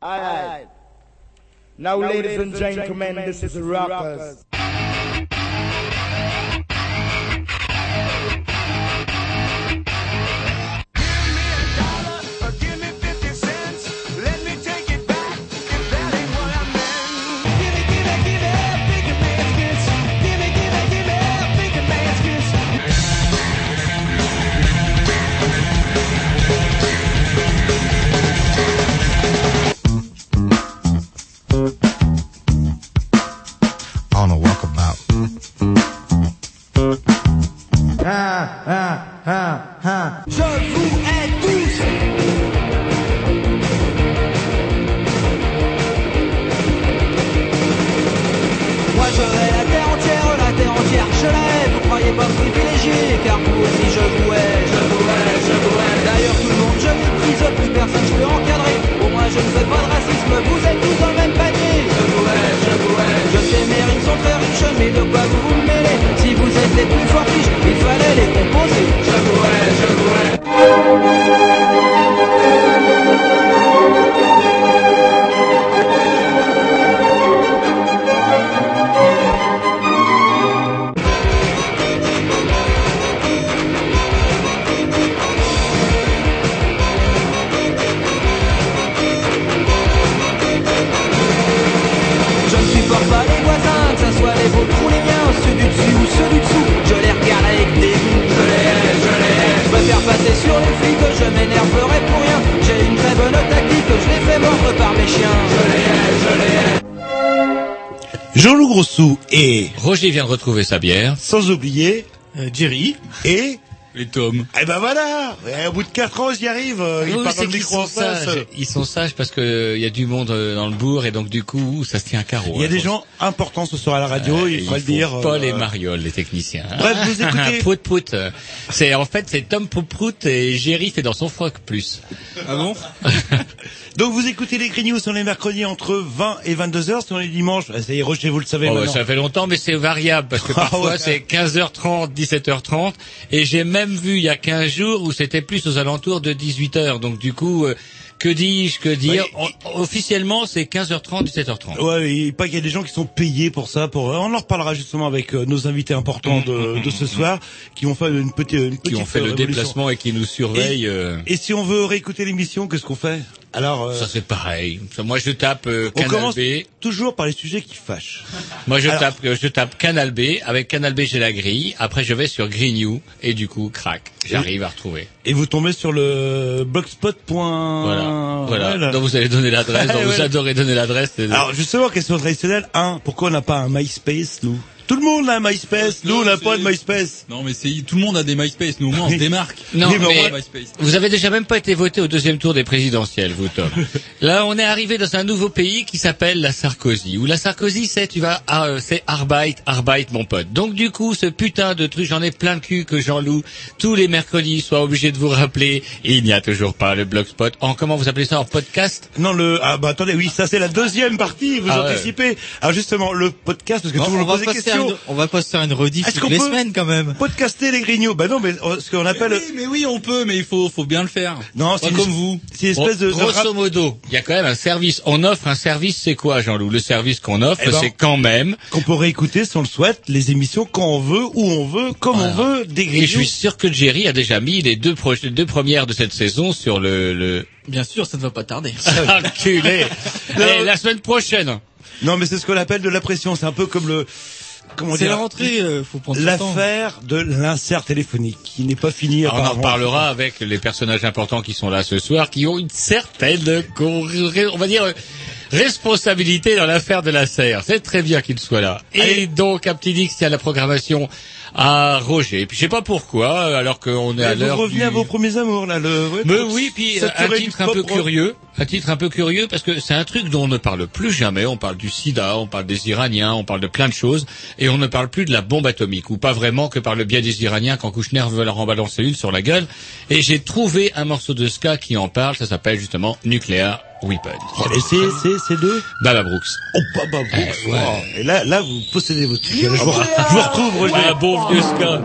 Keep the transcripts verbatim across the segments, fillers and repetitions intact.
Alright. Now, ladies and gentlemen, this is Rockers. On a walkabout. Ah, ah, ah, ah. Je vous hais tous. Moi je hais la terre entière, la terre entière je la hais. Vous croyez pas privilégié, car vous aussi je vous hais, je vous hais, je vous hais. D'ailleurs tout le monde je méprise, plus personne je peux encadrer. Au moins je ne fais pas de racisme, vous êtes tous dans le même panier. Je vous hais, je vous hais. Je sais mes rimes sont très riches, mais de quoi vous vous mêlez? Si vous êtes les plus forts riches, il fallait les composer. Je vous hais, je vous hais. Je ne supporte pas les voisins, que ce soit les vôtres ou les miens, ceux du dessus ou ceux du dessous, je les regarde avec dégoût, je les hais, je les hais. Je préfère passer sur les flics, je m'énerverai pour rien, j'ai une très bonne tactique, je les fais mordre par mes chiens, je les hais, je les hais. Jean-Loup Grossou et, Roger vient de retrouver sa bière. sans oublier, Euh, Jerry. et, Les tomes. eh ben voilà, et au bout de quatre ans, ils y arrivent, euh, ils Oui, parlent dans c'est le qu'ils micro en sont face. sages. Ils sont sages parce que il y a du monde euh, dans le bourg et donc du coup ça se tient à carreau. Il y a hein, des faut- gens importants ce soir à la radio, Euh, il faudrait le faut dire. Pas euh, les marioles, les techniciens. Bref, vous écoutez- Prout prout. C'est en fait c'est Tom Prout et Jerry fait dans son froc plus. Ah bon? Donc vous écoutez les Grignoux sur les mercredis entre vingt et vingt-deux heures, sur les dimanches, ah, ça y est, Rocher, vous le savez Oh, maintenant. ça fait longtemps, mais c'est variable parce que Ah, parfois ouais. c'est quinze heures trente, dix-sept heures trente, et j'ai même vu il y a quinze jours où c'était plus aux alentours de dix-huit heures. Donc du coup, euh, que dis-je, que dire Ouais, On- Officiellement, c'est quinze heures trente, dix-sept heures trente. Ouais, il pas qu'il y a des gens qui sont payés pour ça. Pour on en reparlera justement avec euh, nos invités importants de, de ce soir, qui ont fait une petite, une petite Qui ont fait le révolution. déplacement et qui nous surveillent. euh, Et si on veut réécouter l'émission, qu'est-ce qu'on fait? Alors, euh, Ça c'est pareil. Ça, Moi je tape euh, on Canal commence B. toujours par les sujets qui fâchent. Moi je Alors- tape euh, je tape Canal B. Avec Canal B j'ai la grille. Après je vais sur Grignoux et du coup crac, j'arrive à retrouver. Et vous tombez sur le blogspot. Voilà, voilà. Voilà. Donc vous allez donner l'adresse. Donc vous Voilà. adorez donner l'adresse. c'est- Alors justement, question traditionnelle. Un, pourquoi on n'a pas un MySpace, nous? Tout le monde a un MySpace. Nous, on n'a pas de MySpace. Non, mais c'est, tout le monde a des MySpace. Nous, au moins, on se démarque. Non, Oui, mais mais on va- MySpace. vous avez déjà même pas été voté au deuxième tour des présidentielles, vous, Tom. Là, on est arrivé dans un nouveau pays qui s'appelle la Sarkozy. Où la Sarkozy, c'est, tu vas, ah, euh, c'est Arbeit, Arbeit, mon pote. Donc, du coup, ce putain de truc, j'en ai plein le cul que Jean-Loup, tous les mercredis, soit obligé de vous rappeler, il n'y a toujours pas le blogspot. En, comment vous appelez ça, en podcast? Non, le, ah, bah, attendez, oui, ça, c'est la deuxième partie, vous Ah ouais. anticipez. Alors, justement, le podcast, parce que tout le monde on, va pose des pas se questions. faire une, on va pas se faire une rediff Est-ce toutes qu'on les peut- semaines quand même. Podcaster les Grignoux. Bah non, mais euh, ce qu'on appelle, Oui, mais oui, on peut, mais il faut, faut bien le faire. non, Pas c'est une- comme vous. c'est une espèce de, de Grosso rap- modo, il y a quand même un service. On offre un service, c'est quoi, Jean-Loup? Le service qu'on offre, Eh ben, c'est quand même, qu'on peut réécouter, si on le souhaite, les émissions quand on veut, où on veut, comme Voilà. on veut, des et Grignoux. je suis sûr que Jerry a déjà mis les deux, pro- les deux premières de cette saison sur le, le... Bien sûr, ça ne va pas tarder. Enculé. Allez, la semaine prochaine. Non, mais c'est ce qu'on appelle de la pression. C'est un peu comme le, comment C'est dire, la rentrée, euh, faut prendre son temps. l'affaire de l'insert téléphonique, qui n'est pas finie Alors, on en apparemment. reparlera avec les personnages importants qui sont là ce soir, qui ont une certaine, on va dire, responsabilité dans l'affaire de la serre. C'est très bien qu'ils soient là. Et Allez. donc, un petit Dix, il y a la programmation à Roger. Et puis, je sais pas pourquoi, alors qu'on est Et à vous l'heure revenez du... à vos premiers amours, là, le, ouais, Mais pour oui, puis euh, un saturer titre du un peu pop rock. curieux, un titre un peu curieux parce que c'est un truc dont on ne parle plus jamais. On parle du sida, on parle des Iraniens, on parle de plein de choses, et on ne parle plus de la bombe atomique, ou pas vraiment que par le biais des Iraniens quand Kouchner veut leur en balancer une sur la gueule. Et j'ai trouvé un morceau de ska qui en parle, ça s'appelle justement Nuclear Weapon. Et c'est, c'est, c'est deux? Baba Brooks. Oh, bah, bah, bon, Eh, ouais. oh. Et là, là, vous possédez votre sujet. Je vous, je vous retrouve, Roger. Ouais, un bon vieux ska.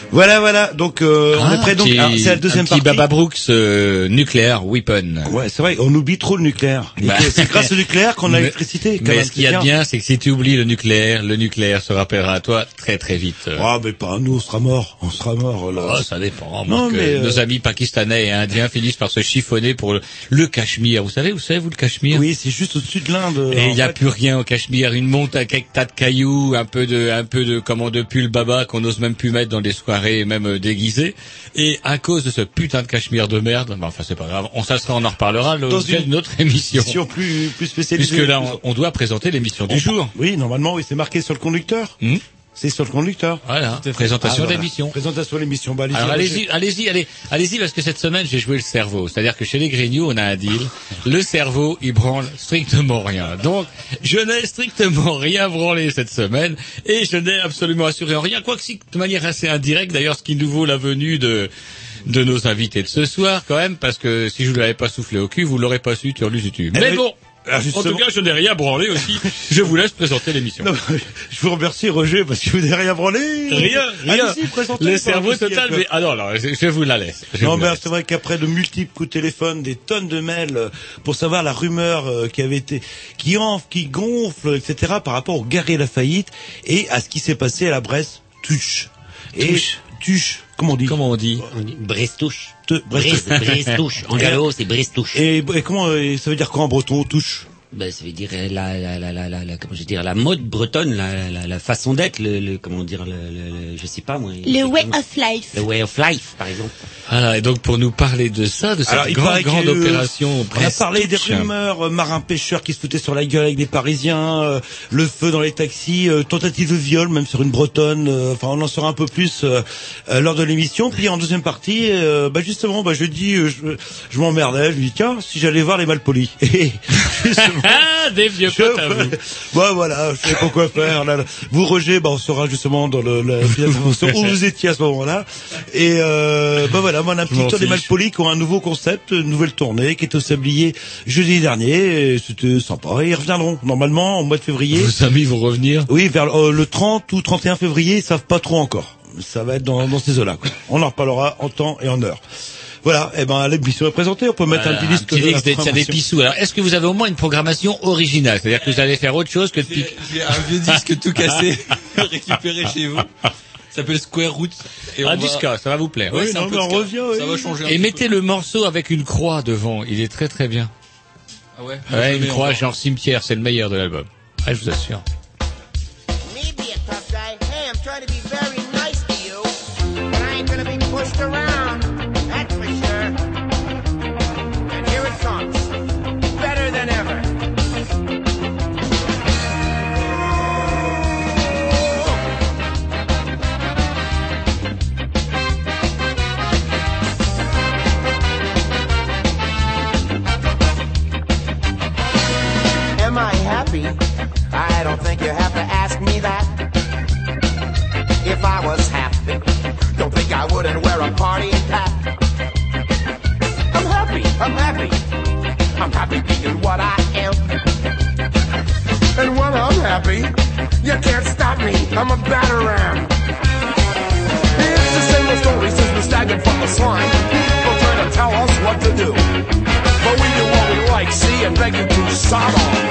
Voilà, voilà. Donc euh, on Ah, est prêt. Donc petit- alors, c'est la deuxième un petit partie. Baba Brooks euh, nucléaire weapon. Ouais, c'est vrai. On oublie trop le nucléaire. Et Bah. que c'est grâce au nucléaire qu'on a Mais- l'électricité. quand Mais même, ce qu'il y a de c'est bien, c'est que si tu oublies le nucléaire, le nucléaire se rappellera à toi très très vite. Ah, mais pas nous. On sera mort. On sera mort. Là. Oh, ça dépend. Non, moi, que mais, euh, nos amis pakistanais et indiens finissent par se chiffonner pour le, le Cachemire. Vous savez, vous savez, vous le Cachemire? Oui, c'est juste au-dessus de l'Inde. Et il en n'y a fait. plus rien au Cachemire, une montagne avec tas de cailloux, un peu de, un peu de, comment, de pull baba qu'on n'ose même plus mettre dans des soirées, même euh, déguisées. Et à cause de ce putain de Cachemire de merde, bah, enfin c'est pas grave, on ça sera, on en reparlera Dans l'objet une de notre émission. Émission plus plus spécialisée. Puisque là, on, on doit présenter l'émission du jour. Oui, normalement, oui, c'est marqué sur le conducteur. Hmm C'est sur le conducteur. Voilà, présentation Ah, voilà. d'émission. Présentation de l'émission. Bah, allez-y, Alors Roger. allez-y, allez-y, allez, allez-y parce que cette semaine j'ai joué le cerveau. C'est-à-dire que chez les Grignoux on a un deal. Le cerveau il branle strictement rien. Donc je n'ai strictement rien branlé cette semaine et je n'ai absolument assuré en rien. Quoique si de manière assez indirecte d'ailleurs, ce qui nous vaut la venue de de nos invités de ce soir quand même, parce que si je vous l'avais pas soufflé au cul, vous l'aurez pas su, turlusitu. Mais Eh, bon. ah, En justement- tout cas, je n'ai rien branlé aussi. Je vous laisse présenter l'émission. Non, je vous remercie, Roger, parce que vous n'avez rien branlé. Rien, rien. Allez-y, présentez. Le pas, cerveau parce qu'il y a total, que- mais ah non, non, je, je vous la laisse. Je Non, vous la mais laisse. c'est vrai qu'après de multiples coups de téléphone, des tonnes de mails euh, pour savoir la rumeur euh, qui avait été, qui enfle, qui gonfle, et cetera, par rapport au Gary Lafayette et à ce qui s'est passé à la Bresse Tuche. Et Tuche. Tuche, comment on dit? Comment on dit? On dit Brestouche. Te- Brest- Brest, Brestouche. En gallo, c'est Brestouche. Et, et comment, euh, ça veut dire quoi en breton, Touche? Ben, ça veut dire euh, la, la, la, la, la, la- comment je veux dire, la mode bretonne, la, la, la façon d'être, le, le, comment dire, le, le, le- je sais pas moi. Le way comment- of life. Le way of life, par exemple. Voilà, et donc pour nous parler de ça, de cette Alors, il grande, paraît grande que, euh, opération On a Brest parlé des Touche. rumeurs, euh, marins-pêcheurs qui se foutaient sur la gueule avec des Parisiens, euh, le feu dans les taxis, euh, tentative de viol, même sur une Bretonne. euh, Enfin, on en saura un peu plus euh, euh, lors de l'émission. Puis en deuxième partie, euh, bah justement, bah je dis, euh, je, je m'emmerdais. Je lui dis tiens, si j'allais voir les malpolis. Et justement, Ah, des vieux je, potes à vous. bah voilà, je sais pas quoi faire. Là, là. Vous, Roger, bah on saura justement dans le, la finale d'information où vous étiez à ce moment-là. Et euh, bah voilà, moi on a un Je m'en petit tour des fiche. malpolis qui ont un nouveau concept, une nouvelle tournée qui est au Sablier jeudi dernier. Et c'était sympa. Et ils reviendront normalement au mois de février. Vos amis vont revenir. Oui, vers euh, le trente ou trente et un février, ils savent pas trop encore. Ça va être dans, dans ces eaux-là. quoi. On en reparlera en temps et en heure. Voilà, et ben l'émission est présentée, on peut mettre Voilà, un petit disque un petit de disque des, tiens, des d'information. pissous. Alors, est-ce que vous avez au moins une programmation originale? C'est-à-dire que vous allez faire autre chose que de J'ai piquer. j'ai un vieux disque tout cassé récupéré chez vous. Ça s'appelle Square Root. Et on Un va- disque, ça va vous plaire. Ouais, Oui, c'est non, un peu mais on ska. revient, Ça oui. va changer un Et petit mettez peu. le morceau avec une croix devant. Il est très très bien. Ah ouais. Ouais, Je une mets croix encore. genre cimetière, c'est le meilleur de l'album. Ouais, je vous assure. Me be a tough guy. Hey, I'm trying to be very nice to you, but I ain't gonna be pushed around. That's for sure. And here it comes, better than ever. Am I happy? I don't think you have to ask me that. If I was happy, don't think I wouldn't wear a party hat. I'm happy, I'm happy. I'm happy being what I am. And when I'm happy, you can't stop me. I'm a batarang. It's the same old story since we're staggered from the slime. People try to tell us what to do. But we do what we like, see, and beg you to sod off.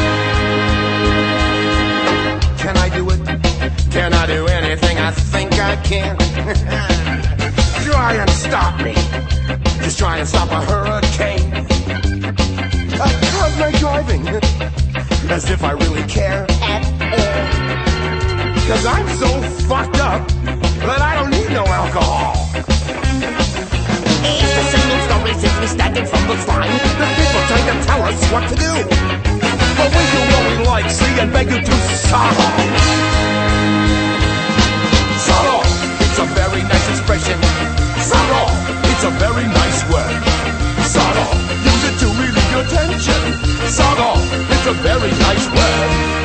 Can I do it? Can I do anything I think I can? Try and stop me. Just try and stop a hurricane. Uh, how's my driving? As if I really care at all. Cause I'm so fucked up that I don't need no alcohol. It's the same old story since we started from the slime. The people trying to tell us what to do. But we do what we like, see, and beg you to sod off. Sod off, it's a very nice expression. Sod off, it's a very nice word. Sod off, use it to relieve your tension. Sod off, it's a very nice word.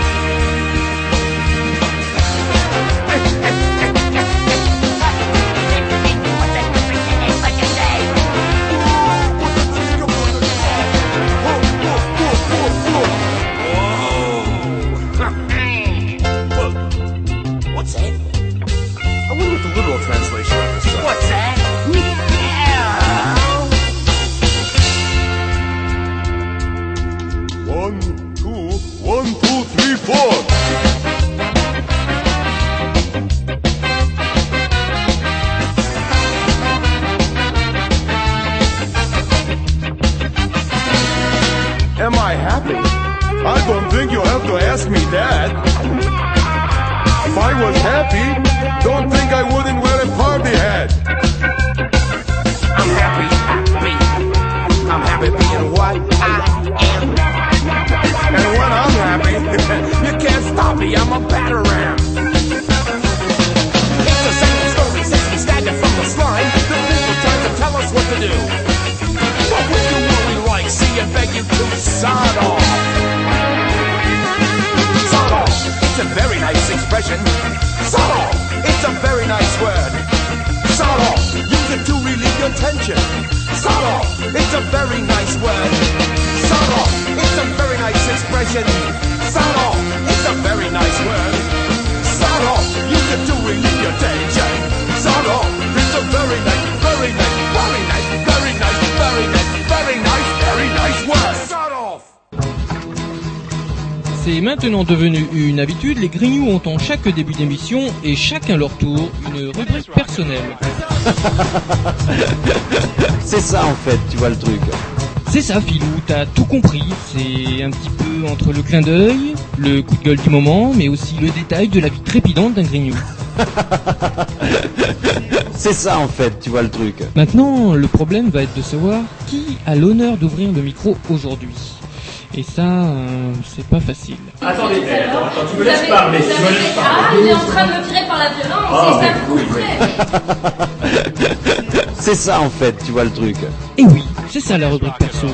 What happy. Don't think I wouldn't wear a party hat. I'm happy, happy. I'm happy being what I am. And when I'm happy, you can't stop me, I'm a batarang. It's the same story since we staggered from the slime. The people trying to tell us what to do. What would you really like? See and beg you to sod off. Sod off, it's a very nice expression. Sod off, it's a very nice word. Sod off, use it to relieve your tension. Sod off, it's a very nice word. Sod off, it's a very nice expression. Sod off, it's a very nice word. Sod off, use it to relieve your tension. Sod off, it's a very nice, very nice, very nice, very nice, very nice, very nice, very nice word. Sod off. C'est maintenant devenu une habitude, les Grignoux ont en chaque début d'émission, et chacun leur tour, une rubrique personnelle. C'est ça en fait, tu vois le truc. C'est ça Philou, t'as tout compris, c'est un petit peu entre le clin d'œil, le coup de gueule du moment, mais aussi le détail de la vie trépidante d'un Grignou. C'est ça en fait, tu vois le truc. Maintenant, le problème va être de savoir qui a l'honneur d'ouvrir le micro aujourd'hui. Et ça, euh, c'est pas facile. Attendez, attends, attends, tu me laisses parler, tu me laisses parler. Ah, il est en train de me tirer par la violence, Ah, c'est mais ça oui, le fait. C'est ça en fait, tu vois le truc. Et oui, c'est ça la rubrique perso.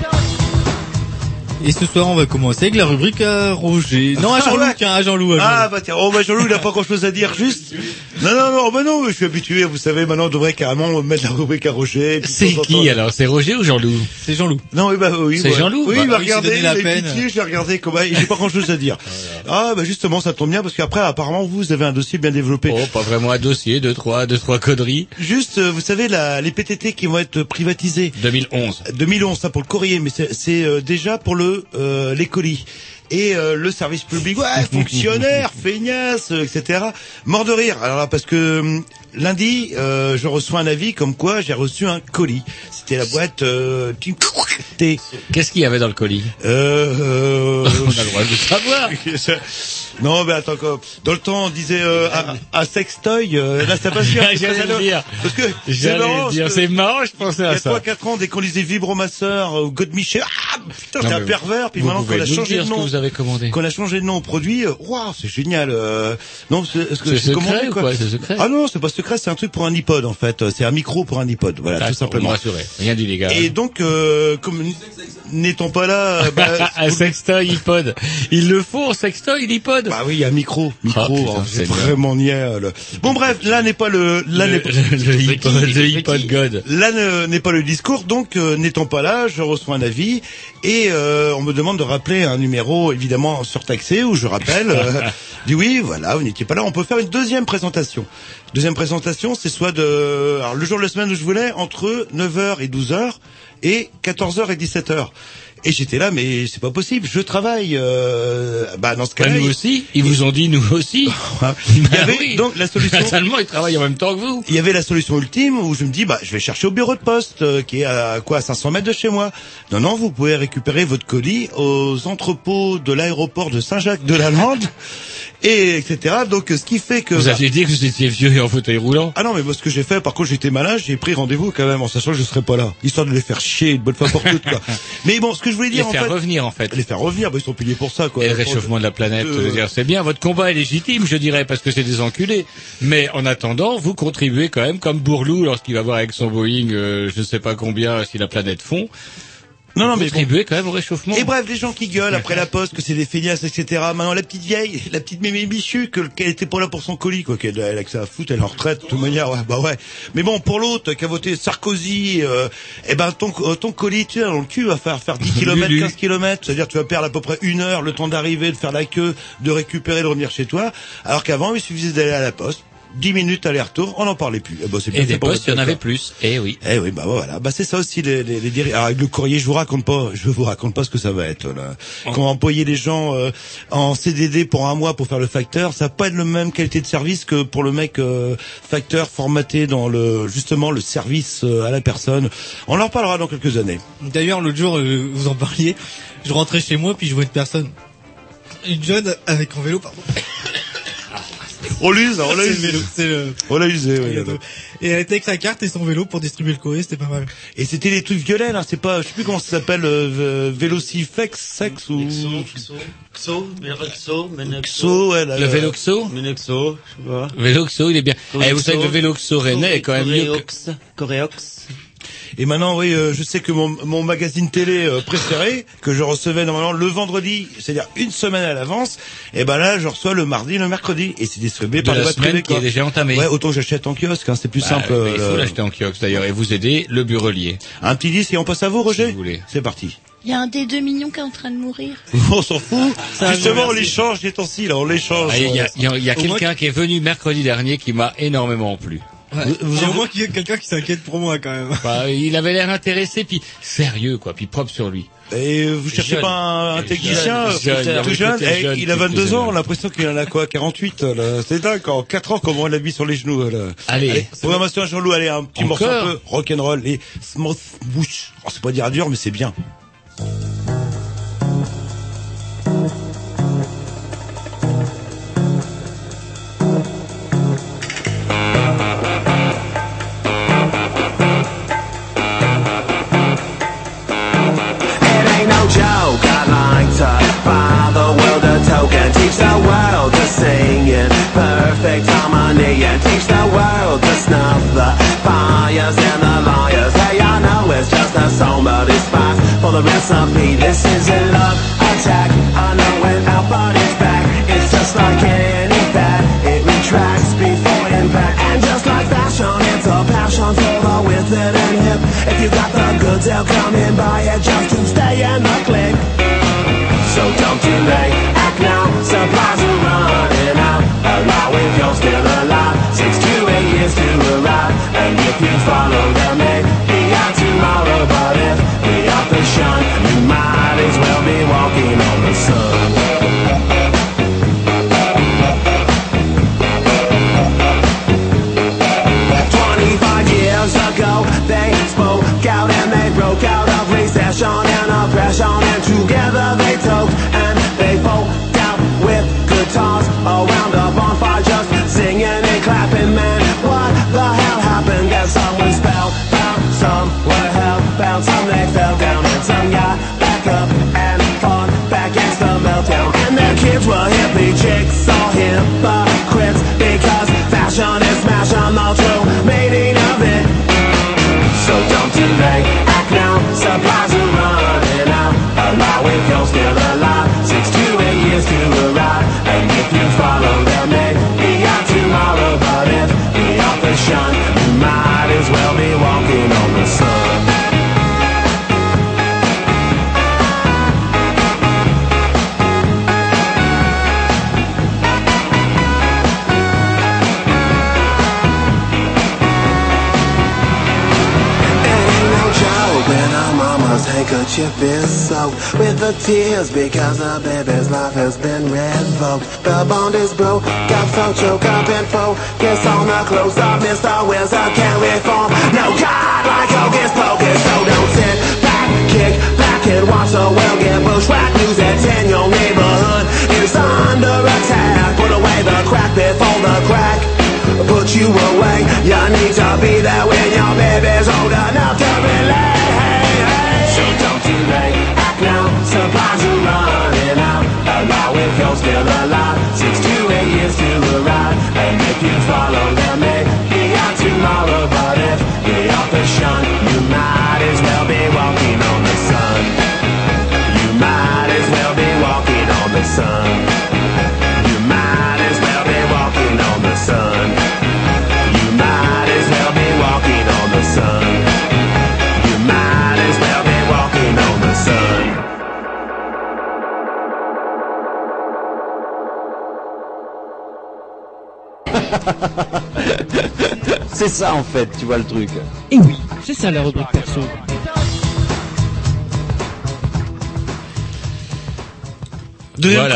Et ce soir, on va commencer avec la rubrique à Roger. Non, à Jean-Loup, Ah ouais. tiens, à Jean-Loup. à Jean-Loup. Ah bah tiens, oh bah Jean-Loup il a pas grand chose à dire, juste. Non non non, bah non, je suis habitué, vous savez, maintenant on devrait carrément mettre la rubrique à Roger. puis C'est de temps en qui temps- alors? C'est Roger ou Jean-Loup? C'est Jean-Loup. Non oui bah oui. C'est ouais. Jean-Loup? Oui, Bah il va oui, il s'est regarder, donné la il a peine. pitié, j'ai regardé comment, j'ai pas grand chose à dire. Ah bah justement, ça tombe bien parce qu'après apparemment vous avez un dossier bien développé. Oh, pas vraiment un dossier, deux, trois, deux, trois conneries. Juste, euh, vous savez, la, les P T T qui vont être privatisés. deux mille onze. deux mille onze, ça pour le courrier, mais c'est, c'est euh, déjà pour le euh, les colis. Et euh, le service public, ouais, fonctionnaire, feignasse, euh, et cetera. Mort de rire. Alors là, parce que hum, lundi, euh, je reçois un avis comme quoi j'ai reçu un colis. C'était la boîte euh, T. Qu'est-ce qu'il y avait dans le colis? Euh, euh, On a le droit de le savoir. Non, mais attends, quoi. Dans le temps, on disait euh, un, un sextoy. Euh, là, ça passe bien. J'allais le dire. Parce que c'est J'allais marrant. le dire. parce que C'est marrant, je pensais Il y à a ça. trois quatre ans, dès qu'on lisait Vibromasseur ou Godemiché, ah, putain, Non, t'es un mais pervers. Puis vous maintenant pouvez qu'on a nous changé dire de ce que nom, vous avez commandé. qu'on a changé de nom au produit, euh, waouh, c'est génial. Euh, non, c'est, est-ce que C'est c'est secret commandé, ou quoi? C'est secret? Ah non, c'est pas secret, c'est un truc pour un iPod en fait. C'est un micro pour un iPod, voilà, Ah, tout pour me simplement. rassurer. Rien d'illégal. Et donc, euh, comme n'étant pas là, bah, un sextoy iPod. Il le faut, un sextoy iPod. bah oui, il y a un micro, micro, Ah, putain, hein, c'est Seigneur. vraiment niais. le- Bon bref, là n'est pas le, là le, n'est pas, le, le iPod, le iPod God. là ne- n'est pas le discours. Donc euh, n'étant pas là, je reçois un avis et euh, on me demande de rappeler un numéro évidemment surtaxé où je rappelle. Euh, dis oui, voilà, vous n'étiez pas là. On peut faire une deuxième présentation. Deuxième présentation, c'est soit de, alors le jour de la semaine où je voulais entre neuf heures et douze heures et quatorze heures et dix-sept heures. Et j'étais là, mais c'est pas possible, je travaille. Euh, bah dans ce Bah, cas-là, nous aussi. Ils vous ont dit nous aussi. il y Bah avait oui. donc la solution. Fatalement, ils travaillent en même temps que vous. Il y avait la solution ultime où je me dis bah je vais chercher au bureau de poste euh, qui est à quoi à cinq cents mètres de chez moi. Non non, vous pouvez récupérer votre colis aux entrepôts de l'aéroport de Saint-Jacques-de-la-Lande et etc. Donc ce qui fait que Vous bah, aviez dit que vous étiez vieux et en fauteuil roulant. ah non mais moi ce que j'ai fait, par contre j'étais malin, j'ai pris rendez-vous quand même en sachant que je serais pas là, histoire de les faire chier une bonne fois pour toutes quoi. Mais bon, ce que je voulais Les dire en faire fait, revenir en fait. les faire revenir, bah, ils sont payés pour ça quoi. Et le réchauffement de la planète, Euh, je veux dire, c'est bien. Votre combat est légitime, je dirais, parce que c'est des enculés. Mais en attendant, vous contribuez quand même, comme Bourlou, lorsqu'il va voir avec son Boeing, euh, je ne sais pas combien, si la planète fond. Non non vous mais bon. contribuez quand même au réchauffement. Et bref, les gens qui gueulent après la poste, que c'est des feignasses, et cetera. Maintenant, la petite vieille, la petite mémé Michu, que, qu'elle était pas là pour son colis, quoi, qu'elle elle a que ça à foutre, elle est en retraite, de toute manière, ouais, bah ouais. Mais bon, pour l'autre, qui a voté Sarkozy, euh, eh ben, ton, euh, ton colis, tu sais, dans le cul, va faire, faire dix kilomètres, Lulu. quinze kilomètres. C'est-à-dire, tu vas perdre à peu près une heure, le temps d'arriver, de faire la queue, de récupérer, de revenir chez toi. Alors qu'avant, il suffisait d'aller à la poste. dix minutes aller-retour, on n'en parlait plus. Eh ben, c'est bien Et fait des pour postes, il y en votre avait secteur. plus. Eh oui. Eh oui, bah voilà. Bah c'est ça aussi les les, les dérives. Alors avec le courrier, je vous raconte pas, je vous raconte pas ce que ça va être là. Quand on va employer les gens euh, en C D D pour un mois pour faire le facteur, ça va pas être la même qualité de service que pour le mec euh, facteur formaté dans le justement le service euh, à la personne. On en reparlera dans quelques années. D'ailleurs, l'autre jour, euh, vous en parliez, je rentrais chez moi, puis je vois une personne, une jeune avec un vélo, pardon. On l'use, on l'a C'est le usé. vélo, c'est le... On l'a usé, oui. Cadeau. Et elle était avec sa carte et son vélo pour distribuer le courrier, c'était pas mal. Et c'était les trucs violets, là, c'est pas, je sais plus comment ça s'appelle, euh, Vélociflex, sex ou... Xo, Xo, Xo, Xo, ouais, là, Le Véloxo? Menexo, je sais pas. Véloxo, il est bien. Eh, vous savez que le Véloxo rennais est quand même mieux que... Coréox. Et maintenant, oui, euh, je sais que mon, mon magazine télé euh, préféré, que je recevais normalement le vendredi, c'est-à-dire une semaine à l'avance, et ben là, je reçois le mardi, le mercredi, et c'est distribué de par la les boîtes semaine privées, qui quoi. est déjà entamée. Ouais, autant que j'achète en kiosque, hein, c'est plus Bah, simple. mais il faut euh, l'acheter en kiosque d'ailleurs et vous aider le burelier. Un petit disque et on passe à vous, Roger. Si vous voulez. C'est parti. Il y a un des deux mignons qui est en train de mourir. On s'en fout. Justement, on l'échange les temps-ci, là, on l'échange. Ah, Il y a, il y a, il y a Au moins quelqu'un qui est venu mercredi dernier qui m'a énormément plu. Ouais. Vous- vous C'est en- au moins qu'il y ait quelqu'un qui s'inquiète pour moi, quand même. Bah, il avait l'air intéressé, puis sérieux, quoi, puis propre sur lui. Et vous cherchez Jeune. pas un, un technicien Jeune, euh, jeune, tout oui, jeune, plutôt eh, jeune, il a plutôt vingt-deux ans, jeune. on a l'impression qu'il en a quoi, quarante-huit, là. C'est dingue, en quatre ans, comment on l'a mis sur les genoux, là. Allez. Programmation à Jean-Loup, allez, un petit Encore morceau un peu rock'n'roll et smooth bouche. Oh, c'est pas dire dur, mais c'est bien. It ain't no joke, I'd like to buy the world a token. Teach the world to sing in perfect harmony. And teach the world to snuff the fires and the liars. Hey, I know it's just a song, but it's fast for the recipe. This is a love attack. I know when our body's back, it's just like any fad. It retracts before impact. And just like fashion, it's a passion for the withered and hip. If you got the goods, they'll come and buy it just to stay in the clique. So don't delay, act now, supplies are running out. Allow if you're still alive, six to eight years to arrive. And if you follow them, maybe out tomorrow. But if we are the shun, you might as well be walking on the sun. Twenty-five years ago, they spoke out and they broke out of recession and oppression, and together they talked and they folk out with guitars around a bonfire, just singing and clapping. Man, what the hell happened? Guess some was spellbound, some were hellbound, some they fell down, and some got back up and fought back against the meltdown. And their kids were hippie chicks, all hypocrites, because fashion is smashing the true meaning of it. So don't delay, act now, supplies are running out. Allow if you're still alive, six to eight years to arrive. And if you follow them, maybe out tomorrow. But if we are the shun, you might as well be walking on the sun. When our mama's handkerchief is soaked with the tears because the baby's life has been revoked. The bond is broke, got so choked up and focus on the close up. Mister Wizard can't reform. No God like Hocus Pocus. So don't sit back, kick back and watch the world get bushwhacked. News that's in your neighborhood is under attack. Put away the crack before the crack put you away. You need to be there when your baby's old enough to relate. So don't delay, act now, supplies are running out. Allow if you're still alive, six to eight years to arrive. And if you follow them, maybe out tomorrow. But if you're off the shun, you might as well be walking on the sun. You might as well be walking on the sun. You might as well be walking on the sun. You might as well be walking on the sun. You might as well be walking on the sun. C'est ça en fait, tu vois le truc. Et oui, c'est ça la rubrique perso. Deuxième Voilà. couche.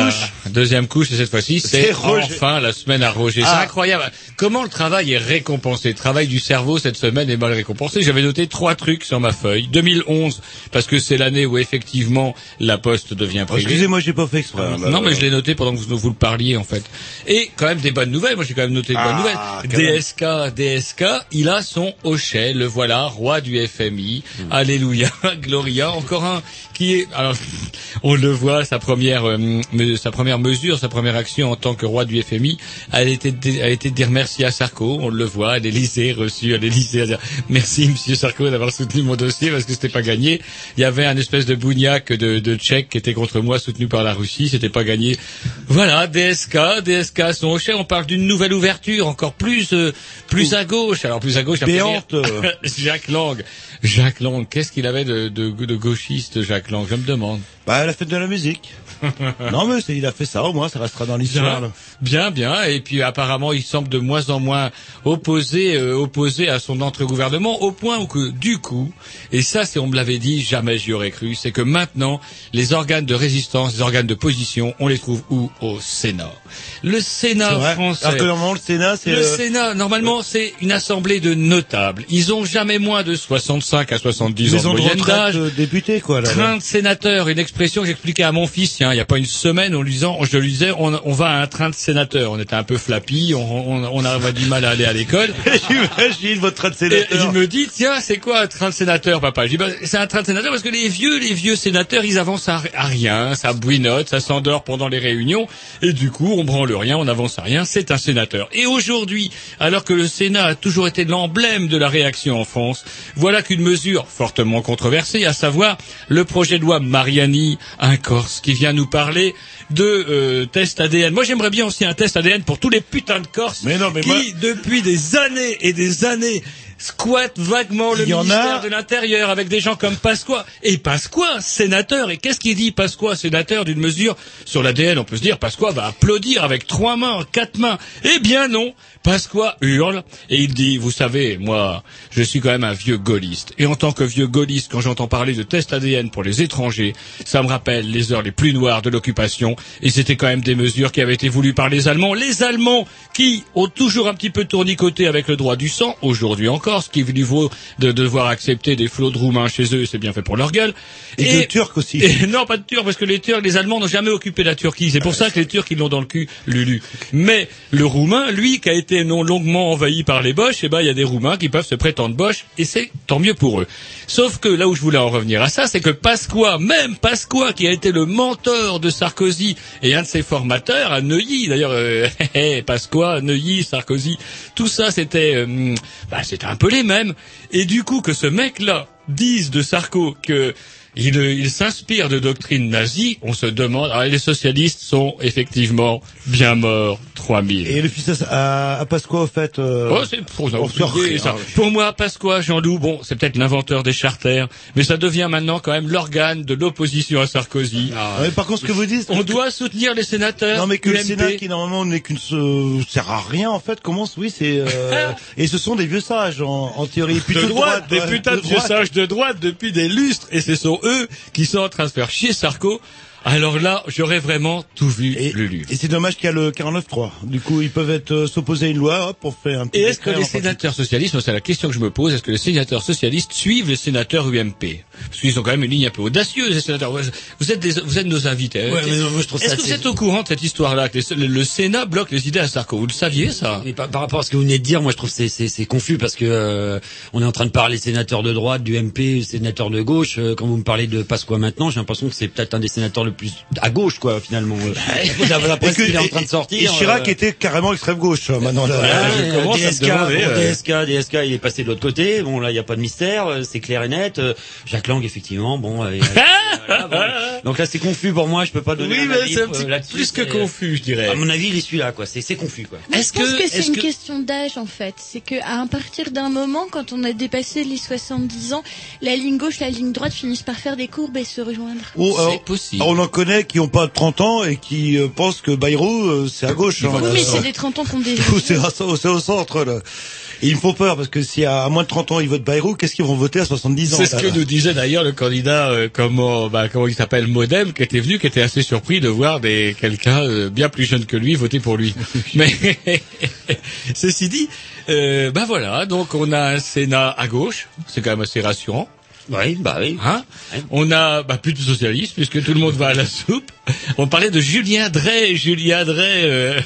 Deuxième couche, et cette fois-ci, c'est, C'est Roger. enfin la semaine à Roger. Ah. C'est incroyable. Comment le travail est récompensé. Le travail du cerveau cette semaine est mal récompensé. J'avais noté trois trucs sur ma feuille. deux mille onze, parce que c'est l'année où effectivement la Poste devient Oh, privée. excusez-moi, j'ai pas fait exprès. hein, bah, non, mais voilà. je l'ai noté pendant que vous, vous le parliez, en fait. Et quand même des bonnes nouvelles. Moi, j'ai quand même noté de bonnes Ah, nouvelles. quand D même. S K, D S K, il a son hochet. Le voilà, roi du F M I. Hmm. Alléluia, Gloria. Encore un qui est, alors, on le voit, sa première, euh, me- sa première mesure, sa première action en tant que roi du F M I, a été, de- a été de dire merci à Sarko. On le voit à l'Élysée, reçu à l'Élysée, à dire merci, monsieur Sarko, d'avoir soutenu mon dossier parce que c'était pas gagné. Il y avait un espèce de bougnac de, de Tchèque qui était contre moi, soutenu par la Russie. C'était pas gagné. Voilà, D S K, D S K, son hochet. On parle d'une nouvelle ouverture, encore plus, euh, plus à gauche. Alors, plus à gauche, ça me fait rire. Béante. euh. Jacques Lang. Jacques Lang. Qu'est-ce qu'il avait de, de, de gauchiste, Jacques Lang? Je me demande. Bah, la fête de la musique. Non, mais c'est, il a fait ça, au moins, ça restera dans l'histoire. là. Bien, bien. Et puis apparemment, il semble de moins en moins opposé, euh, opposé à son entre-gouvernement, au point où que, du coup, et ça, c'est, on me l'avait dit, jamais j'y aurais cru, c'est que maintenant, les organes de résistance, les organes de position, on les trouve où? Au Sénat. Le C'est Sénat vrai. français. Alors que normalement, le Sénat, c'est... Le euh, Sénat, normalement, c'est une assemblée de notables. Ils ont jamais moins de soixante-cinq à soixante-dix ans de maison de moyenne retraite d'âge. de député, quoi, là. Train de sénateur, une expression que j'expliquais à mon fils, tiens, il n'y a pas une semaine, en lui disant, je lui disais, on, on va à un train de sénateur. On était un peu flappy, on, on, on avait du mal à aller à l'école. J'imagine votre train de Et sénateur. il me dit, tiens, c'est quoi un train de sénateur, papa? Je dis, bah, c'est un train de sénateur parce que les vieux, les vieux sénateurs, ils avancent à, à rien, ça bouinote, ça s'endort pendant les réunions, et du coup, on branle rien, on avance à rien, c'est un sénateur. Et aujourd'hui, alors que le Sénat a toujours été l'emblème de la réaction en France, voilà qu'une mesure fortement controversée, à savoir le projet de loi Mariani, un Corse, qui vient nous parler de euh, test A D N. Moi, j'aimerais bien aussi un test A D N pour tous les putains de Corses Mais non, mais qui, moi- depuis des années et des années, squattent vaguement le Il y en ministère a- de l'Intérieur avec des gens comme Pasqua. Et Pasqua, sénateur. Et qu'est-ce qu'il dit, Pasqua, sénateur, d'une mesure sur l'A D N? On peut se dire, Pasqua va applaudir avec trois mains, quatre mains. Eh bien non. Pasqua hurle et il dit, vous savez, moi, je suis quand même un vieux gaulliste. Et en tant que vieux gaulliste, quand j'entends parler de test A D N pour les étrangers, ça me rappelle les heures les plus noires de l'occupation. Et c'était quand même des mesures qui avaient été voulues par les Allemands. Les Allemands qui ont toujours un petit peu tournicoté avec le droit du sang, aujourd'hui encore, ce qui lui vaut de devoir accepter des flots de Roumains chez eux, c'est bien fait pour leur gueule. Et de Turcs aussi. Et non, pas de Turcs, parce que les Turcs, les Allemands n'ont jamais occupé la Turquie. C'est pour ça que les Turcs, ils l'ont dans le cul, Lulu. Mais le Roumain, lui, qui a été non longuement envahi par les Boches, eh ben, il y a des Roumains qui peuvent se prétendre Boches, et c'est tant mieux pour eux. Sauf que là où je voulais en revenir à ça, c'est que Pasqua, même Pasqua, qui a été le mentor de Sarkozy et un de ses formateurs à Neuilly, d'ailleurs, euh, Pasqua, Neuilly, Sarkozy, tout ça, c'était, euh, bah, c'était un peu les mêmes. Et du coup, que ce mec-là dise de Sarko que il, il s'inspire de doctrines nazies, on se demande, ah, les socialistes sont effectivement bien morts, trois mille. Et le fils à, à, à Pasqua, au fait... Euh... Oh, c'est pour, on sort oublier, rien. ça. Pour moi, Pasqua, Jean-Loup, bon, c'est peut-être l'inventeur des charters, mais ça devient maintenant quand même l'organe de l'opposition à Sarkozy. Ah, mais par contre, ce que vous dites... On doit soutenir les sénateurs. Non, mais que U le M P. Sénat, qui normalement n'est qu'une... Euh, sert à rien, en fait, commence, oui, c'est... Euh... et ce sont des vieux sages, en, en théorie. Plutôt De droite, des ouais, putains de vieux droite. sages de droite depuis des lustres, et ce sont eux qui sont en train de faire chier Sarko. Alors là, j'aurais vraiment tout vu, Et, Lulu. et c'est dommage qu'il y a le quarante-neuf trois. Du coup, ils peuvent être euh, s'opposer à une loi, hop, pour faire un petit Et est-ce que décret, les enfin, sénateurs socialistes, c'est la question que je me pose, est-ce que les sénateurs socialistes suivent les sénateurs U M P? Parce qu'ils ont quand même une ligne un peu audacieuse, les sénateurs. Vous êtes, des, vous êtes nos invités. Ouais, mais non, moi, je trouve est-ce ça que vous assez- êtes au courant de cette histoire-là, que les- le, le Sénat bloque les idées à Sarko? Vous le saviez, ça? Mais par, par rapport à ce que vous venez de dire, moi je trouve que c'est, c'est, c'est confus parce que euh, on est en train de parler sénateur de droite, du M P, sénateur de gauche. Euh, quand vous me parlez de Pasqua maintenant, j'ai l'impression que c'est peut-être un des sénateurs le plus à gauche, quoi, finalement. La presse Et que- qu'il est en train de sortir. Et Chirac euh, était carrément extrême gauche, euh, maintenant. Là, Voilà, là, euh, je commence à me D S K, demander, bon, euh. D S K, D S K, il est passé de l'autre côté. Bon, là, il n'y a pas de mystère, euh, c'est clair et net. Euh, Jacques Lang, effectivement, bon. euh, voilà, bon. Donc là, c'est confus pour moi. Je peux pas donner Oui, un mais avis, c'est un euh, petit là-dessus, plus que c'est- confus, je dirais. À mon avis, il est celui-là, quoi. C'est, c'est confus, quoi. Moi, Est-ce je pense que- que, est-ce c'est une que- question d'âge en fait. C'est que à partir d'un moment, quand on a dépassé les soixante-dix ans, la ligne gauche, la ligne droite finissent par faire des courbes et se rejoindre. Oh, C'est alors, possible. alors, on en connaît qui ont pas trente ans et qui euh, pensent que Bayrou, euh, c'est à gauche. Hein, Oui, là, mais ça. c'est des trente ans qu'on des... Ou c'est, à- c'est au centre, là. Et ils me font peur parce que si à moins de trente ans ils votent Bayrou, qu'est-ce qu'ils vont voter à soixante-dix ans? C'est ce que nous disait d'ailleurs le candidat, euh, comment, bah, comment il s'appelle, Modem, qui était venu, qui était assez surpris de voir des quelqu'un euh, bien plus jeune que lui voter pour lui. Mais ceci dit, euh, bah voilà, donc on a un Sénat à gauche, c'est quand même assez rassurant. Oui, bah oui. Hein ouais. On a bah, plus de socialistes puisque tout le monde va à la soupe. On parlait de Julien Drey, Julien Drey, euh,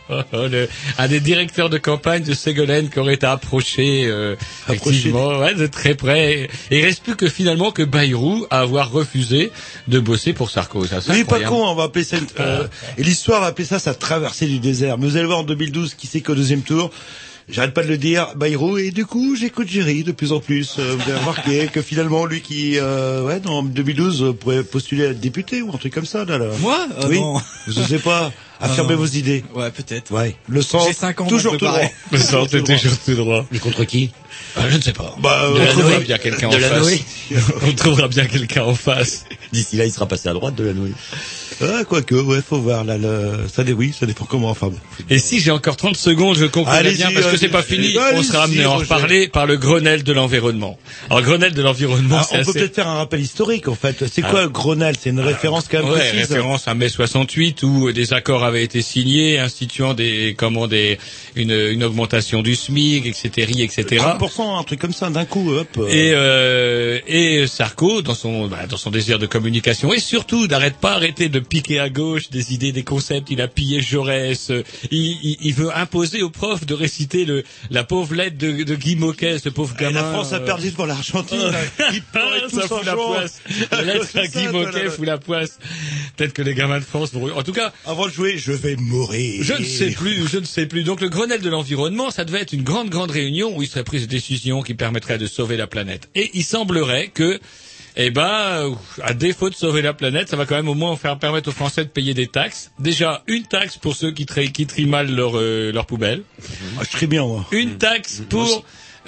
le, un des directeurs de campagne de Ségolène qui aurait été approché, euh, effectivement, ouais, de très près. Et il reste plus que finalement que Bayrou à avoir refusé de bosser pour Sarkozy. Ça, oui, pas con, on va appeler ça. Euh, et l'histoire va appeler ça sa traversée du désert. Mais vous allez voir en deux mille douze qui c'est qu'au deuxième tour. J'arrête pas de le dire, Bayrou, et du coup, j'écoute Géry de plus en plus. Euh, vous avez remarqué que finalement, lui qui, euh, ouais, en deux mille douze, euh, pourrait postuler à être député ou un truc comme ça, là. là. Moi euh, Oui, non. Je sais pas. Affirmez euh, vos idées. Ouais, peut-être. Ouais. Le sang, J'ai cinq ans, toujours tout droit. Le sang, c'est toujours tout droit. Et contre qui? Ah, je ne sais pas. Bah, on trouvera bien quelqu'un en face. On trouvera bien quelqu'un en face. D'ici là, il sera passé à droite de la Noé. Ah, quoique, ouais, faut voir, là, le, ça dé, oui, ça dépend comment, enfin bon. Et si j'ai encore trente secondes, je conclurai bien, parce que c'est pas fini, on sera amené à en reparler par le Grenelle de l'environnement. Alors, Grenelle de l'environnement, c'est assez... On peut peut-être faire un rappel historique, en fait. C'est quoi, ah. le Grenelle? C'est une référence quand même ouais, précise. référence à mai soixante-huit, où des accords avaient été signés, instituant des, comment, des, une, une augmentation du SMIC, et cetera, et cetera. trente pour cent, un truc comme ça, d'un coup, hop. Et, euh, et Sarko, dans son, bah, dans son désir de communication, et surtout, n'arrête pas arrêter de piquer à gauche des idées, des concepts. Il a pillé Jaurès. Il, il, il veut imposer aux profs de réciter le, la pauvre lettre de, de Guy Moquet, ce pauvre gamin. Et la France a perdu devant l'Argentine. Il pleurait tous ça fout la poisse. La lettre à Guy Moquet fout la poisse. Peut-être que les gamins de France vont... En tout cas... Avant de jouer, je vais mourir. Je ne sais plus, je ne sais plus. Donc le Grenelle de l'environnement, ça devait être une grande, grande réunion où il serait pris des décisions qui permettraient de sauver la planète. Et il semblerait que... Eh ben, à défaut de sauver la planète, ça va quand même au moins faire permettre aux Français de payer des taxes. Déjà, une taxe pour ceux qui, tri- qui trient mal leur, euh, leur poubelle. Ah, je trie bien, moi. Une taxe pour...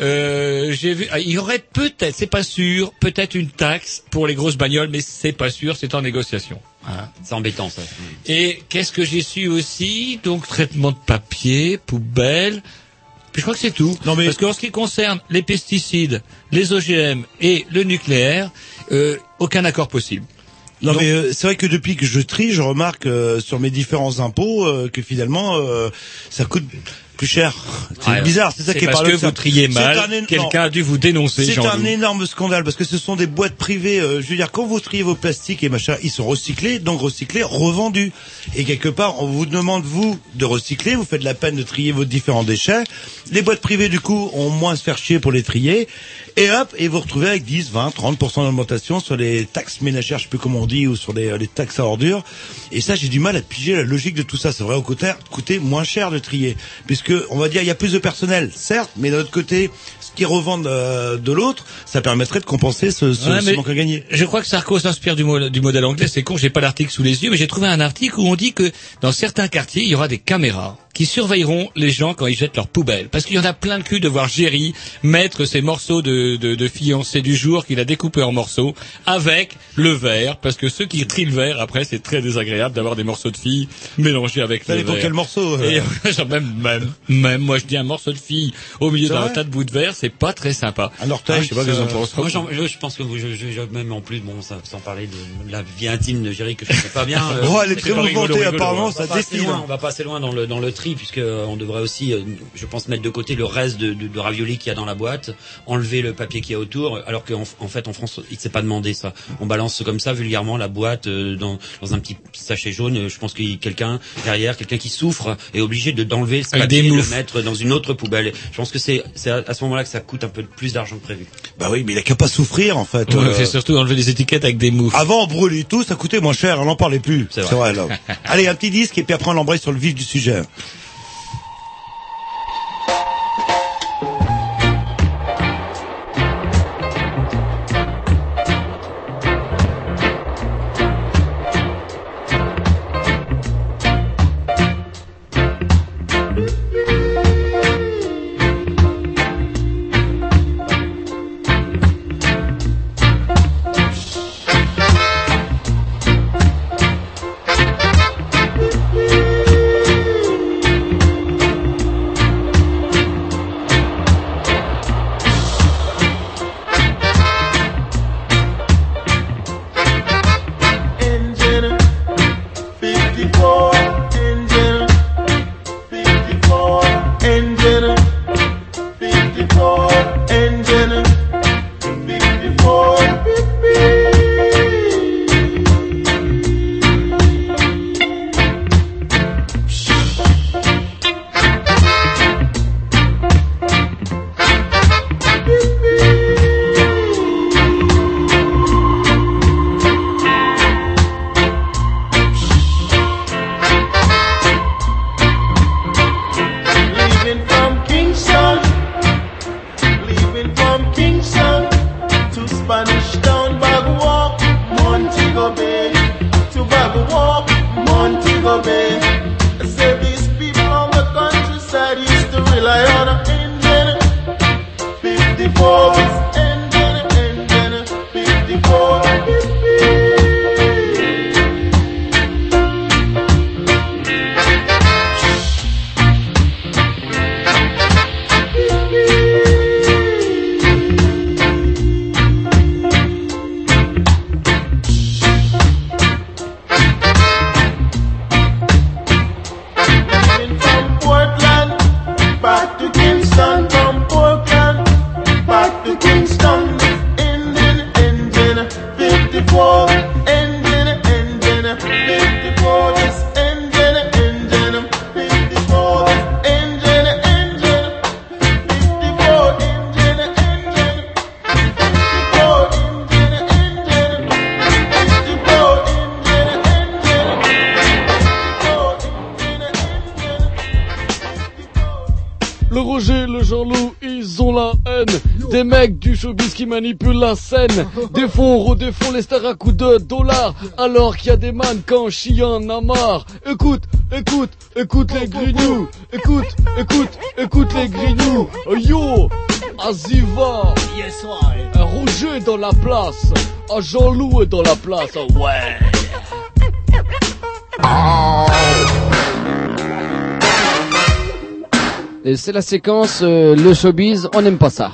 Euh, j'ai vu, il y aurait peut-être, c'est pas sûr, peut-être une taxe pour les grosses bagnoles, mais c'est pas sûr, c'est en négociation. Hein. C'est embêtant, ça. Et qu'est-ce que j'ai su aussi? Donc, traitement de papier, poubelle... Puis je crois que c'est tout. Non, mais... Parce qu'en ce qui concerne les pesticides, les O G M et le nucléaire, euh, aucun accord possible. Non, Donc... mais euh, c'est vrai que depuis que je trie, je remarque euh, sur mes différents impôts euh, que finalement euh, ça coûte plus cher. C'est ah, bizarre, c'est ça qui est paradoxal. Parce que vous triez mal, un... quelqu'un a dû vous dénoncer. C'est Jean-Loup. un énorme scandale parce que ce sont des boîtes privées. Euh, je veux dire, quand vous triez vos plastiques et machin, ils sont recyclés, donc recyclés, revendus. Et quelque part, on vous demande vous de recycler, vous faites la peine de trier vos différents déchets. Les boîtes privées du coup ont moins à se faire chier pour les trier. Et hop, et vous retrouvez avec dix, vingt, trente pour cent d'augmentation sur les taxes ménagères, je sais plus comment on dit, ou sur les, les taxes à ordures. Et ça, j'ai du mal à piger la logique de tout ça. C'est vrai, au côté, coûter moins cher de trier. Puisque, on va dire, il y a plus de personnel, certes, mais d'un autre côté, ce qu'ils revendent euh, de l'autre, ça permettrait de compenser ce, ce, ouais, ce manque à gagner. Je crois que Sarko s'inspire du, mo- du modèle anglais. C'est con, j'ai pas l'article sous les yeux, mais j'ai trouvé un article où on dit que dans certains quartiers, il y aura des caméras qui surveilleront les gens quand ils jettent leurs poubelles. Parce qu'il y en a plein de cul de voir Géry mettre ses morceaux de, de, de fiancé du jour qu'il a découpé en morceaux avec le verre. Parce que ceux qui trient le verre, après, c'est très désagréable d'avoir des morceaux de filles mélangés avec le verre. Ça dépend quel morceau. Euh... Et, même, même, même, moi je dis un morceau de fille au milieu d'un tas de bouts de verre, c'est pas très sympa. Un orteil, ah, je sais pas ce que vous en pensez. Moi, je, je pense que vous, je, je, je, même en plus, bon, ça, sans parler de la vie intime de Géry que je ne sais pas bien. Euh, oh, elle est très mouvementée, apparemment, ça défile. On va pas assez loin dans le, dans le tri, puisque on devrait aussi, euh, je pense, mettre de côté le reste de, de, de raviolis qu'il y a dans la boîte, enlever le papier qu'il y a autour, alors qu'en en fait, en France, il ne s'est pas demandé ça. On balance comme ça, vulgairement, la boîte euh, dans, dans un petit sachet jaune. Je pense que quelqu'un, derrière, quelqu'un qui souffre, est obligé de, d'enlever ce papier et de le mettre dans une autre poubelle. Je pense que c'est, c'est à, à ce moment-là que ça coûte un peu plus d'argent que prévu. Bah oui, mais il a qu'à pas souffrir, en fait. Ouais, euh... c'est surtout enlever les étiquettes avec des moufles. Avant, on brûlait tout, ça coûtait moins cher, on n'en parlait plus. C'est vrai. C'est vrai, là. Allez, un petit disque, et puis après, on l'embraye sur le vif du sujet. rely on an engine. fifty-four is engine, engine, fifty-four. Back to Kingston from Portland, back to Kingston, engine, engine, fifty-four, engine, engine, fifty-four, this engine, engine, fifty-four, this engine, engine, fifty-four, engine, engine, fifty-four, engine, engine, fifty-four, engine, engine, Le Roger, le Jean-Loup, ils ont la haine. Des mecs du showbiz qui manipulent la scène. Défont, redéfont les stars à coups de dollars. Alors qu'il y a des man quand chien en a marre. Écoute, écoute, écoute les grignoux. Écoute, écoute, écoute les grignoux. Yo, Aziva. Un Roger est dans la place. Un Jean-Loup est dans la place. Ouais. Et c'est la séquence, euh, le showbiz, on n'aime pas ça.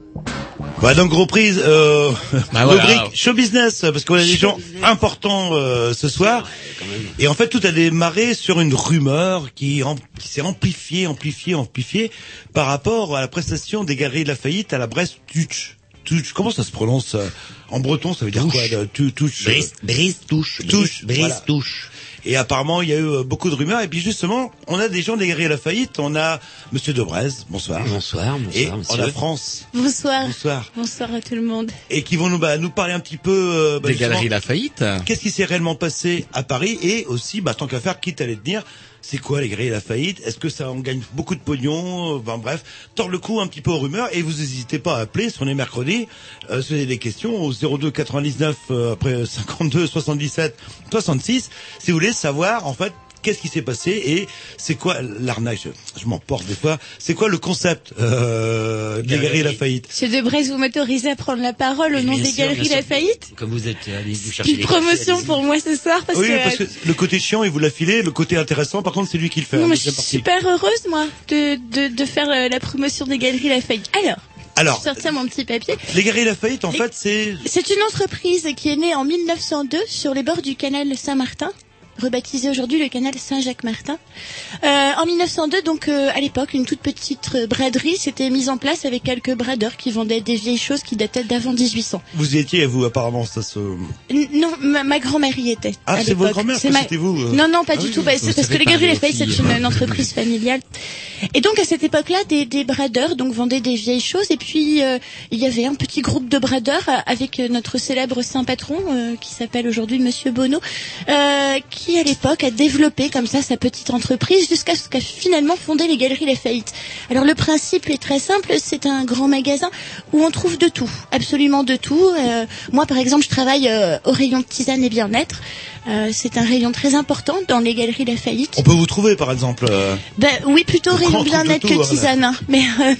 Bah donc reprise euh, bah voilà. rubrique show business parce qu'on a des gens importants euh, ce soir et en fait tout a démarré sur une rumeur qui, en, qui s'est amplifiée, amplifiée, amplifiée par rapport à la prestation des Galeries Lafayette à la Brest Touch. Touch, comment ça se prononce en breton? Ça veut dire touche. Quoi? Touche. Brest, Brest touche. Touche. Brest Voilà. touche. Et apparemment, il y a eu beaucoup de rumeurs. Et puis justement, on a des gens des Galeries Lafayette. On a Monsieur Debrez, bonsoir. Bonsoir, bonsoir, Et monsieur. on a France. Bonsoir. Bonsoir. Bonsoir à tout le monde. Et qui vont nous, bah, nous parler un petit peu euh, bah, des Galeries Lafayette. Qu'est-ce qui s'est réellement passé à Paris et aussi, bah, tant qu'à faire, quitte à les tenir, c'est quoi les Galeries Lafayette? Est-ce que ça on gagne beaucoup de pognon? Ben bref, tord le cou un petit peu aux rumeurs et vous n'hésitez pas à appeler si on est mercredi. Euh, si vous avez des questions au zéro deux quatre-vingt-dix-neuf euh, après cinquante-deux soixante-dix-sept soixante-six si vous voulez savoir en fait qu'est-ce qui s'est passé et c'est quoi l'arnaque, je, je m'emporte des fois, c'est quoi le concept euh, des Galeries Lafayette? Monsieur Debrez, vous m'autorisez à prendre la parole au nom des Galeries Lafayette? Comme vous êtes allé vous chercher Une les promotion cafés, pour moi ce soir parce oui, que... parce que le côté chiant, il vous l'a filé, le côté intéressant, par contre, c'est lui qui le fait. Non, hein, mais je suis partie. super heureuse, moi, de, de, de faire euh, la promotion des Galeries Lafayette. Alors, Alors, je vais sortir mon petit papier. Les Galeries Lafayette, en les... fait, c'est... C'est une entreprise qui est née en mille neuf cent deux sur les bords du canal Saint-Martin, rebaptisé aujourd'hui le canal Saint-Jacques-Martin. Euh, en mille neuf cent deux, donc euh, à l'époque, une toute petite euh, braderie s'était mise en place avec quelques bradeurs qui vendaient des vieilles choses qui dataient d'avant dix-huit cents. Vous y étiez, vous, apparemment, ça se... N- non, ma, ma grand-mère y était. Ah, à c'est l'époque. votre grand-mère, C'est que ma... c'était vous euh... Non, non, pas ah du oui, tout. Bah, c'est vous parce que les Galeries Lafayette, c'est une, une entreprise familiale. Et donc à cette époque-là, des, des bradeurs donc vendaient des vieilles choses. Et puis euh, il y avait un petit groupe de bradeurs euh, avec notre célèbre saint patron euh, qui s'appelle aujourd'hui Monsieur Bonneau, euh, qui à l'époque a développé comme ça sa petite entreprise jusqu'à ce qu'a finalement fondé les Galeries Lafayette. Alors le principe est très simple, c'est un grand magasin où on trouve de tout, absolument de tout. Euh, moi par exemple, je travaille euh, au rayon de tisane et bien-être. Euh, c'est un rayon très important dans les Galeries Lafayette. On peut vous trouver, par exemple euh... Ben oui, plutôt on rayon bien-être que tisane, hein, mais... Euh...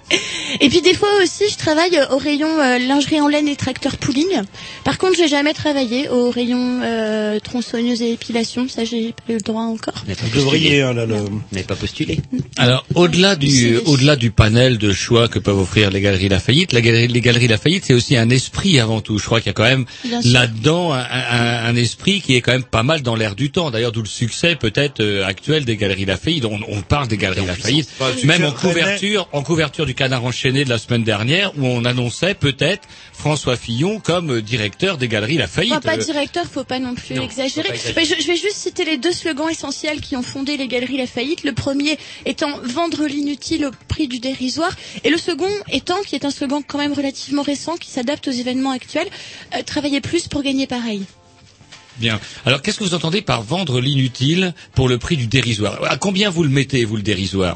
Et puis des fois aussi, je travaille au rayon euh, lingerie en laine et tracteur pooling. Par contre, j'ai jamais travaillé au rayon euh, tronçonneuse et épilation. Ça, j'ai pas eu le droit encore. Vous devriez, hein, là, le... Vous n'avez pas postulé. Alors, au-delà du, au-delà du panel de choix que peuvent offrir les Galeries Lafayette, la galerie, les Galeries Lafayette, c'est aussi un esprit avant tout. Je crois qu'il y a quand même là-dedans un, un, un esprit qui est quand même pas mal dans l'air du temps. D'ailleurs, d'où le succès peut-être euh, actuel des Galeries Lafayette. On, on parle des Galeries Lafayette, même en couverture, en couverture du Canard enchaîné de la semaine dernière, où on annonçait peut-être François Fillon comme directeur des Galeries Lafayette. Enfin, pas directeur, faut pas non plus non, exagérer. pas exagérer. Je, je vais juste citer les deux slogans essentiels qui ont fondé les Galeries Lafayette. Le premier étant vendre l'inutile au prix du dérisoire, et le second étant, qui est un slogan quand même relativement récent, qui s'adapte aux événements actuels, euh, travailler plus pour gagner pareil. Bien. Alors, qu'est-ce que vous entendez par vendre l'inutile pour le prix du dérisoire? À combien vous le mettez, vous, le dérisoire?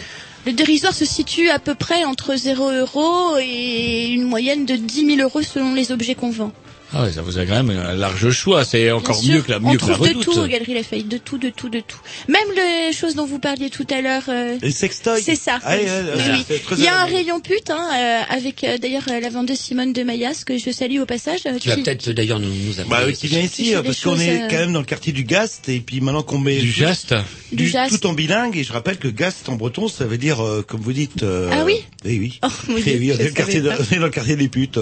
Le dérisoire se situe à peu près entre zéro euro et une moyenne de dix mille euros selon les objets qu'on vend. Ah ouais, ça vous a quand même un large choix. C'est encore Bien mieux sûr, que la, on mieux que la trouve de Redoute. tout, Galerie Lafayette, de tout, de tout, de tout. Même les choses dont vous parliez tout à l'heure. Euh, Les sextoys. C'est ça. Ah, oui. ouais, ouais, Oui, ouais, oui. c'est très Il y a un amusant. rayon pute, hein, euh, avec euh, d'ailleurs euh, la vendeuse Simone de Mayas que je salue au passage. euh, Tu vas qui- peut-être d'ailleurs nous, nous appeler. Bah oui, qui vient ici, fait euh, des parce qu'on choses, est euh, quand même dans le quartier du Gast, et puis maintenant qu'on met Du tout- Gast. Du du- Gast. tout en bilingue, et je rappelle que Gast en breton, ça veut dire, euh, comme vous dites. Euh, Ah oui. Eh oui. Oh mon Eh Dieu, oui, on je est, le quartier de- savais pas. on est dans le quartier des putes.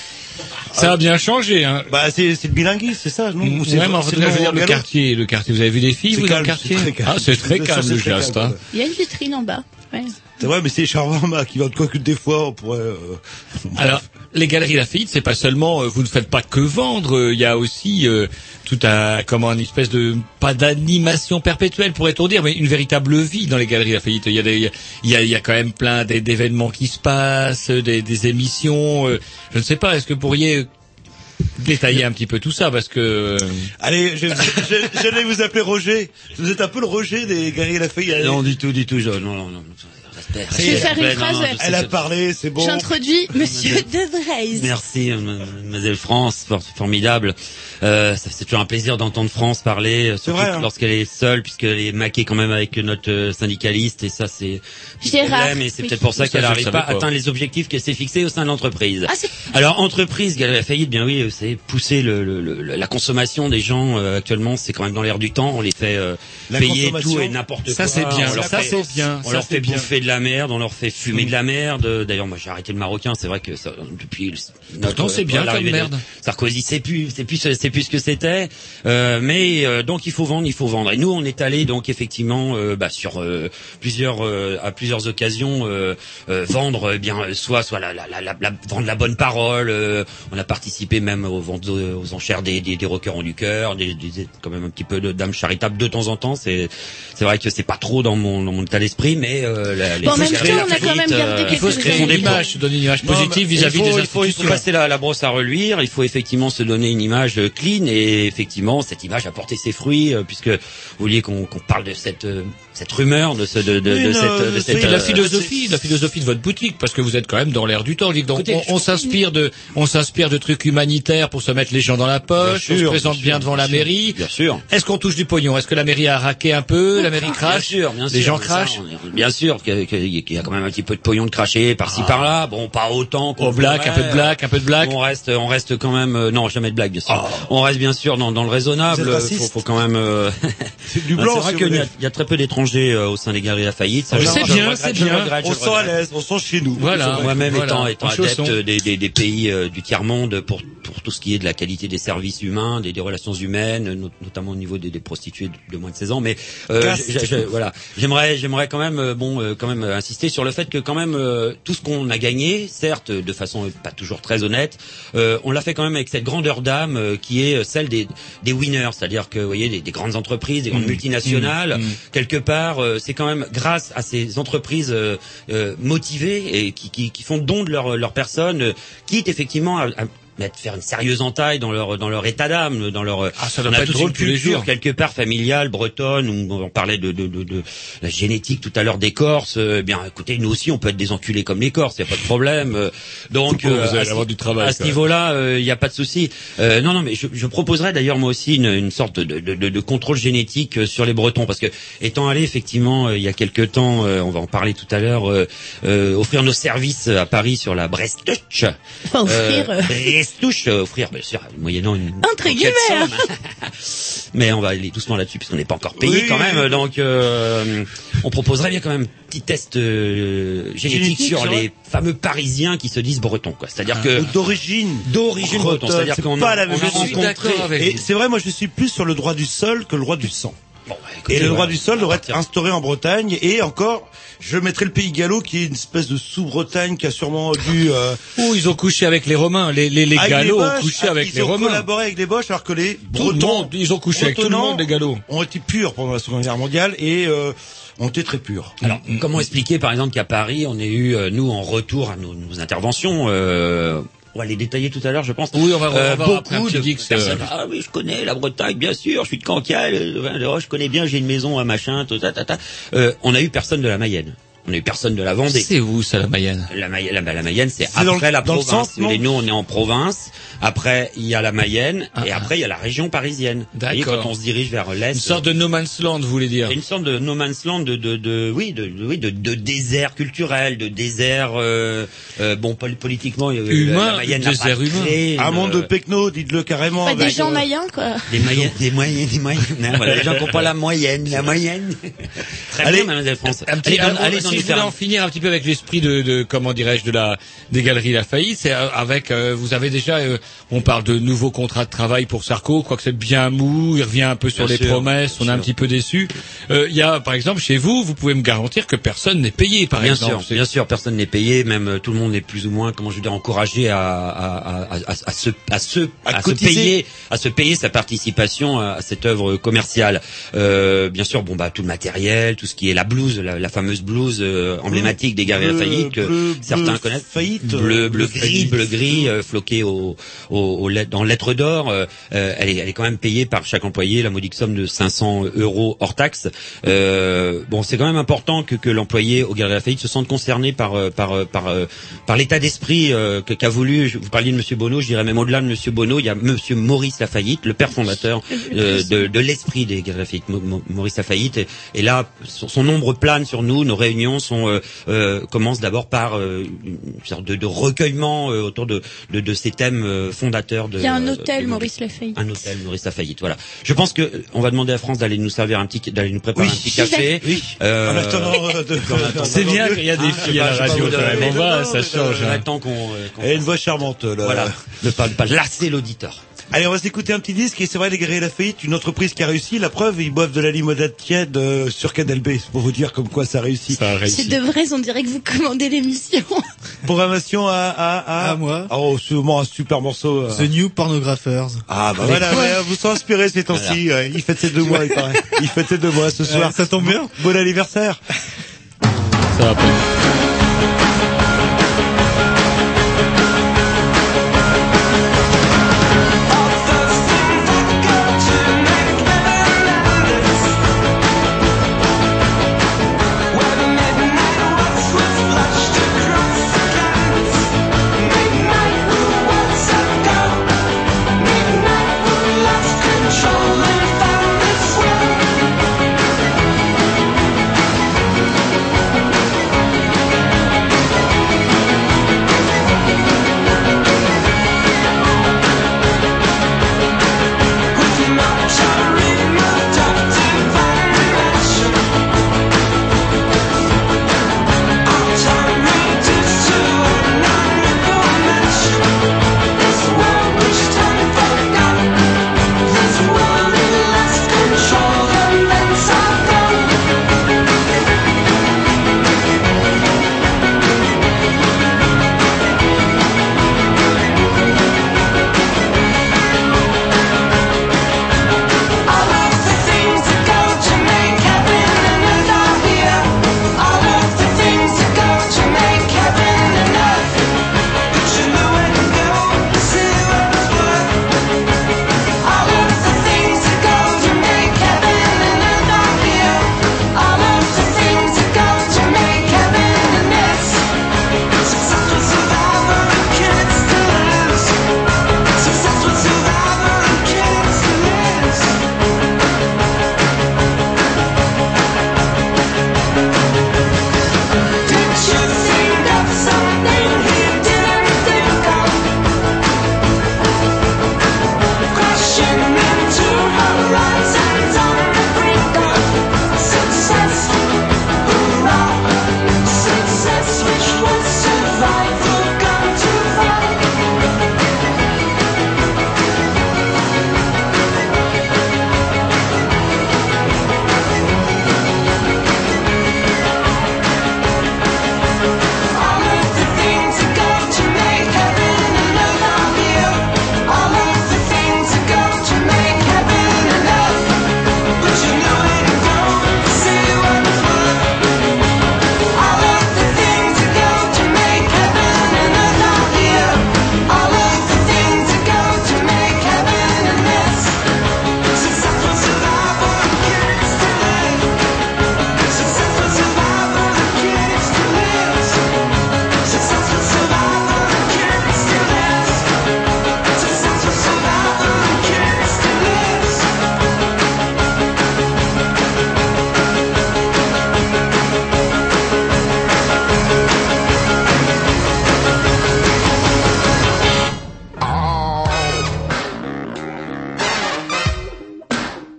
Ça a bien changé, hein. Bah c'est c'est le bilinguisme, c'est ça, non Ou c'est Ouais, mais en c'est fait, je veux dire, le galop quartier, le quartier. Vous avez vu des filles, C'est vous, dans le calme, quartier? c'est très calme. Ah, c'est très C'est calme, très le calme, Gast, ouais. hein. Il y a une vitrine en bas. Ouais. C'est vrai, mais c'est Charvama qui va de quoi que des fois on pourrait. Euh... Alors, les Galeries Lafayette, c'est pas seulement, euh, vous ne faites pas que vendre, euh, il y a aussi euh, tout un, comment, une espèce de, pas d'animation perpétuelle, pourrait-on dire, mais une véritable vie dans les Galeries Lafayette. Il y a des, il y a, il y a quand même plein d'é- d'événements qui se passent, des, des émissions. euh, je ne sais pas, est-ce que vous pourriez détailler un petit peu tout ça, parce que euh, Allez, je, je, je, j'allais vous appeler Roger. Vous êtes un peu le Roger des Galeries Lafayette. Non, du tout, du tout, je, non, non, non. Je vais faire une phrase. Elle a parlé, c'est bon. J'introduis Monsieur De Vreys. Merci, mademoiselle France, for- formidable. Euh, ça- c'est toujours un plaisir d'entendre France parler, euh, surtout vrai, hein. lorsqu'elle est seule, puisqu'elle est maquée quand même avec notre euh, syndicaliste, et ça c'est le Gérard, problème, et c'est oui. peut-être pour ça Ça, qu'elle je le n'arrive savais pas à pas. atteindre les objectifs qu'elle s'est fixés au sein de l'entreprise. Ah, c'est- Alors entreprise, Galerie Lafayette, bien oui, c'est pousser le, le, le- la consommation des gens euh, actuellement, c'est quand même dans l'air du temps. On les fait euh, La payer consommation. tout et n'importe quoi. ça c'est bien, On leur ça fait- c'est bien, on ça leur c'est fait bien. bouffer de la merde, on leur fait fumer de la merde. D'ailleurs, moi j'ai arrêté le marocain. C'est vrai que ça, depuis notre, Pourtant, c'est bien l'arrivée comme de merde. Sarkozy, c'est plus, c'est plus, c'est plus ce que c'était. Euh, mais euh, donc il faut vendre, il faut vendre. Et nous, on est allé donc effectivement euh, bah, sur euh, plusieurs, euh, à plusieurs occasions euh, euh, vendre, eh bien euh, soit, soit la, la, la, la, la- vendre la bonne parole. euh, on a participé même aux ventes, aux enchères des, des, des rockers du cœur, des, des, quand même un petit peu de d'âme charitable de temps en temps. C'est, c'est vrai que c'est pas trop dans mon, dans mon état d'esprit, mais euh, la, les Bon, en même Galeries temps, on a quand Lafayette, même gardé euh, quelques Il faut se créer font une des image, se donner une image non, positive mais vis-à-vis il faut, des il faut, il faut institutions. passer la, la brosse à reluire. Il faut effectivement se donner une image euh, clean, et effectivement cette image a porté ses fruits, euh, puisque vous vouliez qu'on qu'on parle de cette euh, cette rumeur, de ce de, de, Oui, de non, cette, de euh, cette Et la euh, philosophie, la philosophie de votre boutique, parce que vous êtes quand même dans l'air du temps. Je dis, Donc, Écoutez, on, on s'inspire de, on s'inspire de trucs humanitaires pour se mettre les gens dans la poche. Bien on se sûr, présente bien bien, sûr, devant bien la sûr. mairie. Bien sûr. Est-ce qu'on touche du pognon? Est-ce que la mairie a raqué un peu? La mairie Bien crache? sûr, bien sûr. Les gens mais ça, crachent? on est- Bien sûr qu'il y, a- qu'il y a quand même un petit peu de pognon de cracher par-ci par-là. Bon, pas autant qu'on Au black, un peu de black, un peu de black. On reste, on reste quand même. euh, non, jamais de blague, bien sûr. On reste bien sûr dans, dans le raisonnable. Vous êtes raciste. Faut, faut quand même. euh, C'est du c'est blanc, vrai si qu'il vous y, a- voulez. il y a très peu d'étrangers euh, au sein des Galeries Lafayette. Ça, Mais je- c'est je bien, regrette, c'est je bien. regrette, je On se sent à regrette. l'aise, on se sent chez nous. Voilà. Moi-même Voilà. étant, étant En adepte chaussons. des, des, des pays euh, du tiers-monde pour, pour tout ce qui est de la qualité des services humains, des, des relations humaines, not- notamment au niveau des, des prostituées de, de moins de seize ans. Mais euh, Casse. je- je- voilà, j'aimerais, j'aimerais quand même, euh, bon, euh, quand même euh, insister sur le fait que quand même euh, tout ce qu'on a gagné, certes de façon euh, pas toujours très honnête, euh, on l'a fait quand même avec cette grandeur d'âme euh, qui est celle des, des winners, c'est-à-dire que vous voyez des, des grandes entreprises, des grandes multinationales, Mmh. quelque part, euh, c'est quand même grâce à ces entreprises euh, euh, motivées et qui, qui, qui font don de leur, leur personne, euh, quitte effectivement à, à mettre, faire une sérieuse entaille dans leur dans leur état d'âme, dans leur Ah, ça on doit a pas être toute drôle une tous les culture jours. quelque part familiale bretonne, où on parlait de, de, de, de la génétique tout à l'heure des Corses. Euh, bien, écoutez, nous aussi, on peut être des enculés comme les Corses, il y a pas de problème. Euh, donc, Oh, vous euh, allez à ce- avoir du travail, à quand ce même. niveau-là, euh, il n'y a pas de souci. Euh, non, non, mais je, je proposerais d'ailleurs moi aussi une, une sorte de, de, de, de contrôle génétique euh, sur les Bretons, parce que étant allé effectivement euh, il y a quelque temps, euh, on va en parler tout à l'heure, euh, euh, offrir nos services à Paris sur la Brestoche. Enfin, offrir, euh, Brestoche, euh, offrir, bien sûr, moyennant une Entre enquête guillemets, hein. somme. Mais on va aller doucement là-dessus puisqu'on n'est pas encore payé Oui, quand même. oui. Donc, euh, on proposerait bien quand même un petit test euh, génétique, Génétique, sur c'est les vrai. fameux Parisiens qui se disent bretons, quoi. C'est-à-dire que Ou d'origine. d'origine breton, Bretonne, c'est-à-dire c'est qu'on pas a, la même on a chose. Je suis rencontré. d'accord avec Et vous. c'est vrai, moi je suis plus sur le droit du sol que le droit du sang. Bon, bah, écoutez, Et le droit voilà. du sol devrait être À partir- instauré en Bretagne, et encore, je mettrais le pays gallo qui est une espèce de sous-Bretagne qui a sûrement dû... Euh, Ouh, ils ont couché avec les Romains. Les, les, les avec Gallo les ont Boches, couché avec ils les ont Romains. collaboré avec les Boches, alors que les Tout le Bretons, monde, ils ont couché avec tout le Bretonnants monde, les Gallo. ont été purs pendant la Seconde Guerre mondiale et euh, ont été très purs. Alors, comment expliquer, par exemple, qu'à Paris, on ait eu, euh, nous, en retour à nos, nos interventions, euh, on va les détailler tout à l'heure, je pense. Oui, on va- on va Euh, avoir après un beaucoup petit de Dix, personnes. euh, Ah oui, je connais la Bretagne, bien sûr. Je suis de Cancale, euh, oh, je connais bien. J'ai une maison à machin, tout ça, ta, ta. Euh, on a eu personne de la Mayenne. On a eu personne de la Vendée. C'est où ça, la Mayenne? La Mayenne, la, la Mayenne, c'est, C'est après dans le- la dans le province. centre, Si vous voulez, non nous, on est en province. Après, il y a la Mayenne, Ah, et ah. après, il y a la région parisienne. Vous voyez, D'accord. quand on se dirige vers l'est. Une sorte de no man's land, vous voulez dire? C'est une sorte de no man's land, de, de, de oui, de, de- oui, de, de désert culturel, de désert, euh, euh, bon, pol- politiquement, euh, Humain, la, la Mayenne de n'a pas désert humain. créé Un une, monde de euh, pecno, dites-le carrément. Pas des avec, gens euh, mayens, quoi. des moyennes, des moyennes, des moyennes. hein, voilà, les gens qui n'ont pas la moyenne, la moyenne. Très Allez, bien, Mademoiselle France. Un petit, allez, un- allez si dans je nous voulais faire en finir un petit peu avec l'esprit de, de comment dirais-je, de la des galeries Lafayette, c'est euh, avec euh, vous avez déjà, euh, on parle de nouveaux contrats de travail pour Sarko, quoi que c'est bien mou, il revient un peu sur Bien les sûr, promesses, on est bien un sûr. petit peu déçu. Euh, Il y a par exemple chez vous, vous pouvez me garantir que personne n'est payé, par Bien exemple. sûr, C'est- bien sûr, personne n'est payé, même euh, tout le monde est plus ou moins, comment je veux dire, encouragé à, à, à, à, à se, à se, À à se cotiser. payer, à se payer sa participation à, à cette œuvre commerciale. Euh, bien sûr, bon bah tout le matériel, tout ce qui est la blouse, la, la fameuse blouse euh, emblématique des Galeries Bleu, Lafayette que bleu, certains bleu connaissent. Lafayette, bleu, euh, bleu bleu gris, Lafayette. bleu gris, euh, floqué au, au, au let- dans lettres d'or. Euh, euh, elle est, elle est quand même payée par chaque employé la modique somme de cinq cents euros hors taxe. Euh, bon, c'est quand même important que, que l'employé au Galeries Lafayette se sente concerné par euh, par euh, par euh, par l'état d'esprit euh, que- qu'a voulu. je- Vous parliez de Monsieur Bonneau, je dirais même au-delà de Monsieur Bonneau, il y a Monsieur Maurice Lafayette, le père fondateur euh, de, de l'esprit des Galeries Lafayette, Mo- Mo- Maurice Lafayette. Et, et là, son, son ombre plane sur nous. Nos réunions sont euh, euh, commencent d'abord par euh, une sorte de, de recueillement euh, autour de, de de ces thèmes euh, fondateurs de. Il y a un euh, hôtel, de- Maurice Lafayette. un hôtel Maurice Lafayette, voilà. Je pense que euh, on va demander à France d'aller nous servir un petit, d'aller nous préparer Oui. un petit café. Oui. Euh, En attendant, euh, de- attendant- C'est bien qu'il y a des Ah, filles à la je sais pas, radio je sais quand pas, même. mais On non, va, non, ça mais, change. euh, hein. Attends qu'on, euh, qu'on Et une fasse- voix charmante, là. Voilà. Ne pas, ne pas lasser l'auditeur. Allez, on va s'écouter un petit disque, et c'est vrai, les Galeries Lafayette, une entreprise qui a réussi. La preuve, ils boivent de la limonade tiède euh, sur Canal B, c'est pour vous dire comme quoi ça réussit. Ça a C'est réussi. de vrai, on dirait que vous commandez l'émission. Programmation à, à, à... À moi. Oh, sûrement un super morceau. euh. The New Pornographers. Ah, bah voilà, ouais, vous sont inspirés ces temps-ci. ouais. Il fête ses deux mois, il paraît. Il fête ses deux mois ce soir. Ouais, ça tombe bien. Bon anniversaire. Ça va pas. Control and found its way.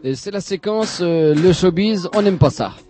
Et c'est la séquence euh, le showbiz, on n'aime pas ça.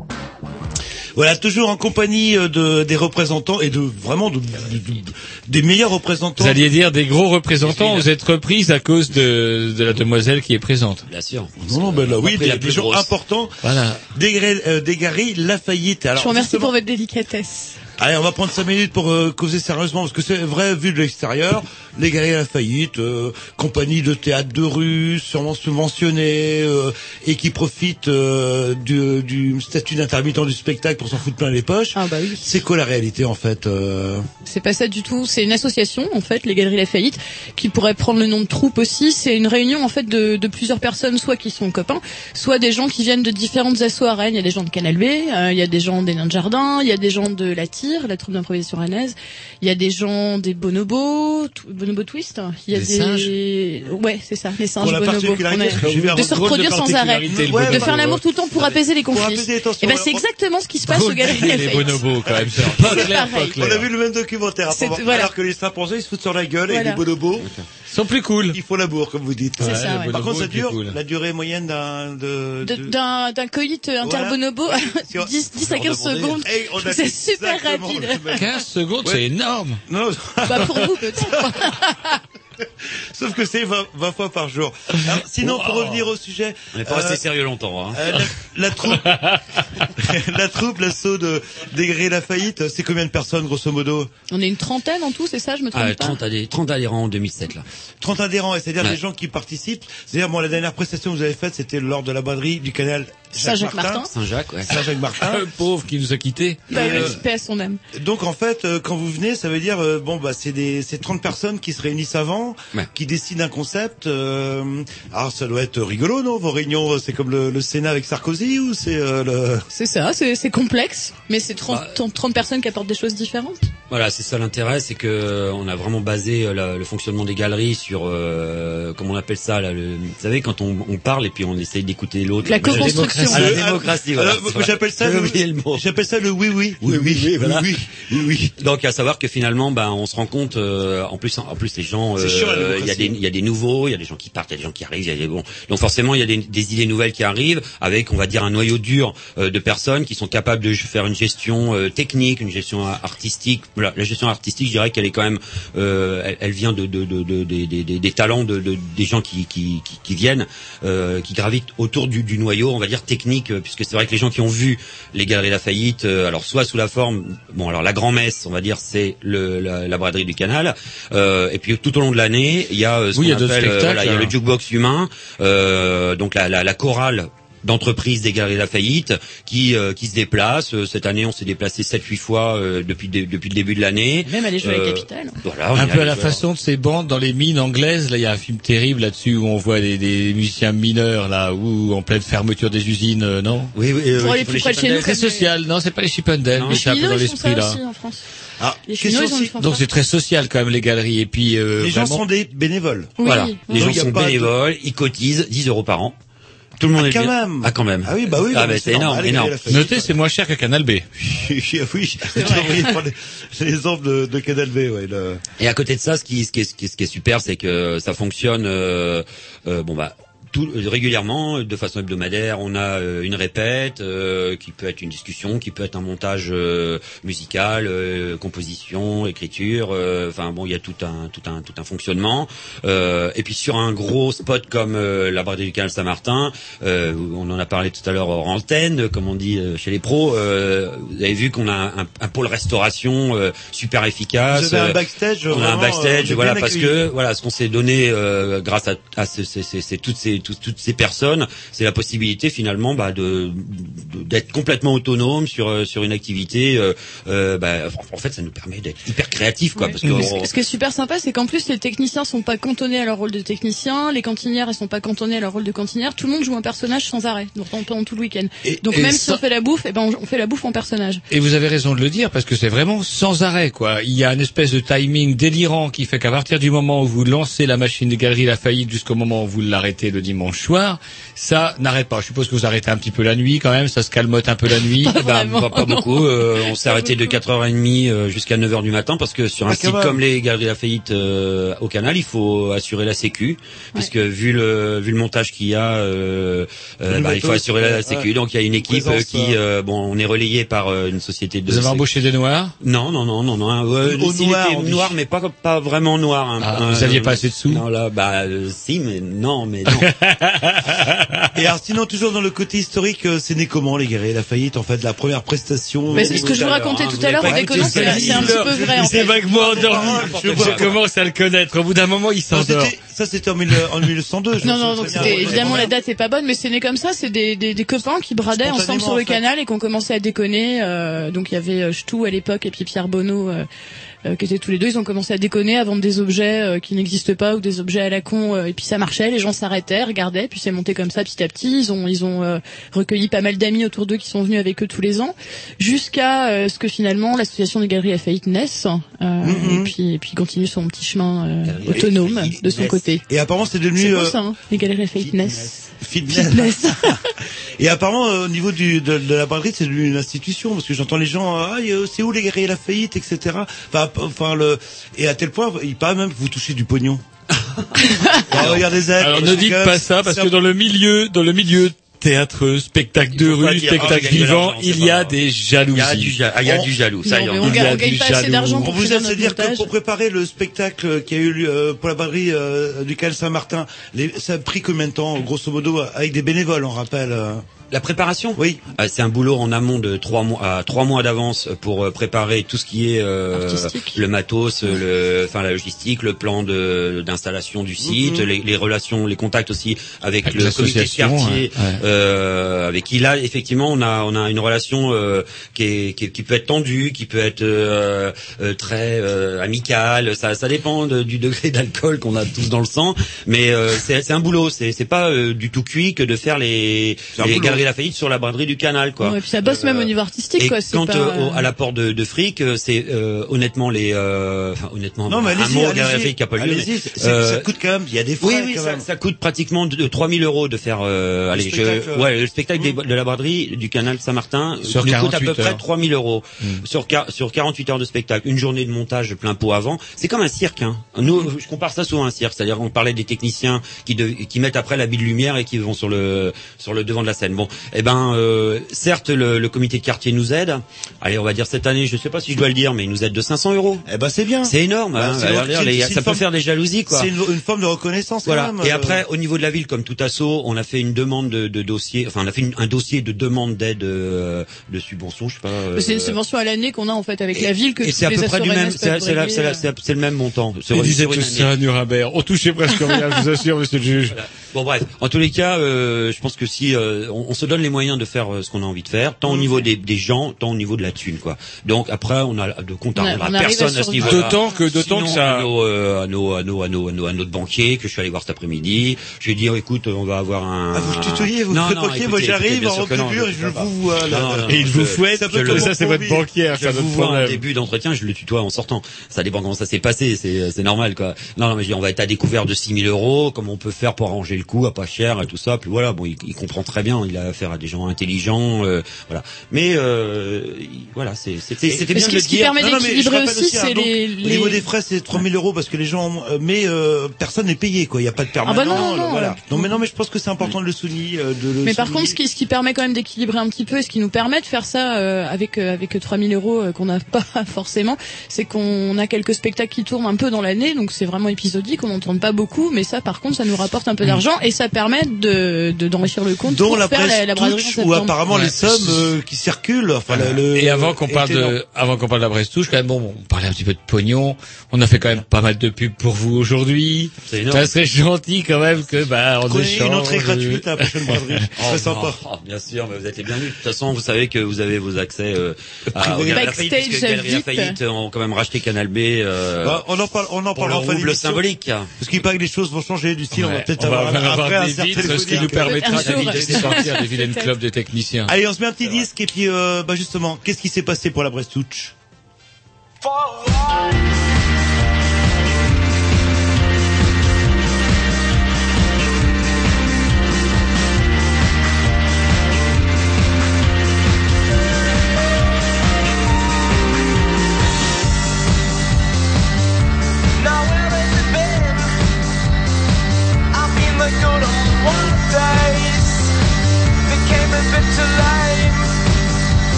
Voilà, toujours en compagnie de des représentants et de vraiment de, de, de, des meilleurs représentants. Vous alliez dire des gros représentants, vous êtes reprises à cause de, de la demoiselle qui est présente. Bien sûr. Non, non, ben là, oui, des, des gens grosse. importants. Voilà. Des, euh, des Gary Lafayette. Alors, je vous remercie justement... pour votre délicatesse. Allez, on va prendre cinq minutes pour euh, causer sérieusement, parce que c'est vrai, vu de l'extérieur, les Gary Lafayette, euh, compagnie de théâtre de rue, sûrement subventionnée, euh, et qui profite euh, du, du statut d'intermittent du spectacle pour s'en foutre plein les poches. Ah bah oui. C'est quoi la réalité, en fait euh... C'est pas ça du tout. C'est une association, en fait, les Galeries Lafayette, qui pourrait prendre le nom de troupe aussi. C'est une réunion, en fait, de, de plusieurs personnes, soit qui sont copains, soit des gens qui viennent de différentes assos à Rennes. Il y a des gens de Canal B, euh, il y a des gens des Nains de Jardin, il y a des gens de la Tire, la troupe d'improvisation rennaise. Il y a des gens des Bonobos, t- Bonobo Twist. Il y a des, des singes. Ouais, c'est ça, les singes Pour la bonobos. particularité, On a- j'ai vu un De se drôle de reproduire sans arrêt, particularité, le de bonobo. faire l'amour tout le temps pour apaiser les Pour conflits. apaiser les tensions. Et ben c'est On- exactement ce qui se passe aux Galeries les Lafayette. bonobos, quand même. C'est C'est pas clair, pareil. pas clair. On a vu le même documentaire, C'est- apparemment. voilà. Alors que les chimpanzés, ils se foutent sur la gueule, Voilà. et les bonobos, Ils sont plus cool. ils font la bourre, comme vous dites. C'est ça, ouais. Par contre, ça Bonobo, dure, c'est cool. la durée moyenne d'un, de, De- de- D'un d'un coït interbonobo, Sur- dix à quinze secondes. Hey, on a C'est fait super exactement rapide. le même. quinze secondes, Ouais. c'est énorme. Non, Bah pour vous peut-être. sauf que c'est vingt, vingt fois par jour. Alors, sinon, pour revenir au sujet, On n'est pas euh, resté sérieux longtemps. Hein. euh, la, la troupe, la troupe, l'assaut de des Gary Lafayette, c'est combien de personnes, grosso modo? On est une trentaine en tout, c'est ça, je me trompe Ah, pas. trente, adhé- trente adhérents en deux mille sept là. trente adhérents, et c'est-à-dire Ouais. les gens qui participent. C'est-à-dire, bon, la dernière prestation que vous avez faite, c'était lors de la braderie du canal Saint-Jacques-Martin. Saint-Jacques, ouais. Saint-Jacques-Martin. Un pauvre qui nous a quittés. Bah Et, oui, euh, paix à son âme. Donc en fait, euh, quand vous venez, ça veut dire euh, bon bah c'est des c'est trente personnes qui se réunissent avant, Ouais. qui décident un concept. Euh, alors ça doit être rigolo, non? Vos réunions, euh, c'est comme le, le Sénat avec Sarkozy ou c'est euh, le C'est ça, c'est c'est complexe, mais c'est trente, Bah, trente personnes qui apportent des choses différentes. Voilà, c'est ça l'intérêt, c'est que euh, on a vraiment basé euh, la- le fonctionnement des galeries sur, euh, comment on appelle ça, là, le, vous savez, quand on, on parle et puis on essaye d'écouter l'autre. La Moi, je- co-construction. Ah, la Le- démocratie, voilà. alors, c'est vrai. j'appelle ça J'ai le, oublié le mot. j'appelle ça le oui oui Oui, oui, oui, voilà. oui oui oui. Donc à savoir que finalement, ben, on se rend compte, euh, en plus, en plus les gens, C'est chiant, la euh, il y a des, démocratie. il y a des nouveaux, il y a des gens qui partent, il y a des gens qui arrivent, il y a des bons. Donc forcément, il y a des, des idées nouvelles qui arrivent, avec, on va dire, un noyau dur euh, de personnes qui sont capables de faire une gestion euh, technique, une gestion artistique. Voilà, la gestion artistique, je dirais qu'elle est quand même, euh, elle, elle vient de, de, de, de, des- des, des, des talents de, de, des gens qui, qui, qui, qui viennent, euh, qui gravitent autour du, du noyau, on va dire technique, euh, puisque c'est vrai que les gens qui ont vu les Galeries Lafayette, euh, alors soit sous la forme, bon alors la grand-messe, on va dire, c'est le, la, la braderie du canal, euh, et puis tout au long de l'année, il y a euh, ce Oui, il y qu'on a d'autres appelle, euh, spectacles, voilà, il y a le alors. jukebox humain, euh, donc la, la, la chorale d'entreprise des Galeries Lafayette qui euh, qui se déplace. Euh, Cette année, on s'est déplacé sept huit fois euh, depuis dé- depuis le début de l'année. Même aller jouer à la Euh, capitale. Voilà, on Un est peu allé à la jouer. façon de ces bandes dans les mines anglaises. Là, il y a un film terrible là-dessus où on voit des, des musiciens mineurs là, ou en pleine fermeture des usines, euh, non? Oui, oui. euh, Pour aller qui font plus les près de chez nous, Très comme les- social, non, c'est pas les Chippendales, Non. mais Les c'est un peu dans cheminots, ils font ça l'esprit là. aussi en France. Alors, Les question cheminots, ils en aussi, font Donc ça. c'est très social quand même les galeries. Et puis euh, les gens vraiment- sont des bénévoles. Oui, Voilà, oui. les Donc, gens il y a sont pas de- bénévoles, ils cotisent dix euros par an. Tout le monde Ah, est quand bien. même. Ah quand même. Ah oui, bah oui, Ah non, bah mais c'est c'est énorme, normal, les énorme. Galeries Lafayette. Notez, c'est moins cher qu'à Canal B. oui, j'ai envie de prendre les- l'exemple de, de Canal B, ouais. Le... Et à côté de ça, ce qui, ce qui, est, ce qui est, ce qui est super, c'est que ça fonctionne. Euh, euh, bon bah. Tout, régulièrement, de façon hebdomadaire, on a euh, une répète euh, qui peut être une discussion, qui peut être un montage euh, musical, euh, composition, écriture. euh, Enfin bon, il y a tout un tout un tout un fonctionnement. Euh, et puis sur un gros spot comme euh, la braderie du canal Saint-Martin, euh, on en a parlé tout à l'heure hors antenne, comme on dit euh, chez les pros. Euh, vous avez vu qu'on a un, un pôle restauration euh, super efficace. Vous avez un euh, backstage, on a un vraiment, backstage, euh, voilà, bien parce accueilli. que voilà, ce qu'on s'est donné euh, grâce à, à ces, ces, ces, ces- toutes ces toutes, toutes ces personnes, c'est la possibilité finalement bah, de de- d'être complètement autonome sur euh, sur une activité. Euh, euh, bah, en fait, ça nous permet d'être hyper créatifs, quoi, Ouais. parce que Mais ce- on- ce qui est super sympa, c'est qu'en plus les techniciens sont pas cantonnés à leur rôle de technicien, les cantinières elles sont pas cantonnées à leur rôle de cantinière. Tout le monde joue un personnage sans arrêt, donc pendant, pendant tout le week-end. Donc et même ça- si on fait la bouffe, eh ben on, on fait la bouffe en personnage. Et vous avez raison de le dire parce que c'est vraiment sans arrêt, quoi. Il y a une espèce de timing délirant qui fait qu'à partir du moment où vous lancez la machine des Galeries Lafayette jusqu'au moment où vous l'arrêtez le dimanche soir, ça n'arrête pas. Je suppose que vous arrêtez un petit peu la nuit quand même, ça se calmote un peu la nuit. Pas, bah, pas, pas beaucoup. Euh, on s'est arrêté de quatre heures trente euh, jusqu'à neuf heures du matin parce que sur un Ah, site quand même. comme les Galeries Lafayette euh, au Canal, il faut assurer la sécu, ouais. puisque vu le vu le montage qu'il y a, euh, euh, bah, il faut assurer la sécu. Ouais. Donc il y a une équipe présence, qui, euh, bon, on est relayé par euh, une société de. Vous avez embauché des noirs? Non, non, non, non, non. Euh, Au noir, était noir, mais pas pas vraiment noir. Hein. Ah, euh, vous aviez pas assez de sous? Non, là, bah euh, si, mais non, mais non. Et alors sinon toujours dans le côté historique, euh, c'est né comment les Galeries Lafayette en fait la première prestation? Mais c'est ce que je vous racontais tout à l'heure en déconnant, c'est c'est un petit peu vrai en fait. C'est vaguement endormi. Je commence à le connaître. Au bout d'un moment, il s'endort. Ça c'était en mille neuf cent deux. Non non, donc c'était évidemment la date est pas bonne, mais c'est né comme ça. C'est des des des copains qui bradaient ensemble sur le canal et qui ont commencé à déconner. Euh, donc il y avait Ch'tou à l'époque et puis Pierre Bonneau. Euh, Euh, qui étaient tous les deux, ils ont commencé à déconner, à vendre des objets euh, qui n'existent pas ou des objets à la con, euh, et puis ça marchait, les gens s'arrêtaient, regardaient, puis c'est monté comme ça petit à petit. Ils ont ils ont euh, recueilli pas mal d'amis autour d'eux qui sont venus avec eux tous les ans, jusqu'à euh, ce que finalement l'association des Galeries Lafayette naisse, euh, mm-hmm. et puis et puis continue son petit chemin euh, autonome de son côté. Et apparemment c'est devenu c'est beau, euh... ça, hein, les Galeries Lafayette naissent. Fitness. Fitness. Et apparemment euh, au niveau du de, de la braderie c'est devenu une institution parce que j'entends les gens ah c'est où les Galeries Lafayette et cetera. Enfin enfin le et à tel point il paraît même que vous touchez du pognon. Alors, regardez ça. Alors ne dites pas ça parce que dans le milieu dans le milieu théâtre, spectacle de rue, spectacle vivant, il y a des jalousies. Il y a du, ja- il y a du jaloux. Ça, non, on, on gagne pas assez d'argent pour vous faire êtes dire que pour préparer le spectacle qui a eu lieu euh, pour la braderie euh, du Canal Saint-Martin, les, ça a pris combien de temps, grosso modo, avec des bénévoles, on rappelle euh... La préparation, oui, euh, c'est un boulot en amont de trois mois à trois mois d'avance pour euh, préparer tout ce qui est euh, le matos, le, enfin la logistique, le plan de d'installation du site, mm-hmm. les, les relations, les contacts aussi avec, avec le comité de quartier, ouais, ouais. Euh, avec qui là effectivement on a on a une relation euh, qui, est, qui, qui peut être tendue, qui peut être euh, euh, très euh, amicale. Ça ça dépend de, du degré d'alcool qu'on a tous dans le sang, mais euh, c'est c'est un boulot. C'est c'est pas euh, du tout cuit que de faire les les Galeries Lafayette sur la braderie du Canal, quoi. Ouais, et puis ça bosse euh, même au niveau artistique, et quoi. Quand pas... euh, au, à l'apport de, de fric, c'est euh, honnêtement les, euh, enfin honnêtement, non, mais un mot Galeries Lafayette qui a pas lieu. Mais, euh, ça coûte quand même. Il y a des frais. Oui, oui, quand ça, même. ça coûte pratiquement de, de trois mille euros de faire. Euh, allez, je, ouais, le spectacle mmh. des, de la braderie du Canal Saint-Martin sur nous coûte à peu heures. près trois mille euros mmh. sur sur quarante-huit heures de spectacle, une journée de montage plein pot avant. C'est comme un cirque. Hein. Nous, je compare ça souvent à un cirque, c'est-à-dire on parlait des techniciens qui de, qui mettent après l'habit de lumière et qui vont sur le sur le devant de la scène. Bon, eh ben. Euh, certes, le, le comité de quartier nous aide. Allez, on va dire cette année, je sais pas si je dois le dire, mais il nous aide de cinq cents euros. Eh ben, c'est bien. C'est énorme. Bah, hein, c'est alors, c'est, les, c'est ça peut forme, faire des jalousies, quoi. C'est une, une forme de reconnaissance. Voilà. Quand même, Et euh... après, au niveau de la ville, comme tout assaut, on a fait une demande de, de dossier. Enfin, on a fait une, un dossier de demande d'aide euh, de subvention, je sais pas. Euh... C'est une subvention à l'année qu'on a en fait avec et, la ville que. Et c'est à peu près du même. C'est, c'est, la, c'est, la, c'est, c'est le même montant. Ils disaient tout ça à Nuremberg. On touchait presque rien, je vous assure, monsieur le juge. Voilà. Bon bref, en tous les cas, euh, je pense que si euh, on, on se donne les moyens de faire euh, ce qu'on a envie de faire, tant au niveau des, des gens, tant au niveau de la thune, quoi. Donc après, on a de compte à rendre à personne à, à ce niveau-là. D'autant que, d'autant Sinon, que ça. À nos, euh, à nos, à nos, à nos, à nos, à notre banquier que je suis allé voir cet après-midi, je vais dire, écoute, on va avoir un. Ah, vous tutoyez, vous faites banquier, moi j'arrive en rupture et je vous vois. Et il vous fouette. Ça c'est votre banquière. Je vous vois en début d'entretien, je le tutoie en sortant. Ça dépend comment ça s'est passé, c'est, c'est normal, quoi. Non, non, mais je dis, on va être à découvert de six mille euros, comment on peut faire pour arranger le coup à pas cher et tout ça. Puis voilà, bon, il, il comprend très bien, il a affaire à des gens intelligents, euh, voilà. Mais euh, voilà, c'est, c'était, c'était bien de le dire. Ce qui permet d'équilibrer aussi, c'est les, les... Au niveau des frais, c'est trois mille euros parce que les gens, mais euh, personne n'est payé, quoi. Il n'y a pas de permanent. Ah bah non, non, non, voilà. Non, mais non, mais je pense que c'est important de le souligner. De le mais par souligner. contre, ce qui, ce qui permet quand même d'équilibrer un petit peu, et ce qui nous permet de faire ça euh, avec euh, avec trois mille euros euh, qu'on n'a pas forcément, c'est qu'on a quelques spectacles qui tournent un peu dans l'année, donc c'est vraiment épisodique, on n'en tourne pas beaucoup, mais ça, par contre, ça nous rapporte un peu d'argent et ça permet de, de d'enrichir le compte dont pour la faire presse la, la braderie touche, où apparemment ouais. les sommes euh, qui circulent. Enfin, voilà. le, et avant qu'on parle de, avant qu'on parle de la presse touche, quand même, bon, on parlait un petit peu de pognon. On a fait quand même pas mal de pubs pour vous aujourd'hui. C'est énorme. Ça serait gentil quand même que, bah, on échange. Une entrée gratuite à la prochaine braderie. Oh, sympa. Oh, bien sûr, mais vous êtes les bienvenus. De toute façon, vous savez que vous avez vos accès euh, à Galeries Lafayette, puisque Galeries Lafayette ont quand même racheté Canal B. Euh, bah, on en parle, on en parle en le symbolique. Parce qu'il paraît que les choses vont changer du style. Ouais, on va peut-être on avoir, va un, avoir un des vitres, ce qui nous permettra d'éviter de sortir des vilaines clubs de techniciens. Allez, on se met un petit disque et puis, euh, bah justement, qu'est-ce qui s'est passé pour la Brest Touch?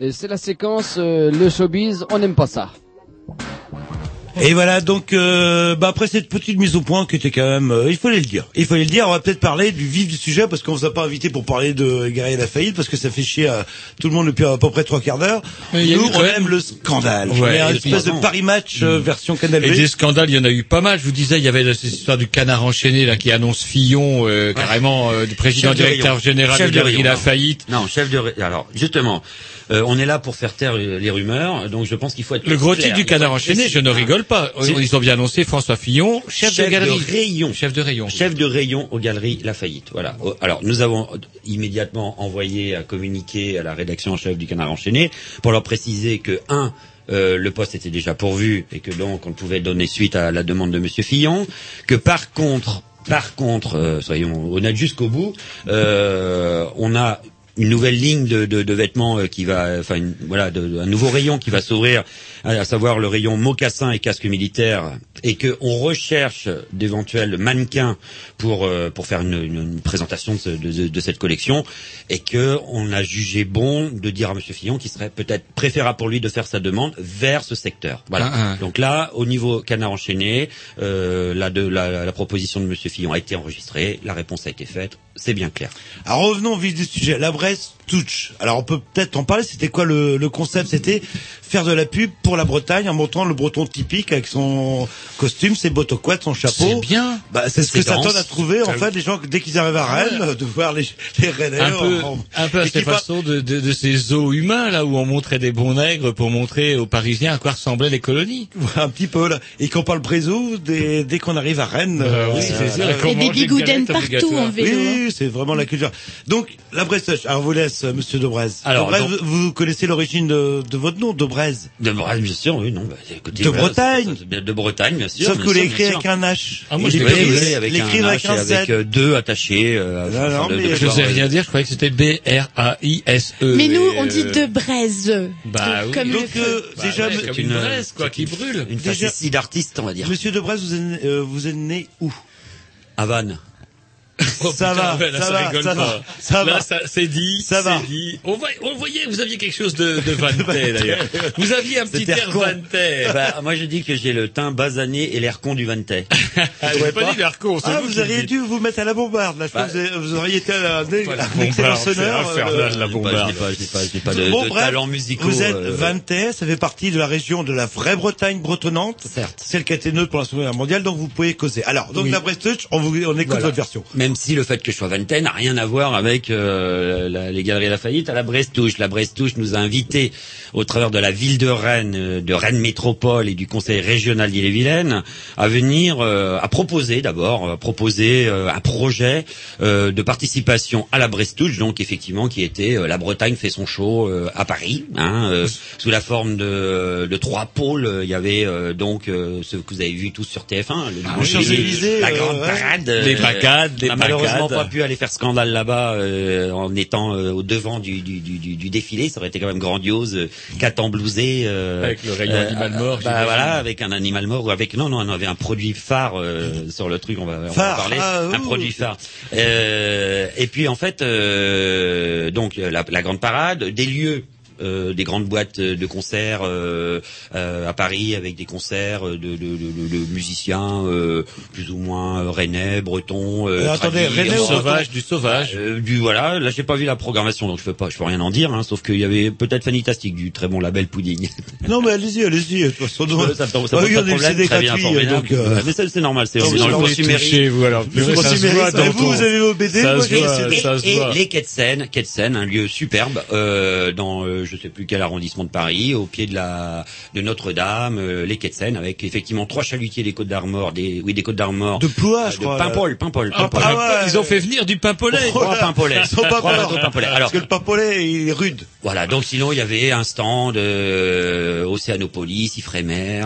Et c'est la séquence euh, le showbiz, on n'aime pas ça. Et voilà, donc euh, bah après cette petite mise au point qui était quand même, euh, il fallait le dire. Il fallait le dire. On va peut-être parler du vif du sujet parce qu'on vous a pas invité pour parler de Gary Lafayette parce que ça fait chier à tout le monde depuis à peu près trois quarts d'heure. Mais Nous, eu, on ouais. aime le scandale. Ouais, Ouais, et une puis, espèce de non. Paris Match euh, version Canal Et V. des scandales, il y en a eu pas mal. Je vous disais, il y avait cette histoire du canard enchaîné là qui annonce Fillon euh, carrément euh, du président Chef de directeur rayon. général Chef de de Galeries rayon, Lafayette. Non, chef de rayon. Alors, justement, euh, on est là pour faire taire les rumeurs, donc je pense qu'il faut être Le gros clair. titre du Il faut canard être enchaîné, précis. je ne rigole pas. C'est- Ils ont bien annoncé François Fillon, chef, de galerie. rayon. Chef de rayon. Chef de rayon aux Galeries Lafayette. Voilà. Alors, nous avons immédiatement envoyé à communiquer à la rédaction en chef du Canard enchaîné pour leur préciser que, un, euh, le poste était déjà pourvu et que donc on pouvait donner suite à la demande de Monsieur Fillon, que par contre, par contre, euh, soyons honnêtes jusqu'au bout, euh, on a une nouvelle ligne de, de, de vêtements euh, qui va, enfin une- voilà, de, un nouveau rayon qui va s'ouvrir, à, à savoir le rayon mocassins et casques militaires, et que on recherche d'éventuels mannequins pour euh, pour faire une, une, une présentation de, ce- de, de cette collection, et que on a jugé bon de dire à Monsieur Fillon qu'il serait peut-être préférable pour lui de faire sa demande vers ce secteur. Voilà. Ah, ah. Donc là, au niveau Canard enchaîné, euh, la, de, la, la proposition de Monsieur Fillon a été enregistrée, la réponse a été faite, c'est bien clair. Alors revenons au vif du sujet. La Brest Touch. Alors on peut peut-être en parler. C'était quoi le, le concept? C'était faire de la pub pour la Bretagne en montrant le Breton typique avec son costume, ses bottes au quad, son chapeau. C'est bien. Bah c'est ce que C'est ça dense. donne à trouver en fait les gens dès qu'ils arrivent à Rennes de voir les les Rennais. Un peu, en- un peu à et cette qui par- façon de, de, de ces zoos humains là où on montrait des bons nègres pour montrer aux Parisiens à quoi ressemblaient les colonies. un petit peu là. Et qu'on parle brézou dès, dès qu'on arrive à Rennes. Euh, oui, c'est- c'est ça. euh, Qu'on Et des mange une bigoudens galette partout obligatoire. en vélo. hein. Oui, c'est vraiment la culture. Donc, la Brest Touch. Alors, je vous laisse, euh, Monsieur Dobrez. Alors, Dobrez, donc- vous, vous connaissez l'origine de, de votre nom, Dobrez. De Bretagne, bien sûr, oui, non. Bah, écoutez, De voilà, Bretagne. c'est- c'est- De Bretagne, bien sûr. Sauf bien que vous sûr, l'écrit bien avec sûr. un H. Ah, moi, Et je les l'ai Oui, Brises, oui, avec un l'écrivent H avec et un avec Z. euh, deux attachés. Euh, Non, non, afin de- mais de Je pouvoir, sais euh, rien dire, je croyais que c'était B R A I S E. Mais nous, Et, on dit euh, de braise. Bah Donc, oui. comme Donc, le feu. euh, bah déjà, ouais, me- comme c'est une une- braise, quoi, qui brûle. Une Déjà- facétie d'artiste, on va dire. Monsieur Dobrez, vous êtes, euh, vous êtes né où? À Vannes. Oh, Ça putain, va, ouais, là, ça ça va, rigole ça pas. va, ça là, va. ça, c'est dit, Ça c'est va. dit. On, voit, on voyait, vous aviez quelque chose de, de vannetais, d'ailleurs. Vous aviez un petit C'était air con. vannetais. Bah, moi, je dis que j'ai le teint basané et l'air con du Vannetais. Ah, j'ai pas dit l'air con, c'est Ah, vous vous qui auriez le dites. dû vous mettre à la bombarde, là. Je Bah, pense que vous avez- vous auriez été un, un, Pas la un excellent bombarde, c'est sonneur. infernal, euh, la Je n'ai pas, bombarde. je n'ai pas, je n'ai pas, je n'ai pas de, Bon, de bref, talents musicaux. Vous êtes euh, Vantais, ça fait partie de la région de la vraie Bretagne bretonnante. Certes. Celle qui a été neutre pour la Seconde Guerre mondiale, donc vous pouvez causer. Alors, donc Oui. la Brest Touch, on, vous, on écoute Voilà. votre version. Même si le fait que je sois Vantais n'a rien à voir avec euh, la- les Galeries Lafayette à la Brest-Touche. La Brest-Touche nous a invités, au travers de la ville de Rennes, euh, de Rennes Métropole et du Conseil régional d'Ille-et-Vilaine, à venir, euh, à proposer d'abord, à proposer euh, un projet euh, de participation à la Brest-Touche, donc effectivement qui était euh, la Bretagne fait son show euh, à Paris, hein, euh, sous la forme de, de trois pôles. Il y avait euh, donc euh, ce que vous avez vu tous sur T F un, le Ah, les Champs-Élysées, la euh, grande ouais. parade, Les euh, bacades, les on n'a malheureusement bacades. pas pu aller faire scandale là-bas euh, en étant euh, au devant du, du, du, du, du défilé. Ça aurait été quand même grandiose, euh, Caton blousé euh, Avec le rayon animal mort, Bah j'imagine. voilà, avec un animal mort ou avec non non, on avait un produit phare euh, sur le truc. On va, on va en Phare, parler. ah, un ouh. produit phare. Euh, et puis en fait, euh, donc la, la grande parade, des lieux. Euh, des grandes boîtes de concerts euh, euh, à Paris avec des concerts de, de, de, de, de musiciens euh, plus ou moins euh, rennais, bretons, euh, Euh, attendez, tradis, rennais euh, ou Sauvage, du sauvage. euh, du voilà, là j'ai pas vu la programmation donc je peux pas, je peux rien en dire, hein, sauf qu'il y avait peut-être Fantastique du très bon label Pudding. Non, mais allez-y, allez-y. De toute façon, nous, ça, ça, ah ça oui, pose on pas est de le C D problème, très bien, gratuit, formidable. donc, euh, Mais ça c'est normal, c'est Ah oui, dans le non, mais consumérisme. Touchez, vous alors. le Purée, ça se consumérisme, voit dans et vous, ton- vous avez vos B D, Ça moi, se j'ai voit. les C D. Et, ça se et voit. les quais de Seine, quais de Seine, un lieu superbe euh, dans euh, je sais plus quel arrondissement de Paris, au pied de la de Notre-Dame, euh, les quais de Seine, avec effectivement trois chalutiers des Côtes d'Armor, des oui des Côtes d'Armor, De Ploie, je de crois. Paimpol, Paimpol, Ah, Paimpol. Ah ouais. Ils ont fait venir du Paimpolais. Oh Trois là, Paimpolais, ils sont pas trois morts. bateaux Paimpolais. Alors Parce que le Paimpolais, il est rude. voilà, donc sinon il y avait un stand euh, Océanopolis, Ifremer,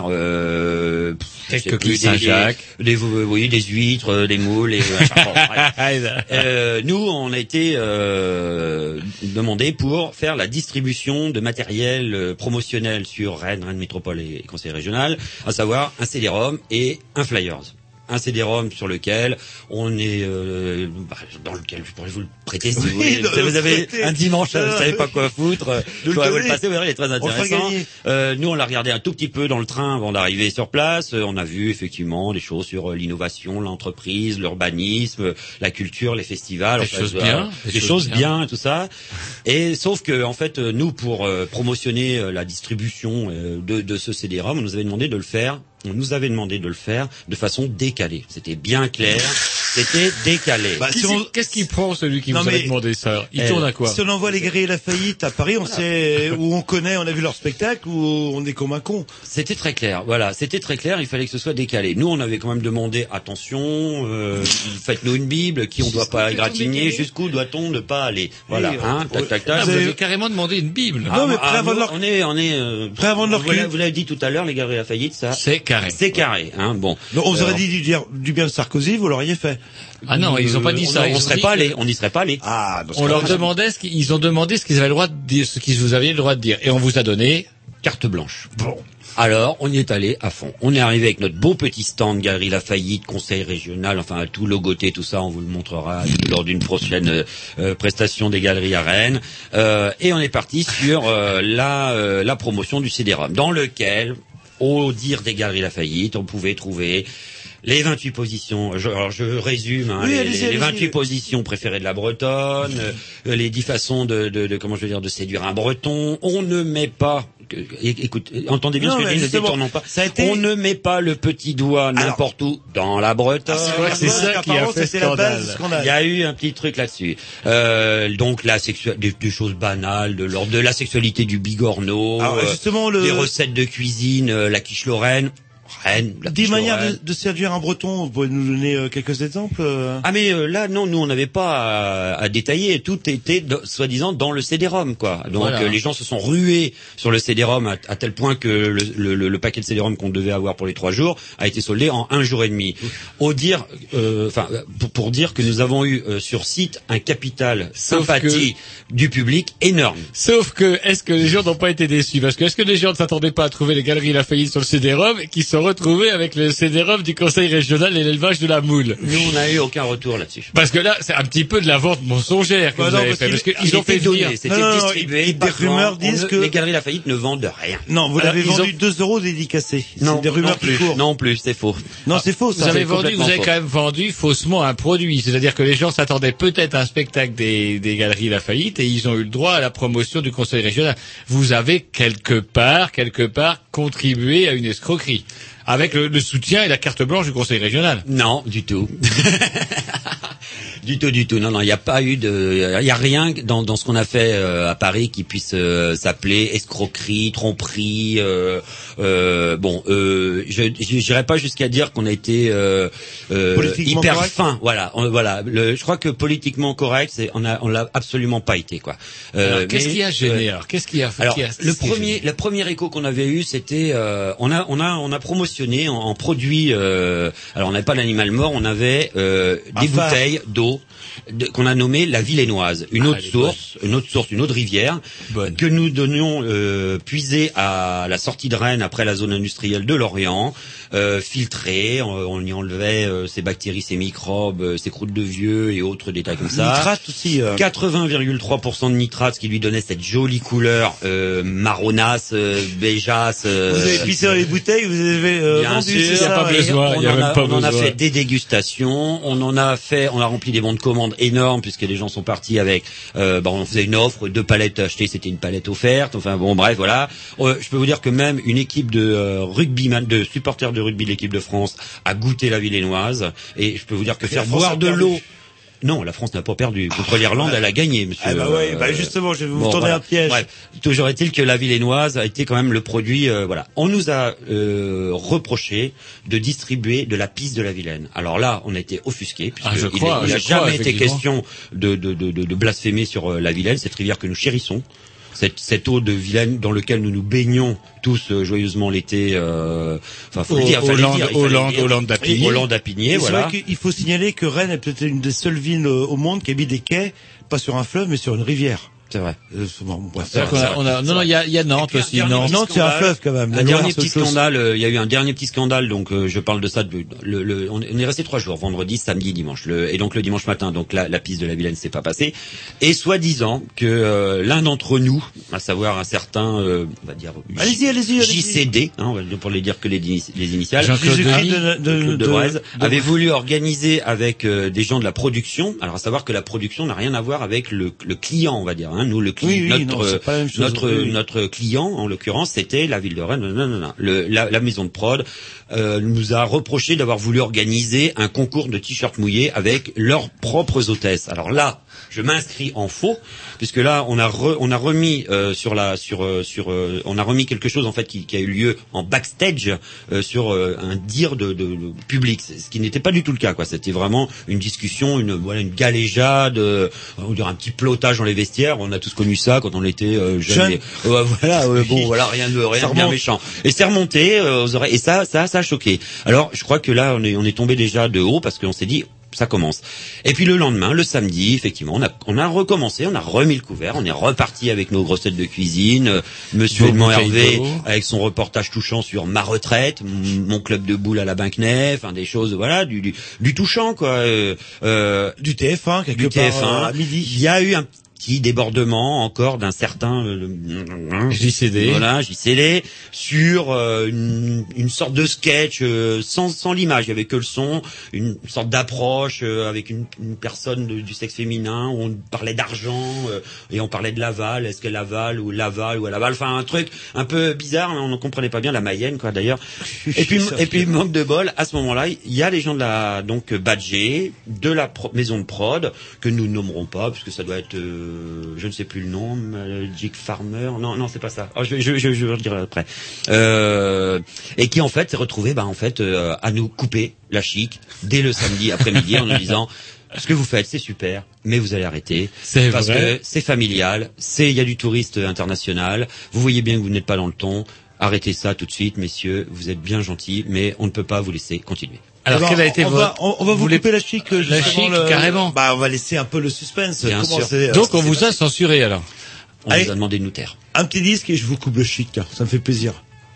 euh, pff, je sais Quelques plus, coquilles Saint-Jacques. des, des, des- oui, des huîtres, euh, des moules, et, euh, bon, bref. Euh, nous, on a été euh, demandé pour faire la distribution de matériel euh, promotionnel sur Rennes, Rennes Métropole et Conseil régional, à savoir un C D-ROM et un Flyers. un C D-ROM sur lequel on est euh, bah, dans lequel je pourrais vous le prêter si vous Oui, voulez. Vous avez prêter. un dimanche, vous savez pas quoi foutre, je pourrais vous le passer, vous verrez, il est très On le fera intéressant. gagner. Euh, nous, on l'a regardé un tout petit peu dans le train avant d'arriver sur place. Euh, on a vu effectivement des choses sur euh, l'innovation, l'entreprise, l'urbanisme, la culture, les festivals, Des enfin, choses voilà, bien, des, des choses choses bien. bien. tout ça. Et sauf que en fait, euh, nous, pour euh, promotionner euh, la distribution euh, de, de ce C D-ROM, on nous avait demandé de le faire. On nous avait demandé de le faire de façon décalée. C'était bien clair. C'était décalé. Bah, Qui si on- c'est- Qu'est-ce qu'il prend celui qui Non, vous avait mais- demandé ça? Il Elle- tourne à quoi? Si on envoie les Galeries Lafayette à Paris, on sait où on connaît, on a vu leur spectacle, ou on est comme un con. C'était très clair, voilà, c'était très clair, il fallait que ce soit décalé. Nous, on avait quand même demandé, attention, euh, faites-nous une Bible, qui on doit pas égratigner, jusqu'où doit-on ne pas aller. Voilà, Oui, hein, euh, tac, tac, tac. Ah, vous avez carrément demandé une Bible. Non, mais prêt avant de nous, leur- on est, on est, euh, Prêt avant de leur vous l'avez- cul. vous l'avez dit tout à l'heure, les Galeries Lafayette, ça. C'est carré. C'est carré, hein, bon. Donc, on vous aurait Alors, dit du, dire- du bien de Sarkozy, vous l'auriez fait. Ah non, ils ont pas dit on- ça. On, Ils ont serait dit pas que- allé, on n'y serait pas allé. Ah, dans ce On cas-là, leur demandait ce qu'ils ils ont demandé ce qu'ils avaient le droit de dire, ce qu'ils vous aviez le droit de dire. Et on vous a donné. Carte blanche. Bon. Alors, on y est allé à fond. On est arrivé avec notre beau petit stand Galerie Lafayette, conseil régional, enfin tout logoté, tout ça, on vous le montrera lors d'une prochaine euh, euh, prestation des galeries à Rennes. Euh, et on est parti sur euh, la, euh, la promotion du C D-ROM, dans lequel, au dire des Galeries Lafayette, on pouvait trouver les vingt-huit positions, je, alors je résume, hein, Oui, les, allez-y, les allez-y. vingt-huit positions préférées de la Bretonne, euh, les dix façons de, de, de, comment je veux dire, de séduire un Breton. On ne met pas, que- écoute, entendez bien Non, ce que je mais dis, ne justement, détournons pas. ça a été- On ne met pas le petit doigt n'importe où dans la Bretonne. Ah, c'est vrai que c'est ça qui a Apparemment, fait c'était la base scandale. du scandale. Il y a eu un petit truc là-dessus. Euh, donc la sexu- des, des choses banales, de l'ordre de la sexualité du bigorneau, Alors, euh, justement, le- des recettes de cuisine, euh, la quiche Lorraine. Rennes, la Des quiche manières Lorraine. de, de séduire un breton, vous pouvez nous donner euh, quelques exemples euh Ah mais euh, là non, nous on n'avait pas à, à détailler, tout était de- soi-disant dans le C D-ROM quoi. Donc Voilà. euh, les gens se sont rués sur le C D-ROM à, à tel point que le, le, le, le paquet de C D-ROM qu'on devait avoir pour les trois jours a été soldé en un jour et demi. Au dire, euh, enfin pour, pour dire que nous avons eu euh, sur site un capital Sauf sympathie du public énorme. Sauf que, est-ce que les gens n'ont pas été déçus? Parce que, est-ce que les gens ne s'attendaient pas à trouver les Galeries Lafayette sur le C D-ROM, et qui se sont retrouvés avec le C D-ROM du Conseil régional et l'élevage de la moule? Nous on n'a eu aucun retour là-dessus. Parce que là, c'est un petit peu de la vente mensongère que Bah vous non, avez parce fait. qu'il- Parce Il qu'ils ont était fait donné, venir. c'était Non, non, non, distribué. il- il- des pas rumeurs on disent ne- que- les Galeries Lafayette ne vendent rien. Non, vous Alors, l'avez ils vendu ont- deux euros dédicacé. Non, C'est des rumeurs non plus, qui courent. non plus, c'est faux. Non, c'est faux, ça. Vous avez c'est vendu, vous complètement avez faux. quand même vendu faussement un produit. C'est-à-dire que les gens s'attendaient peut-être à un spectacle des, des Galeries Lafayette et ils ont eu le droit à la promotion du Conseil régional. Vous avez quelque part, quelque part, contribué à une escroquerie. Avec le, le soutien et la carte blanche du Conseil régional. Non, du tout. Du tout, du tout. Non, non, il n'y a pas eu de, il y a rien dans, dans ce qu'on a fait euh, à Paris qui puisse euh, s'appeler escroquerie, tromperie. Euh, euh, bon, euh, je n'irai pas jusqu'à dire qu'on a été euh, euh, Politiquement hyper correct. fin. Voilà, on- voilà. Le, je crois que politiquement correct, c'est, on a, on l'a absolument pas été, quoi. Euh, Alors, qu'est-ce mais, qui a gêné? euh, Alors, qu'est-ce qui a fait? alors, qui a- le qu'est-ce qui a premier, gêné le premier écho qu'on avait eu, c'était, euh, on a, on a, on a promotionné en, en produit. Euh, alors, on n'avait pas l'animal mort, on avait euh, des Un phare. bouteilles d'eau de- qu'on a nommée la Villénoise, une Ah, autre elle est source, une autre source, une autre rivière Bonne. que nous donnions euh, puiser à la sortie de Rennes après la zone industrielle de Lorient, euh, filtrée, on, on y enlevait euh, ces bactéries, ces microbes, euh, ces croûtes de vieux et autres détails comme ça. Nitrate aussi. euh. quatre-vingts virgule trois pour cent de nitrate, ce qui lui donnait cette jolie couleur euh, marronasse, euh, beigeasse. euh, Vous avez pissé dans les bouteilles, vous avez euh, Bien vendu, sûr, c'est y a ça, pas ouais. besoin. Et il y a on, en même a, pas on en a besoin. fait des dégustations, on en a fait, on a rempli des bons de commande énormes puisque les gens sont partis avec, euh, bon, on faisait une offre, deux palettes achetées, c'était une palette offerte. Enfin bon, bref, voilà. Euh, je peux vous dire que même une équipe de euh, rugbyman, de supporters de rugby de l'équipe de France a goûté la Villénoise et je peux vous dire que Et faire la France boire a de perdu. l'eau. Non, la France n'a pas perdu. Contre l'Irlande, elle a gagné, monsieur. Ah bah ouais, Euh, bah justement, je vais vous bon, tourner voilà. un piège. Bref, toujours est-il que la Villénoise a été quand même le produit. Euh, voilà, on nous a euh, reproché de distribuer de la pisse de la Vilaine. Alors là, on a été offusqués puisque Ah, je il crois, n'a je crois, jamais été effectivement. question de, de, de, de, de blasphémer sur euh, la Vilaine, cette rivière que nous chérissons. Cette, cette eau de Vilaine dans laquelle nous nous baignons tous euh, joyeusement l'été. Euh, enfin, faut le Au- dire, fallait le Hollande- dire, il fallait le Hollande- dire. Hollande d'Apigné. Hollande d'Apigné, Et voilà. c'est vrai qu'il faut signaler que Rennes est peut-être une des seules villes euh, au monde qui habite des quais, pas sur un fleuve, mais sur une rivière. C'est vrai. Euh, bon, bref, C'est vrai qu'on a- on a- non, non, il y a, il y a Nantes aussi. Nantes. Nantes, c'est un fleuve quand même. Un dernier petit scandale. euh, Il y a eu un dernier petit scandale. Donc, euh, je parle de ça. De, le, le, on est resté trois jours, vendredi, samedi, dimanche. Le, et donc le dimanche matin, donc la, la piste de la Vilaine s'est pas passée. Et soi-disant que euh, l'un d'entre nous, à savoir un certain, euh, on va dire, Allez-y, allez-y, allez-y. J C D, hein, on va dire pour les dire que les, les initiales, Jean-Claude Jésus-Christ Denis. de, de, Claude de, de Braise, de- avait voulu organiser avec euh, des gens de la production. Alors à savoir que la production n'a rien à voir avec le, le client, on va dire. Hein. Nous, le client, Oui, oui, non, notre c'est pas la même chose. notre Oui, oui. notre client, en l'occurrence, c'était la ville de Rennes. Non, non, non. Le, la, la maison de prod euh, nous a reproché d'avoir voulu organiser un concours de t-shirts mouillés avec leurs propres hôtesses. Alors là, je m'inscris en faux, puisque là, on a re, on a remis euh, sur la sur euh, sur euh, on a remis quelque chose en fait qui, qui a eu lieu en backstage euh, sur euh, un dire de, de, de public, ce qui n'était pas du tout le cas, quoi. C'était vraiment une discussion, une voilà, une galéjade, euh, on va dire un petit plotage dans les vestiaires. On a tous connu ça quand on était euh, jeunes. Jeune. Et, euh, voilà, euh, bon, voilà, rien de rien Ça de bien remonte. méchant. Et c'est remonté euh, aux oreilles. Et ça, ça, ça a choqué. Alors, je crois que là, on est on est tombé déjà de haut parce qu'on s'est dit. Ça commence. Et puis le lendemain, le samedi, effectivement, on a, on a recommencé, on a remis le couvert, on est reparti avec nos grossettes de cuisine, euh, Monsieur Bon Edmond bouteille Hervé d'eau. avec son reportage touchant sur ma retraite, m- mon club de boules à la Binquenay, enfin des choses, voilà, du, du, du touchant, quoi. Euh, euh, du T F un, quelque du part, T F un. euh, à midi. Il y a eu un petit débordement encore d'un certain euh, J C D. Voilà, J C D sur euh, une, une sorte de sketch euh, sans, sans l'image, il y avait que le son, une sorte d'approche euh, avec une, une personne de- du sexe féminin où on parlait d'argent euh, et on parlait de l'aval, est-ce qu'elle avale ou l'aval ou elle avale, enfin un truc un peu bizarre, mais on ne comprenait pas bien la Mayenne, quoi, d'ailleurs. Et puis et puis manque de bol, à ce moment-là, il y a les gens de la donc badgés de la pro- maison de prod que nous nommerons pas puisque ça doit être euh, je ne sais plus le nom, Magic Farmer, non non c'est pas ça. Oh, je, je, je, je vais le dire après. Euh, et qui en fait s'est retrouvé bah en fait euh, à nous couper la chic dès le samedi après-midi en nous disant ce que vous faites c'est super, mais vous allez arrêter C'est parce vrai. que c'est familial, c'est il y a du touriste international, vous voyez bien que vous n'êtes pas dans le ton. Arrêtez ça tout de suite, messieurs. Vous êtes bien gentils, mais on ne peut pas vous laisser continuer. Alors, Eh ben, quel a été on, votre... va, on, on va vous voulez- couper la chic, euh, La justement, chic, le- carrément. Bah, on va laisser un peu le suspense. Bien Comment sûr. c'est- euh, Donc, ce on qui vous s'est a passé. censuré, alors. On Allez. nous a demandé de nous taire. Un petit disque et je vous coupe le chic. Ça me fait plaisir.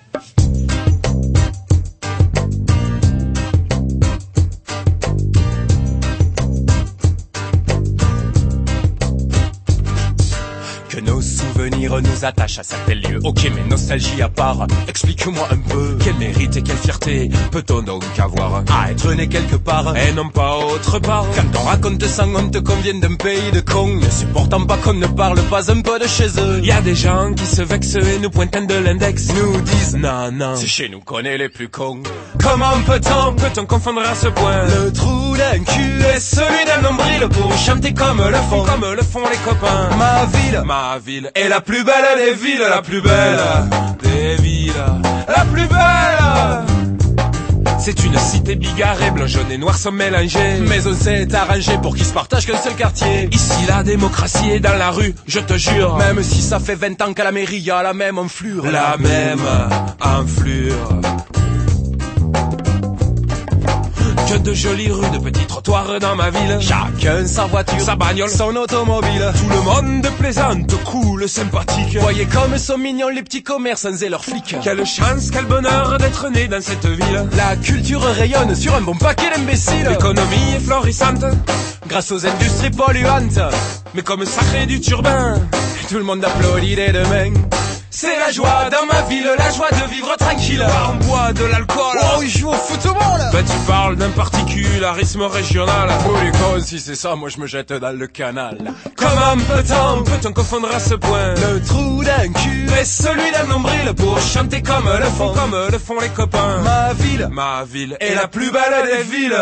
Que nos souvenirs nous attachent à certains lieux. Ok, mais nostalgie à part, explique-moi un peu. Quel mérite et quelle fierté peut-on donc avoir à être né quelque part et non pas autre part? Quand on raconte sans honte qu'on vient d'un pays de cons, ne supportant pas qu'on ne parle pas un peu de chez eux. Y a des gens qui se vexent et nous pointent de l'index, nous disent non, non, c'est chez nous qu'on est les plus cons. Comment peut-on, peut-on confondre à ce point le trou d'un cul et celui d'un nombril pour chanter comme le font, comme le font les copains? Ma ville, ma ville est la plus belle des villes, la plus belle des villes, la plus belle. C'est une cité bigarrée, blanc, jaune et noir sont mélangés. Mais on s'est arrangé pour qu'ils se partagent qu'un seul quartier. Ici la démocratie est dans la rue, je te jure. Même si ça fait vingt ans qu'à la mairie y a la même enflure. La même enflure. Que de jolies rues, de petits trottoirs dans ma ville. Chacun sa voiture, sa bagnole, son automobile. Tout le monde plaisante, cool, sympathique. Voyez comme sont mignons les petits commerçants et leurs flics. Quelle chance, quel bonheur d'être né dans cette ville. La culture rayonne sur un bon paquet d'imbéciles. L'économie est florissante grâce aux industries polluantes. Mais comme ça crée du turbin, tout le monde applaudit dès demain. C'est la joie dans ma ville, la joie de vivre tranquille. On boit de l'alcool. Oh, il joue au football. Bah tu parles d'un particularisme régional. Pour les causes, si c'est ça, moi je me jette dans le canal. Comment peut-on, peut-on confondre à ce point le trou d'un cul et celui d'un nombril pour chanter comme le font, comme le font les copains? Ma ville, ma ville est la plus belle des villes.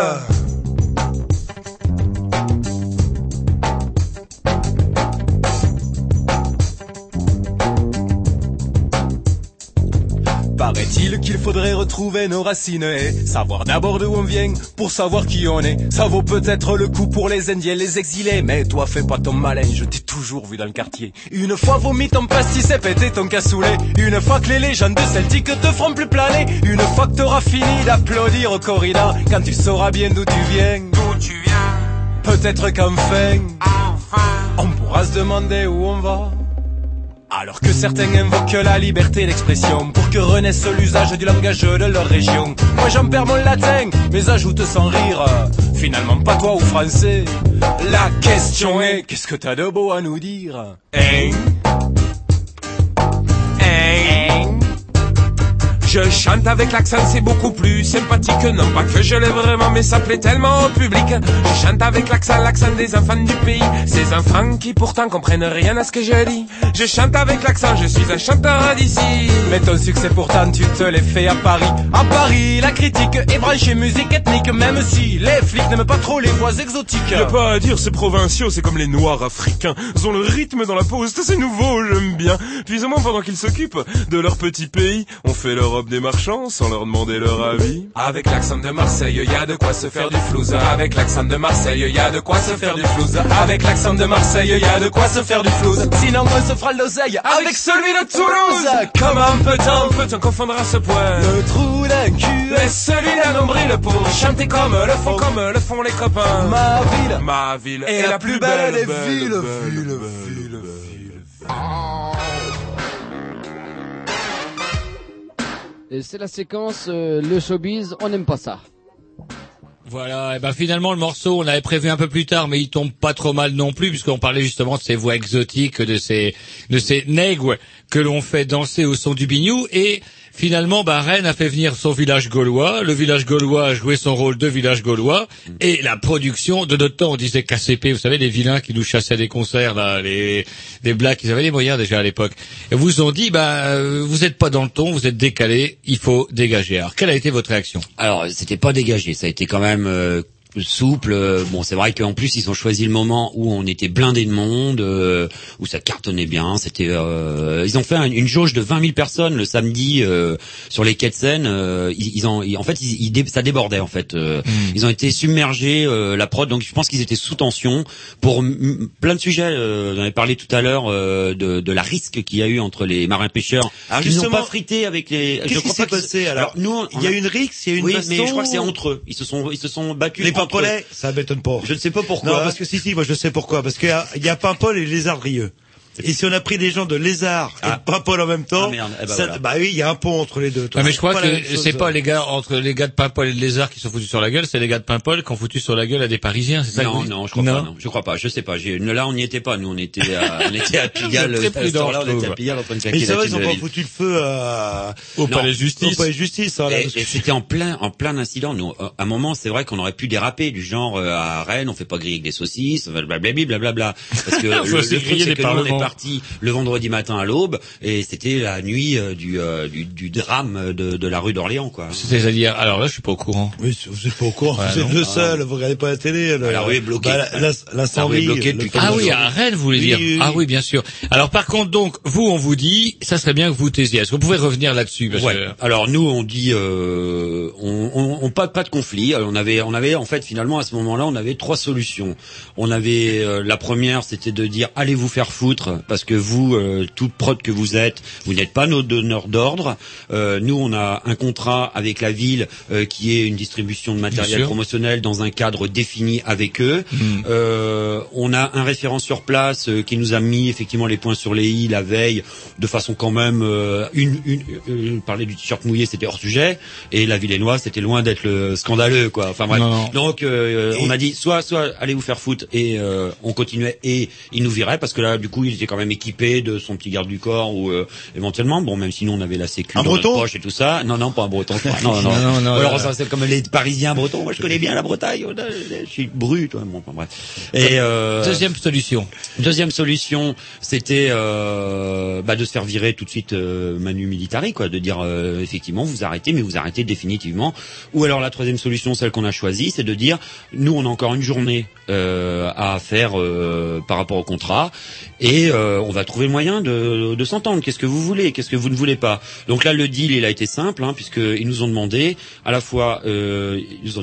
Paraît-il qu'il faudrait retrouver nos racines et savoir d'abord d'où on vient pour savoir qui on est. Ça vaut peut-être le coup pour les Indiens, les exilés, mais toi fais pas ton malin, je t'ai toujours vu dans le quartier. Une fois vomi ton pastis et pété ton cassoulet. Une fois que les légendes celtiques te feront plus planer. Une fois que t'auras fini d'applaudir au corridor. Quand tu sauras bien d'où tu viens. D'où tu viens. Peut-être qu'enfin, enfin On pourra se demander où on va, alors que certains invoquent la liberté d'expression pour que renaisse l'usage du langage de leur région. Moi j'en perds mon latin, mais ajoute sans rire, finalement pas toi ou français. La question est, qu'est-ce que t'as de beau à nous dire? Hein? Hein? Je chante avec l'accent, c'est beaucoup plus sympathique. Non pas que je l'ai vraiment, mais ça plaît tellement au public. Je chante avec l'accent, l'accent des enfants du pays. Ces enfants qui pourtant comprennent rien à ce que je dis. Je chante avec l'accent, je suis un chanteur d'ici. Mais ton succès pourtant tu te l'es fait à Paris. À Paris, la critique est branchée musique ethnique. Même si les flics n'aiment pas trop les voix exotiques. Y'a pas à dire, ces provinciaux, c'est comme les noirs africains. Ils ont le rythme dans la peau, c'est nouveau, j'aime bien. Puis au moins pendant qu'ils s'occupent de leur petit pays, on fait l'Europe des marchands sans leur demander leur avis. Avec l'accent de Marseille, y a de quoi se faire du flouze. Avec l'accent de Marseille, y a de quoi se faire du flouze. Avec l'accent de Marseille, y a de quoi se faire du flouze. Sinon on se fera l'oseille avec celui de Toulouse. Comment peut-on, peut-on confondre à ce point le trou d'un cul et celui d'un nombril pour chanter comme le font, comme le font les copains. Ma ville, ma ville est la plus belle des villes, ville, ville, ville. Et c'est la séquence euh, le showbiz, on n'aime pas ça. Voilà, et ben finalement le morceau, on avait prévu un peu plus tard, mais il tombe pas trop mal non plus, puisqu'on parlait justement de ces voix exotiques, de ces de ces nègres que l'on fait danser au son du biniou, et finalement, bah, Rennes a fait venir son village gaulois, le village gaulois a joué son rôle de village gaulois, et la production, de notre temps, on disait K C P, vous savez, les vilains qui nous chassaient des concerts, là, les, des blacks, ils avaient les moyens déjà à l'époque, et vous ont dit, bah, vous êtes pas dans le ton, vous êtes décalé, il faut dégager. Alors, quelle a été votre réaction? Alors, c'était pas dégagé, ça a été quand même, euh, souple. Bon, c'est vrai qu'en plus ils ont choisi le moment où on était blindé de monde, euh, où ça cartonnait bien. C'était, euh, ils ont fait un, une jauge de vingt mille personnes le samedi euh, sur les quais de Seine. Euh, ils, ils ont, ils, en fait, ils, ils, ça débordait en fait. Euh, mmh. Ils ont été submergés, euh, la prod. Donc je pense qu'ils étaient sous tension pour m- plein de sujets. Euh, on avait parlé tout à l'heure euh, de, de la risque qu'il y a eu entre les marins pêcheurs. Alors ils n'ont pas frité avec les. Qu'est-ce je qui crois s'est pas passé alors, alors nous, il y a eu une rixe, il y a eu une oui, baston. mais je crois que c'est entre eux. Ils se sont, ils se sont battus. Les Pampolais, ça m'étonne pas. Je ne sais pas pourquoi. Non, parce que si, si, moi je sais pourquoi. Parce qu'il y a, il y a Paimpol et Lézardrieux. Et si on a pris des gens de Lézard et ah. de Paimpol en même temps, ah, merde. Eh ben ça, voilà. bah oui, il y a un pont entre les deux. Ouais, mais je crois que c'est pas les gars entre les gars de Paimpol et de Lézard qui sont foutus sur la gueule, c'est les gars de Paimpol qui ont foutu sur la gueule à des Parisiens, c'est ça? Non, que non, je crois non. pas, non. Je crois pas, je sais pas. J'ai, là, on n'y était pas. Nous, on était à, on était à Pigalle. Très prudent, là, on était à Pigalle en train de claquer mais ça la va, thune ils ont de la pas ville. foutu le feu à... au palais de justice. Au palais de justice, hein, là, Et, et c'était en plein, en plein incident. Nous, à un moment, c'est vrai qu'on aurait pu déraper du genre euh, à Rennes, on fait pas griller avec des saucisses, blablabla, blablabla. Parce que le, le truc, c'est que nous, on est parti le vendredi matin à l'aube, et c'était la nuit euh, du, euh, du, du drame de, de la rue d'Orléans, quoi. C'est-à-dire, alors là, je suis pas au courant. Oui, vous êtes pas au courant. Ouais, vous êtes non. le seul, vous regardez pas la télé. Le... Ah, la rue est bloquée. Bah, la, la, l'incendie. La rue est bloquée le... depuis Ah oui, à Rennes, vous voulez oui, dire. oui, oui. Ah oui, bien sûr. Alors par contre, donc, vous, on vous dit, ça serait bien que vous taisiez. Est-ce que vous pouvez revenir là-dessus? Parce Ouais. que... Alors nous, on dit, euh, on, on, on pas, pas de conflit. Alors, on avait, on avait en fait finalement à ce moment-là, on avait trois solutions. On avait euh, la première, c'était de dire allez vous faire foutre parce que vous, euh, toute prod que vous êtes, vous n'êtes pas nos donneurs d'ordre. Euh, nous, on a un contrat avec la ville euh, qui est une distribution de matériel promotionnel dans un cadre défini avec eux. Mmh. Euh, on a un référent sur place euh, qui nous a mis effectivement les points sur les i la veille de façon quand même euh, une, une euh, parler du t-shirt mouillé, c'était hors sujet, et la Villennoise, c'était loin d'être le scandaleux, quoi. Enfin bref. Non, non. Donc euh, on a dit soit soit allez vous faire foutre, et euh, on continuait, et il nous virait parce que là du coup il était quand même équipé de son petit garde du corps ou euh, éventuellement, bon même si nous on avait la sécu un dans breton notre poche et tout ça. Non non, pas un breton. Non non. non, non, Alors euh... ça c'est comme les Parisiens bretons. Moi je connais bien la Bretagne. Je suis brut, toi. Bon, enfin, bref. Et euh, deuxième solution. Deuxième solution, c'était euh, bah, de se faire virer tout de suite euh, manu militari, quoi, de dire euh, effectivement vous arrêtez, mais vous arrêtez définitivement. Ou alors la troisième solution, celle qu'on a choisie, c'est de dire nous on a encore une journée euh, à faire euh, par rapport au contrat, et euh, on va trouver le moyen de, de s'entendre. Qu'est-ce que vous voulez, qu'est-ce que vous ne voulez pas. Donc là le deal il a été simple, hein, puisque ils nous ont demandé à la fois, euh, ils nous ont dit ben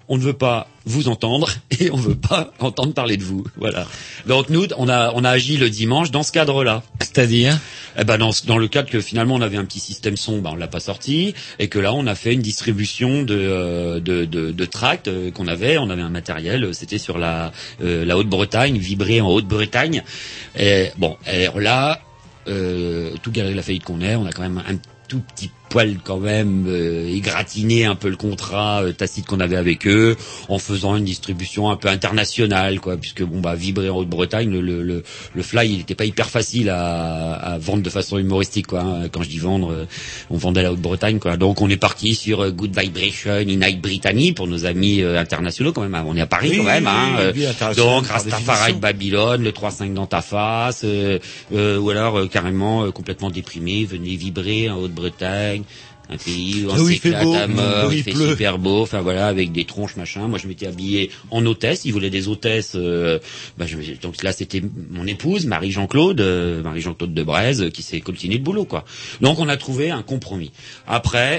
on ne veut pas vous entendre et on veut pas entendre parler de vous. Voilà. Donc nous, on a on a agi le dimanche dans ce cadre-là. C'est-à-dire, eh ben dans dans le cadre que finalement on avait un petit système son, ben on l'a pas sorti, et que là on a fait une distribution de euh, de de, de tracts euh, qu'on avait. On avait un matériel, c'était sur la euh, la Haute-Bretagne, vibré en Haute-Bretagne. Et bon, et là, euh, tout Galerie Lafayette qu'on est, on a quand même un tout petit poil quand même euh, égratigner un peu le contrat euh, tacite qu'on avait avec eux en faisant une distribution un peu internationale, quoi, puisque bon bah vibrer en Haute-Bretagne, le le le, le fly il était pas hyper facile à, à vendre de façon humoristique, quoi, hein. Quand je dis vendre, euh, on vendait la Haute-Bretagne, quoi. Donc on est parti sur euh, Good Vibration in High Britannie pour nos amis euh, internationaux quand même. On est à Paris, oui, quand même, hein. Oui, oui, euh, donc Rastafari de Babylone, le trois cinq dans ta face, euh, euh, ou alors euh, carrément euh, complètement déprimé, venez vibrer en Haute-Bretagne. Un pays où on s'éclate à mort, il fait super beau, enfin voilà, avec des tronches machin. Moi je m'étais habillé en hôtesse, ils voulaient des hôtesses, euh, bah, je, donc là c'était mon épouse, Marie-Jean-Claude, euh, Marie-Jean-Claude de Braise, qui s'est coltinée de boulot, quoi. Donc on a trouvé un compromis. Après,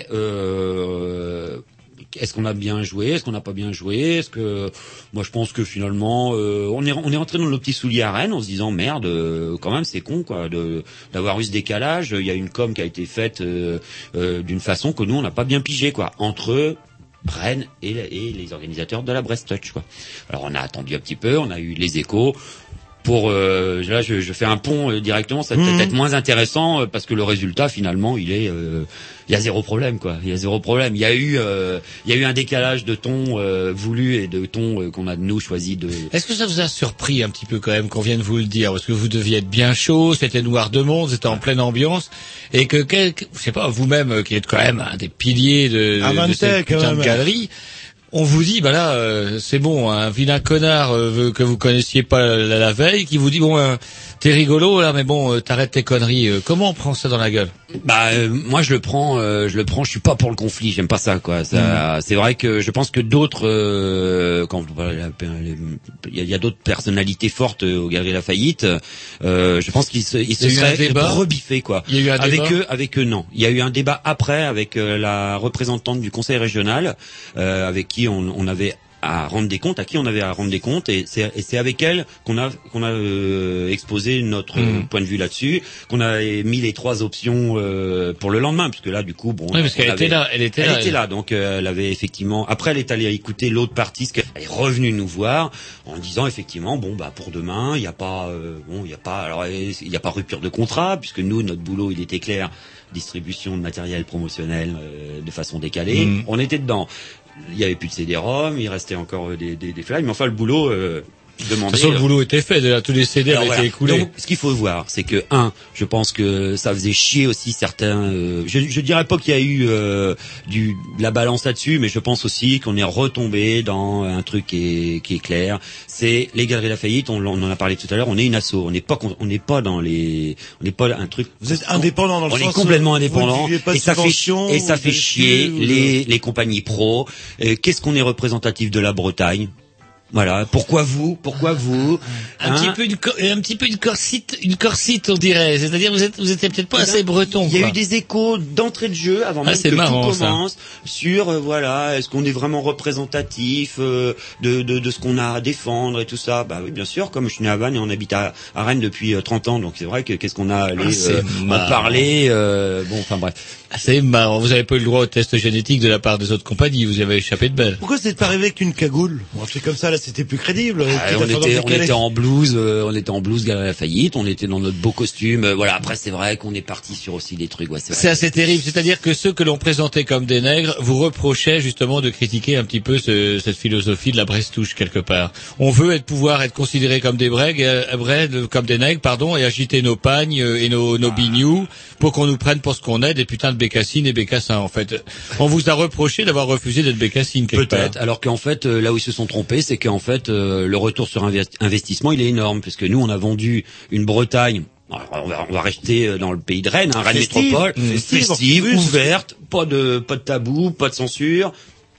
euh, est-ce qu'on a bien joué, est-ce qu'on n'a pas bien joué, est-ce que moi je pense que finalement euh, on est on est rentré dans nos petits souliers à Rennes en se disant merde, euh, quand même c'est con, quoi, de d'avoir eu ce décalage. Il y a une com qui a été faite euh, euh, d'une façon que nous on n'a pas bien pigé, quoi, entre Rennes et, et les organisateurs de la Brest Touch, quoi. Alors on a attendu un petit peu, on a eu les échos. Pour euh, là, je, je fais un pont euh, directement, ça peut mmh. être moins intéressant euh, parce que le résultat finalement, il est, euh, il y a zéro problème, quoi. Il y a zéro problème. Il y a eu, euh, il y a eu un décalage de ton euh, voulu et de ton euh, qu'on a de nous choisi de. Est-ce que ça vous a surpris un petit peu quand même qu'on vienne vous le dire, parce que vous deviez être bien chaud, c'était noir de monde, c'était en pleine ambiance, et que quelque, je sais pas, vous-même euh, qui êtes quand même un des piliers de, de, de cette putain de galerie. On vous dit, bah là, euh, c'est bon, un vilain connard euh, que vous connaissiez pas la, la veille, qui vous dit, bon, euh, t'es rigolo là, mais bon, euh, t'arrêtes tes conneries. Euh, comment on prend ça dans la gueule? Bah, euh, moi, je le prends, euh, je le prends. Je suis pas pour le conflit. J'aime pas ça, quoi. Ça, mmh. C'est vrai que je pense que d'autres, euh, quand il y a, y a d'autres personnalités fortes euh, aux Galeries Lafayette, euh, je pense qu'ils se, ils se seraient rebiffés, quoi. Il y a eu un avec débat. eux, avec eux, non. Il y a eu un débat après avec euh, la représentante du conseil régional, euh, avec qui on, on avait à rendre des comptes, à qui on avait à rendre des comptes, et c'est, et c'est avec elle qu'on a qu'on a euh, exposé notre mmh. point de vue là-dessus, qu'on a mis les trois options euh, pour le lendemain, puisque là du coup bon, oui, parce qu'elle avait, était là, elle était elle là, était elle... là, donc euh, elle avait effectivement. Après, elle est allée écouter l'autre partie, elle est revenue nous voir en disant effectivement bon bah pour demain il y a pas euh, bon il y a pas alors il y a pas rupture de contrat, puisque nous notre boulot il était clair, distribution de matériel promotionnel euh, de façon décalée, mmh. on était dedans. Il y avait plus de C D-ROM, il restait encore des, des, des flyers, mais enfin le boulot euh, demandé. De toute façon, le boulot était fait, déjà tous les C D avaient voilà. été écoulés. Donc, ce qu'il faut voir, c'est que un, je pense que ça faisait chier aussi certains. Euh, je, je dirais pas qu'il y a eu euh, du de la balance là-dessus, mais je pense aussi qu'on est retombé dans un truc qui est, qui est clair. C'est les Galeries Lafayette. On, on en a parlé tout à l'heure. On est une asso. On n'est pas, on n'est pas dans les, on n'est pas un truc. Vous êtes indépendant dans le on sens. On est complètement indépendant. Et ça fait et ça fait chier les les compagnies pro. Euh, qu'est-ce qu'on est représentatif de la Bretagne? Voilà. Pourquoi vous? Pourquoi vous? Un hein petit peu une, un petit peu une corsite, une corsite, on dirait. C'est-à-dire, vous êtes, vous étiez peut-être pas assez breton. Il y a eu des échos d'entrée de jeu avant ah, même que marrant, tout commence ça. Sur, euh, voilà, est-ce qu'on est vraiment représentatif euh, de, de, de ce qu'on a à défendre et tout ça? Bah oui, bien sûr. Comme je suis né à Vannes et on habite à, à Rennes depuis euh, trente ans, donc c'est vrai que qu'est-ce qu'on a à aller euh, en parler. Euh, bon, enfin bref. C'est marrant. Vous avez pas eu le droit au test génétique de la part des autres compagnies. Vous avez échappé de belle. Pourquoi c'est pas arrivé avec une cagoule? Un truc comme ça, là, c'était plus crédible. Ah, on, était, on était en blouse, euh, on était en blouse Galerie Lafayette, on était dans notre beau costume. Euh, voilà. Après, c'est vrai qu'on est parti sur aussi des trucs. Ouais, c'est c'est assez terrible. C'est-à-dire que ceux que l'on présentait comme des nègres vous reprochaient justement de critiquer un petit peu ce, cette philosophie de la Brestouche quelque part. On veut être pouvoir être considéré comme des brègues, euh, comme des nègres, pardon, et agiter nos pagnes et nos, nos bignous pour qu'on nous prenne pour ce qu'on est, des putains de bécassines et bécassins. En fait, on vous a reproché d'avoir refusé d'être bécassine quelque part. Peut-être. Alors qu'en fait, euh, là où ils se sont trompés, c'est qu'en fait, euh, le retour sur investissement, il est énorme, puisque nous, on a vendu une Bretagne. Alors, on va, on va rester dans le pays de Rennes, hein, Rennes festive, Métropole, festive, festive, ouverte, pas de, pas de tabou, pas de censure.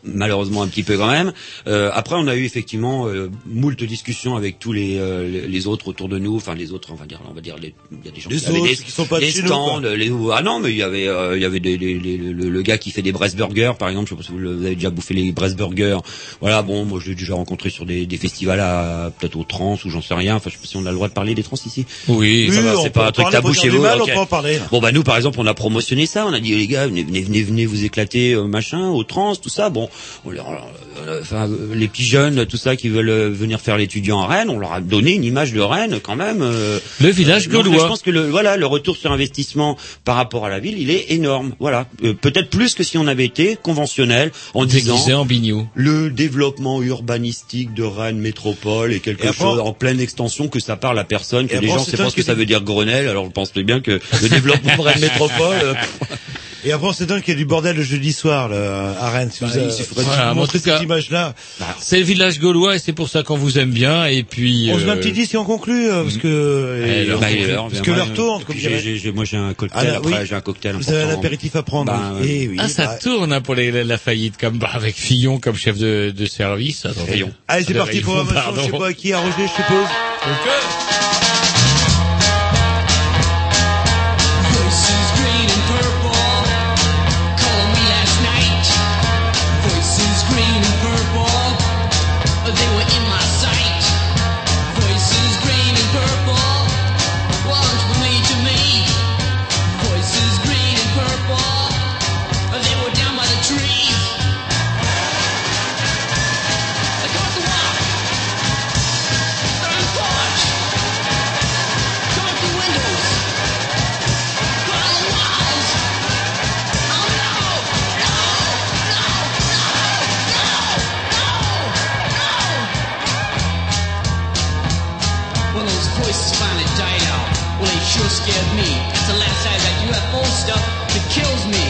malheureusement un petit peu quand même. Euh, après, on a eu effectivement euh, moult discussions avec tous les euh, les autres autour de nous, enfin les autres, on va dire, on va dire, les, il y a des gens les qui avaient autres des, qui sont pas des chez stands, nous, les, ah non, mais il y avait euh, il y avait des, les, les, le, le gars qui fait des Brest Burgers, par exemple, je sais pas si vous, vous avez déjà bouffé les Brest Burgers. Voilà, bon, moi je l'ai déjà rencontré sur des, des festivals à peut-être au Trans ou j'en sais rien. Enfin, je sais pas si on a le droit de parler des Trans ici. Oui, ça oui, va, on c'est peut pas en un truc parler, tabou pour chez dire du vous. mal, Ok. on peut en parler. Bon bah nous par exemple on a promotionné ça, on a dit les gars venez venez venez, venez vous éclater euh, machin au Trans tout ça. Bon, on leur, euh, enfin euh, les petits jeunes tout ça qui veulent euh, venir faire l'étudiant à Rennes, on leur a donné une image de Rennes quand même. Euh, le village euh, donc, gaulois. Je pense que le voilà le retour sur investissement par rapport à la ville, il est énorme. Voilà, euh, peut-être plus que si on avait été conventionnel en disant déguisé en bignou. Le développement urbanistique de Rennes métropole est quelque Et après, chose en pleine extension que ça parle à personne, que et les après, gens c'est savent pas toi ce que qui ça dis- veut dire Grenelle. Alors je pense bien que le développement de Rennes métropole. euh, Et après, on s'étonne qu'il y a du bordel le jeudi soir, là, à Rennes. Si Bah, vous, il euh, suffit- Voilà, vous en montrez tout cas, cette image-là. c'est le village gaulois et c'est pour ça qu'on vous aime bien. Et puis, On se met un euh, petit dix si on conclut, euh, parce que, Eh, et- l'heure bah, il est l'heure, parce bien, que moi, leur tourne, comme j'ai- dirait. j'ai- j'ai- moi j'ai un cocktail Ah, là, après, oui. j'ai un cocktail Vous avez un important. apéritif à prendre. Bah, oui. Eh oui. ah, ça bah, tourne hein, pour les, la, la faillite, comme bah, avec Fillon comme chef de, de service. Attendez. Rayon. Allez, c'est De parti Rayon, pour la motion, pardon. je sais pas à qui, à Roger, je suppose. Voices green and purple, calling me last night. Voices green and purple, they were in my sight. Voices green and purple, weren't familiar to me. Voices green and purple, they were down by the trees. Across the walk, on the porch, across the windows. When those voices finally died out, well, they sure scared me. That's the last side of that U F O stuff that kills me.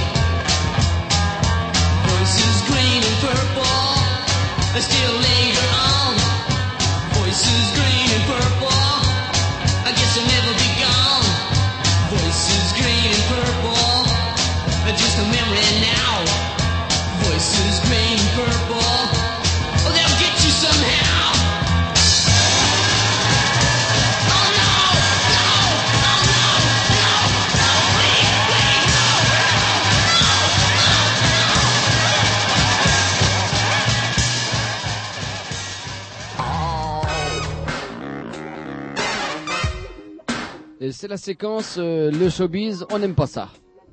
Voices green and purple, they still linger on. Voices green and purple, I guess they'll never be gone. Voices green and purple, are just a memory now. Voices green and purple, oh, they'll get you somehow. Et c'est la séquence euh, le showbiz, on n'aime pas ça.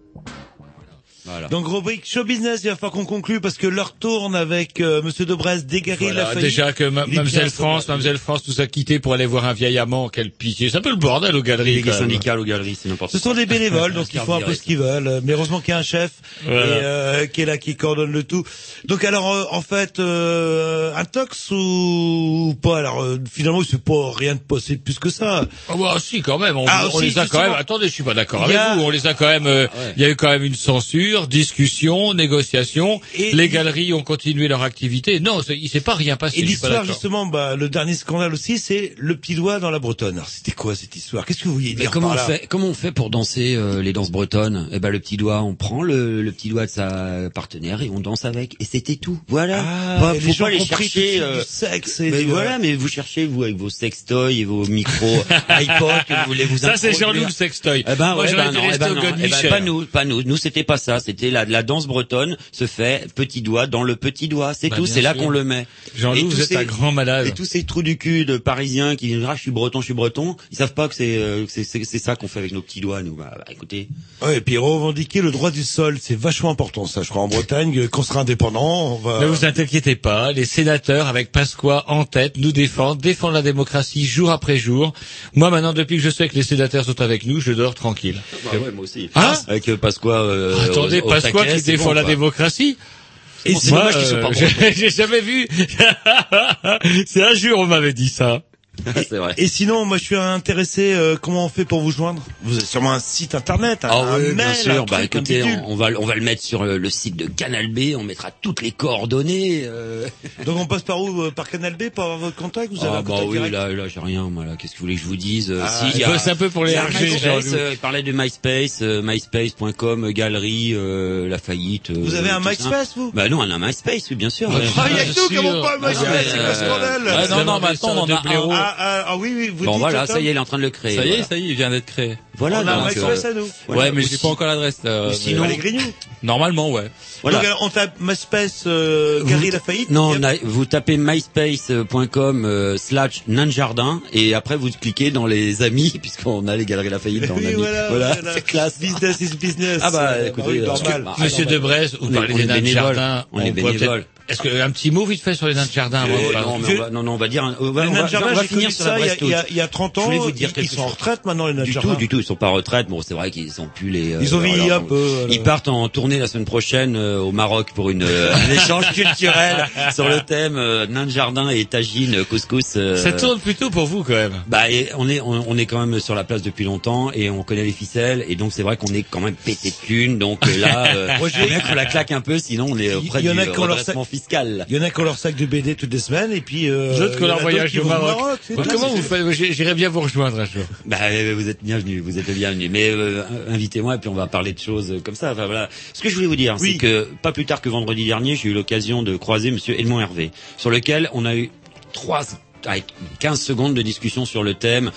Voilà. Donc, rubrique show business, il va falloir qu'on conclue parce que l'heure tourne avec euh, Monsieur Debrez, Dégaré, Voilà, la faillite. déjà que ma- Il est Mademoiselle bien, France, ça. Mademoiselle France nous a quittés pour aller voir un vieil amant. Quel pitié. C'est un peu le bordel aux galeries. Délégué quand même. syndical aux galeries, c'est n'importe Ce quoi. sont des bénévoles, donc ils Oscar font un peu Viré. ce qu'ils veulent. Mais heureusement qu'il y a un chef Voilà. et, euh, qui est là, qui coordonne le tout. Donc alors, euh, en fait, euh, un tox ou pas. Alors euh, finalement, c'est pas rien de possible plus que ça. Ah bah si quand même, on, Ah, on si, les a si, quand si, même. bon. Attendez, je suis pas d'accord Il y avec a- vous. On les a quand même. euh, Ah ouais. Il y a eu quand même une censure, discussion, négociation. Et- les galeries ont continué leur activité. Non, c'est- il s'est pas rien passé. Et je suis pas l'histoire, d'accord. justement, bah, le dernier scandale aussi, c'est le petit doigt dans la Bretonne. Alors, c'était quoi cette histoire? Qu'est-ce que vous vouliez Mais dire comment par on là? fait comment on fait pour danser euh, les danses bretonnes? Eh ben le petit doigt, on prend le, le petit doigt de sa partenaire et on danse avec et c'était tout. Voilà. Ah, Pas- et faut les gens pas aller ont compris tout de chercher suite euh, du sexe et mais du- voilà, mais vous cherchez vous avec vos sextoys et vos micros iPod que vous voulez vous Ça c'est introduire. Jean-Loup Sextoy. Eh ben, Moi ouais, j'aurais ben été non, eh resté ben au non, God eh ben, Michel. pas nous, pas nous. Nous, c'était pas ça. C'était la, la danse bretonne se fait petit doigt dans le petit doigt. C'est Bah, tout. bien C'est là sûr. qu'on le met. Jean-Loup, Et vous tous êtes ces- un grand malade. Et tous ces trous du cul de Parisiens qui disent ah je suis breton, je suis breton. Ils savent pas que c'est euh, que c'est c'est c'est ça qu'on fait avec nos petits doigts. Nous, bah, bah, écoutez. Ouais, et puis revendiquer le droit du sol, c'est vachement important, ça, je crois, en Bretagne. Qu'on sera indépendant, on va... Ne vous inquiétez pas, les sénateurs avec Pasqua en tête nous défendent, défendent la démocratie jour après jour. Moi maintenant, depuis que je sais que les sénateurs sont avec nous, je dors tranquille. Bah ouais, moi aussi. Hein Avec euh, Pasqua. Euh, Attendez, au- au Pasqua taquet, qui c'est défend bon, la quoi. démocratie. Et c'est Moi, dommage qu'ils soient euh, pas j'ai- bretons. j'ai jamais vu. C'est un jour on m'avait dit ça. C'est vrai. Et sinon, moi, je suis intéressé. Euh, comment on fait pour vous joindre? Vous avez sûrement un site internet, un, Ah un oui, mail, bien un sûr. truc, Bah un écoutez, bidule. on, on va on va le mettre sur le, le site de Canal B. On mettra toutes les coordonnées. Euh... Donc on passe par où? euh, Par Canal B pour avoir votre contact? Vous avez Ah un bah contact oui, direct? là là j'ai rien. Moi là, qu'est-ce que vous voulez que je vous dise? Euh, Ah, si, il y a, c'est un peu pour les il y a R G, MySpace, Jean-Loup. euh, il parlait de MySpace, euh, myspace point com, galerie, euh, Lafayette. Euh, Vous avez un tout ça. MySpace, vous? Bah non, on a un MySpace, oui, bien sûr. Ah, Ouais. il y a que nous qui n'avons pas un Ah, MySpace, ouais, c'est quoi ce euh, scandale? Ouais, non, non, maintenant, on en a un. Ah, ah, ah oui, oui, vous Bon dites, voilà, Tom ça y est, il est en train de le créer. Ça y est, voilà. ça y est, il vient d'être créé. Voilà, on a un donc, MySpace euh, à nous. voilà, ouais, mais ou j'ai si- pas encore l'adresse. Euh, ou sinon- mais- Les Grignoux. Normalement, ouais. Voilà. Donc, alors, on tape MySpace, euh, Galerie Lafayette. Non, et- on a- vous tapez myspace point com euh, slash nanjardin et après vous cliquez dans les amis puisqu'on a les Galeries Lafayette dans Oui, amis. voilà, Voilà, voilà. c'est classe. Business is business. Ah bah Euh, écoutez, oui, euh, normal. bah, Monsieur bah, Debrez, vous on est- parlez on des est nains de bénévoles. jardin. On est pourrait bénévoles. peut-être- Est-ce que un petit mot vite fait sur les nains de jardin avant de Euh, parler non, mais on va, non, non, on va dire, un- on va, Les on nains va, de jardin, on va j'ai finir connu sur ça la il y a- Brest il y a, Haute. il y a trente Je ans. voulais vous dire ils, quelque ils sont en chose. retraite maintenant, les nains de Du jardin. tout, du tout, ils sont pas en retraite. Bon, c'est vrai qu'ils sont plus les. euh, Ils ont vieilli voilà, un peu, alors. Ils partent en tournée la semaine prochaine euh, au Maroc pour une euh, un échange culturel sur le thème euh, nains de jardin et tagine, couscous. euh, Ça tourne plutôt pour vous quand même. Bah, et on est on, on est quand même sur la place depuis longtemps et on connaît les ficelles et donc c'est vrai qu'on est quand même pété de thunes. Donc euh, là, euh, Roger, on faut la claque un peu, sinon on est auprès il y en du a qui ont leur redressement sac- fiscal. Il y en a qui ont leur sac de B D toutes les semaines et puis euh, D'autres que il y en leur a voyage d'autres au qui vont Maroc. c'est Mais tout. comment vous faites? J'ai- J'irais bien vous rejoindre un jour. Bah, euh, vous êtes bienvenus, vous êtes bienvenus. Mais euh, invitez-moi et puis on va parler de choses comme ça. Enfin, voilà. Ce que je voulais vous dire, Oui. c'est que pas plus tard que vendredi dernier, j'ai eu l'occasion de croiser Monsieur Edmond Hervé, sur lequel on a eu trois avec quinze secondes de discussion sur le thème,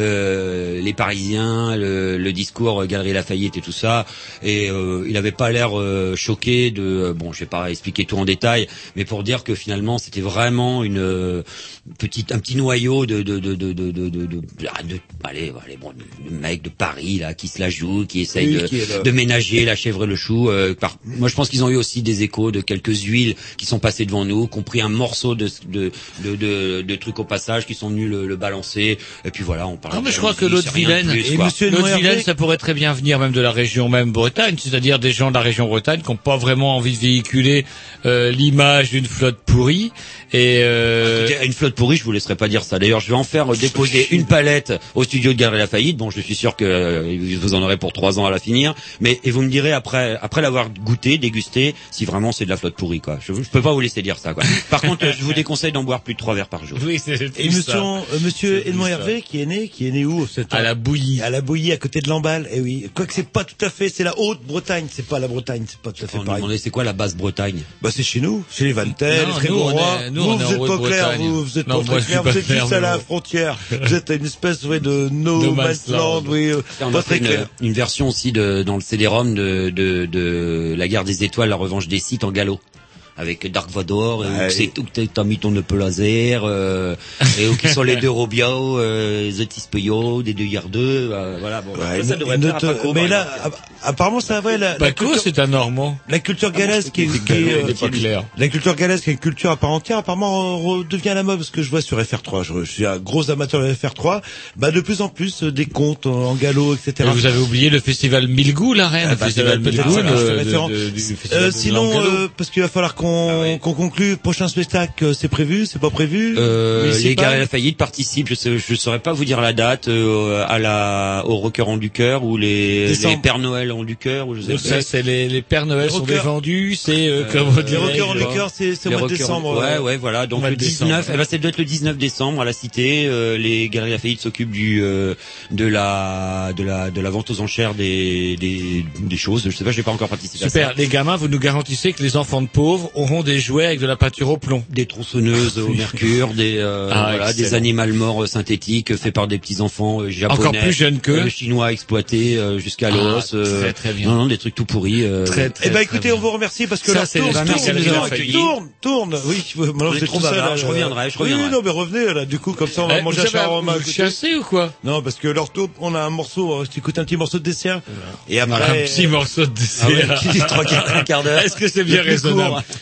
euh, les Parisiens, le, le discours Galerie Lafayette et tout ça. Et euh, il avait pas l'air euh, choqué de. euh, Bon, je vais pas expliquer tout en détail, mais pour dire que finalement c'était vraiment une euh, petite, un petit noyau de de de de de de, de, de, ah, de- allez, allez, bon, de mec de Paris là qui se la joue, qui essaye Oui, de, qui est le- de ménager la chèvre et le chou. Euh, par... Moi, je pense qu'ils ont eu aussi des échos de quelques huiles qui sont passées devant nous, qui ont pris un morceau de de de, de, de trucs au passage, qui sont venus le, le balancer. Et puis voilà, on parle. Non, mais de je crois la que musique, l'autre c'est rien de vilaine, plus, Et quoi. monsieur l'autre Edmond vilaine, Hervé, ça pourrait très bien venir même de la région même Bretagne, c'est-à-dire des gens de la région Bretagne qui n'ont pas vraiment envie de véhiculer euh, l'image d'une flotte pourrie. Et euh, Écoutez, à une flotte pourrie, je vous laisserai pas dire ça. D'ailleurs, je vais en faire euh, déposer une palette au studio de Galerie Lafayette. Bon, je suis sûr que euh, vous en aurez pour trois ans à la finir. Mais et vous me direz après, après l'avoir goûté, dégusté, si vraiment c'est de la flotte pourrie, quoi. Je, je peux pas vous laisser dire ça, quoi. Par contre, euh, je vous déconseille d'en boire plus de trois verres par jour. oui, c'est et tout monsieur, ça. euh, monsieur C'est Edmond tout ça. Hervé qui est né, qui est né où c'est À la Bouillie. À la Bouillie, à côté de Lamballe. Et oui, quoique c'est pas tout à fait, c'est la Haute-Bretagne, c'est pas la Bretagne, c'est pas tout à fait On me pareil. demandait c'est quoi la Basse-Bretagne. Bah c'est chez nous, chez les Vantel, Non, les Trégorois. nous, on est- nous, Vous, on est vous en êtes pas clair, Haute-Bretagne. vous, vous êtes Non, pas moi, très je suis clair, pas vous êtes clair, juste à mais la bon. frontière. Vous êtes à une espèce ouais, de no, No man's man's land. land, oui, euh, On pas a très fait clair. une, une version aussi de, dans le C D-ROM de, de, de La Guerre des Étoiles, La Revanche des Sith en galop. Avec Dark Vador, Ouais. où c'est où t'as- t'as mis ton épée laser, euh, et où qui sont les deux Robiao, euh, The Tispeo, des deux Yardeux, euh, voilà, bon, Ouais, ça, ça une- devrait une plaire à autre- Paco, mais par là, exemple. app- apparemment, ça va, la, la Paco, culture, c'est un Normand. la culture galaise qui est, qui est, Il euh, n'est pas clair. la culture galaise qui est une culture à part entière, apparemment, euh, redevient à la mode, parce que je vois sur F R trois, je, je suis un gros amateur de F R trois, bah, de plus en plus, euh, des contes en galop, et Et cetera. vous avez oublié le festival Milgou, la reine. Ah, le bah, festival c'est peut-être Milgou, ça, de- je fais de- référence. de- du festival Euh, de sinon, Langalo. euh, parce qu'il va falloir qu'on qu'on conclue, prochain spectacle, euh, c'est prévu, c'est pas prévu? Euh, Municipal les Galeries Lafayette participent, je sais, je saurais pas vous dire la date, euh, à la, au Rocker en du cœur, ou les, Décembre. les Pères Noël en du cœur, ou je sais Donc pas. ça, c'est les, les Pères Noël Les sont rockers. défendus, c'est euh, Euh, comme on Les dirait, rockers en je- liqueur, c'est, c'est au Les mois de rockers- décembre. Ouais, euh, ouais, voilà. Donc mois le de décembre. dix-neuf, eh ben, ça doit être le dix-neuf décembre à la Cité. Euh, les Galeries Lafayette s'occupent du euh, de la de la de la vente aux enchères des des des choses. Je sais pas, j'ai pas encore participé à Super. ça. Les gamins, vous nous garantissez que les enfants de pauvres auront des jouets avec de la peinture au plomb. Des tronçonneuses au mercure, des euh, Ah, voilà, excellent. des animaux morts euh, synthétiques euh, faits par des petits enfants euh, japonais, Encore plus jeunes qu'eux. euh, chinois exploités euh, jusqu'à Ah, l'os. euh, très, très bien. Non, non, des trucs tout pourris. euh, Très, très, Eh ben, très écoutez, bien. on vous remercie parce que Ça, là, c'est tourne, les tourne, merci de nous tourne, avoir accueillis. tourne, tourne. Oui, maintenant On vous est êtes trop tout seul, bavard, là, je là. reviendrai, je Oui, reviendrai. non, mais revenez, là, du coup, comme ça, on va Eh, manger vous un savez, shawarma. à vous côté. chassez ou quoi? Non, parce que leur tour, on a un morceau, euh, j'écoute un petit morceau de dessert. Et Un après, petit morceau de Ah ouais, dessert. qui dit trois quarts, un quart d'heure. Est-ce que c'est bien Le plus court. raisonnable?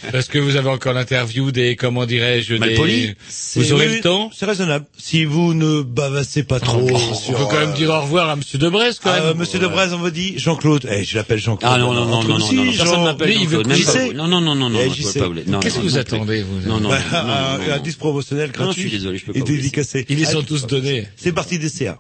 Parce que vous avez encore l'interview des, comment dirais-je, Malpoli. des... Vous aurez Oui, le temps? C'est raisonnable. Si vous ne bavassez pas trop. On sur, peut quand même euh, dire au revoir à Monsieur Debrez, quand Ah, même. Monsieur Debrez, on me dit Jean-Claude. Eh, je l'appelle Jean-Claude. Ah non, non, non, Entre non, nous, non, si, non, personne Jean- ne m'appelle Lui, il veut Jean-Claude, même J C. pas. Non, non, non, non, non, Eh, je J peux C. pas vous- non, Qu'est-ce non, que vous non, attendez, vous? Non, non, Bah, non, non, un- non, un non. disque promotionnel Non, gratuit. je suis désolé, je peux pas Et vous laisser. dédicacé. Ils les sont Allez, tous donnés. C'est parti des C A.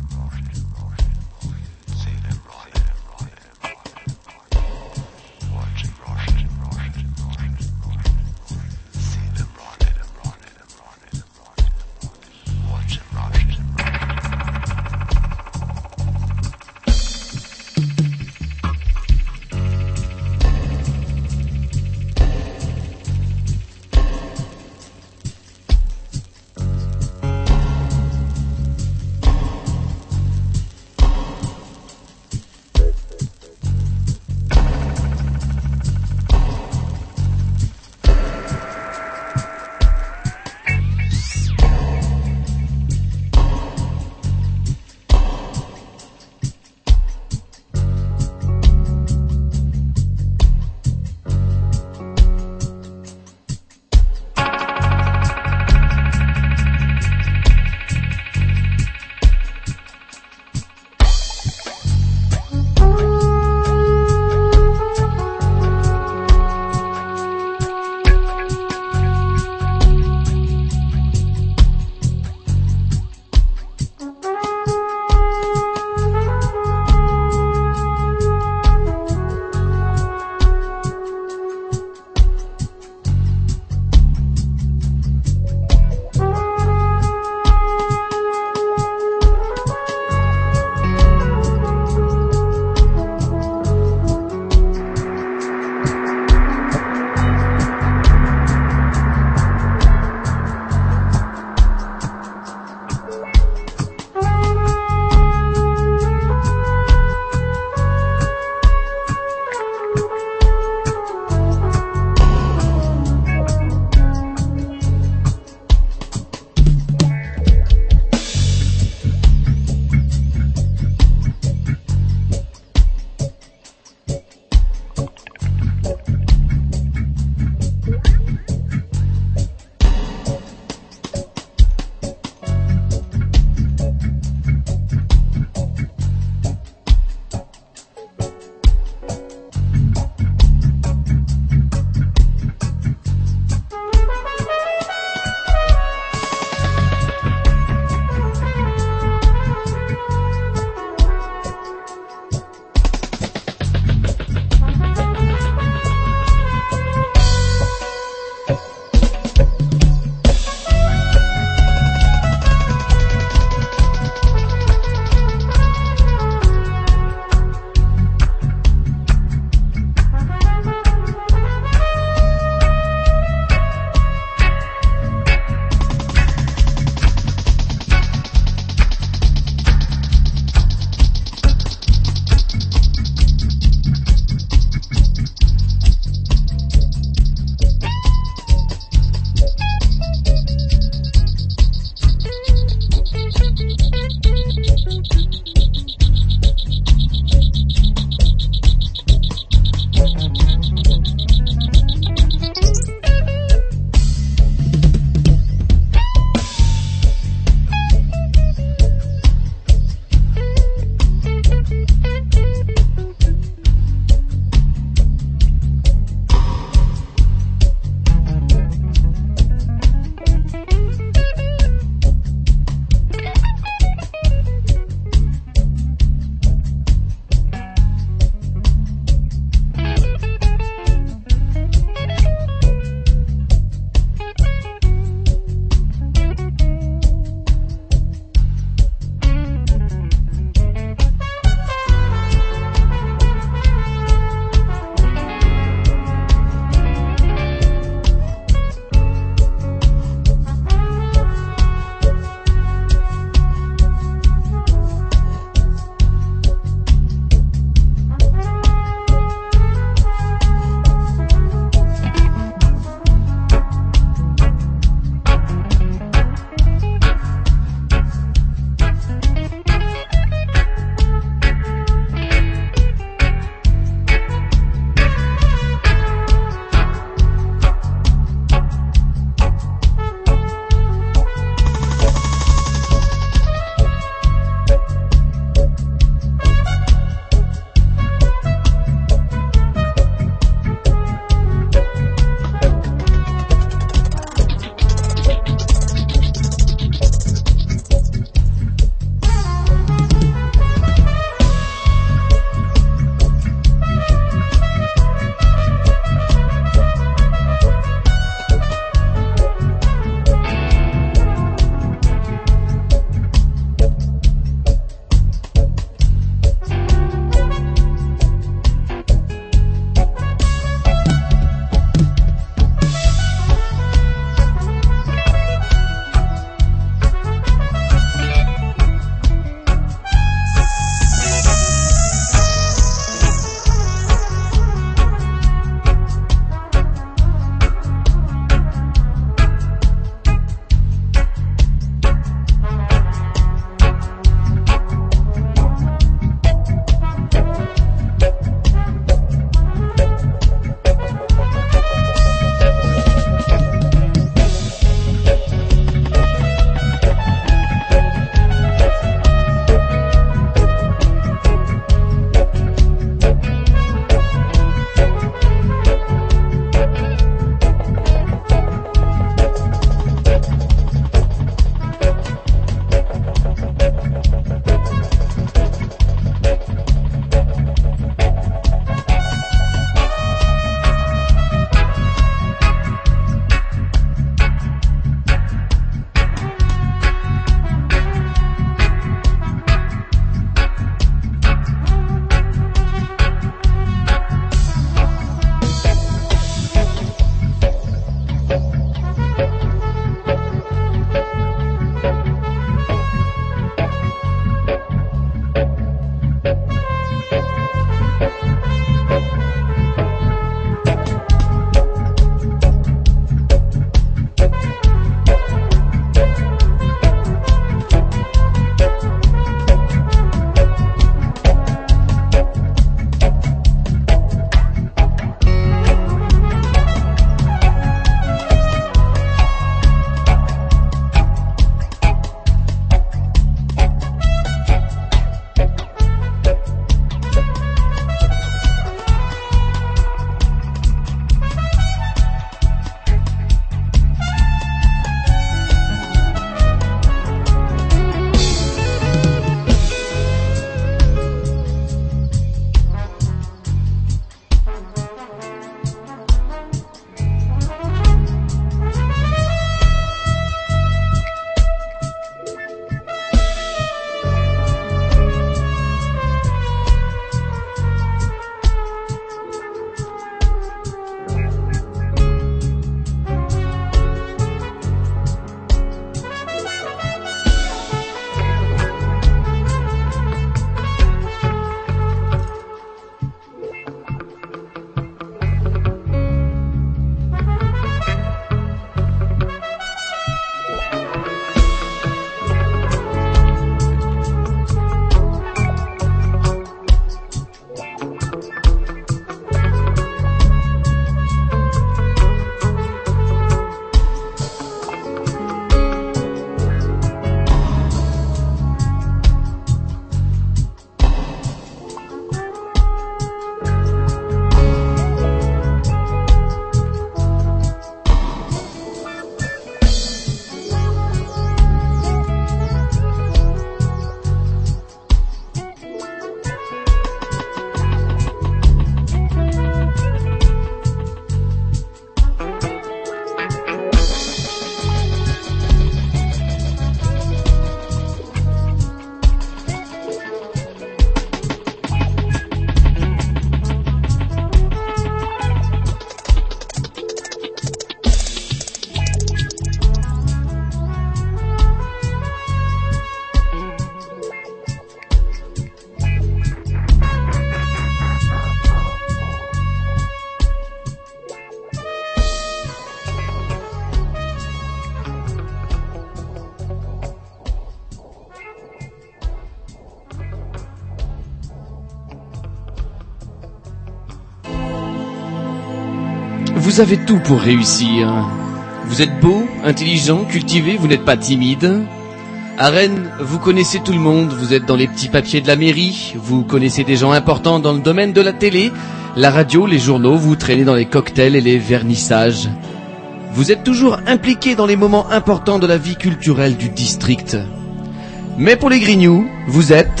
Vous avez tout pour réussir. Vous êtes beau, intelligent, cultivé, vous n'êtes pas timide. À Rennes, vous connaissez tout le monde, vous êtes dans les petits papiers de la mairie, vous connaissez des gens importants dans le domaine de la télé, la radio, les journaux, vous traînez dans les cocktails et les vernissages. Vous êtes toujours impliqué dans les moments importants de la vie culturelle du district. Mais pour les Grignoux, vous êtes...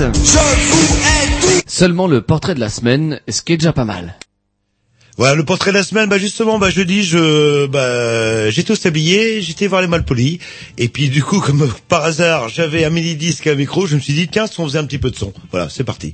seulement le portrait de la semaine, ce qui est déjà pas mal. Voilà, le portrait de la semaine, bah justement, bah jeudi, je, bah, j'étais au Sablier, j'étais voir les Malpolis, et puis du coup, comme par hasard, j'avais un mini-disque à un micro, je me suis dit, tiens, si on faisait un petit peu de son. Voilà, c'est parti.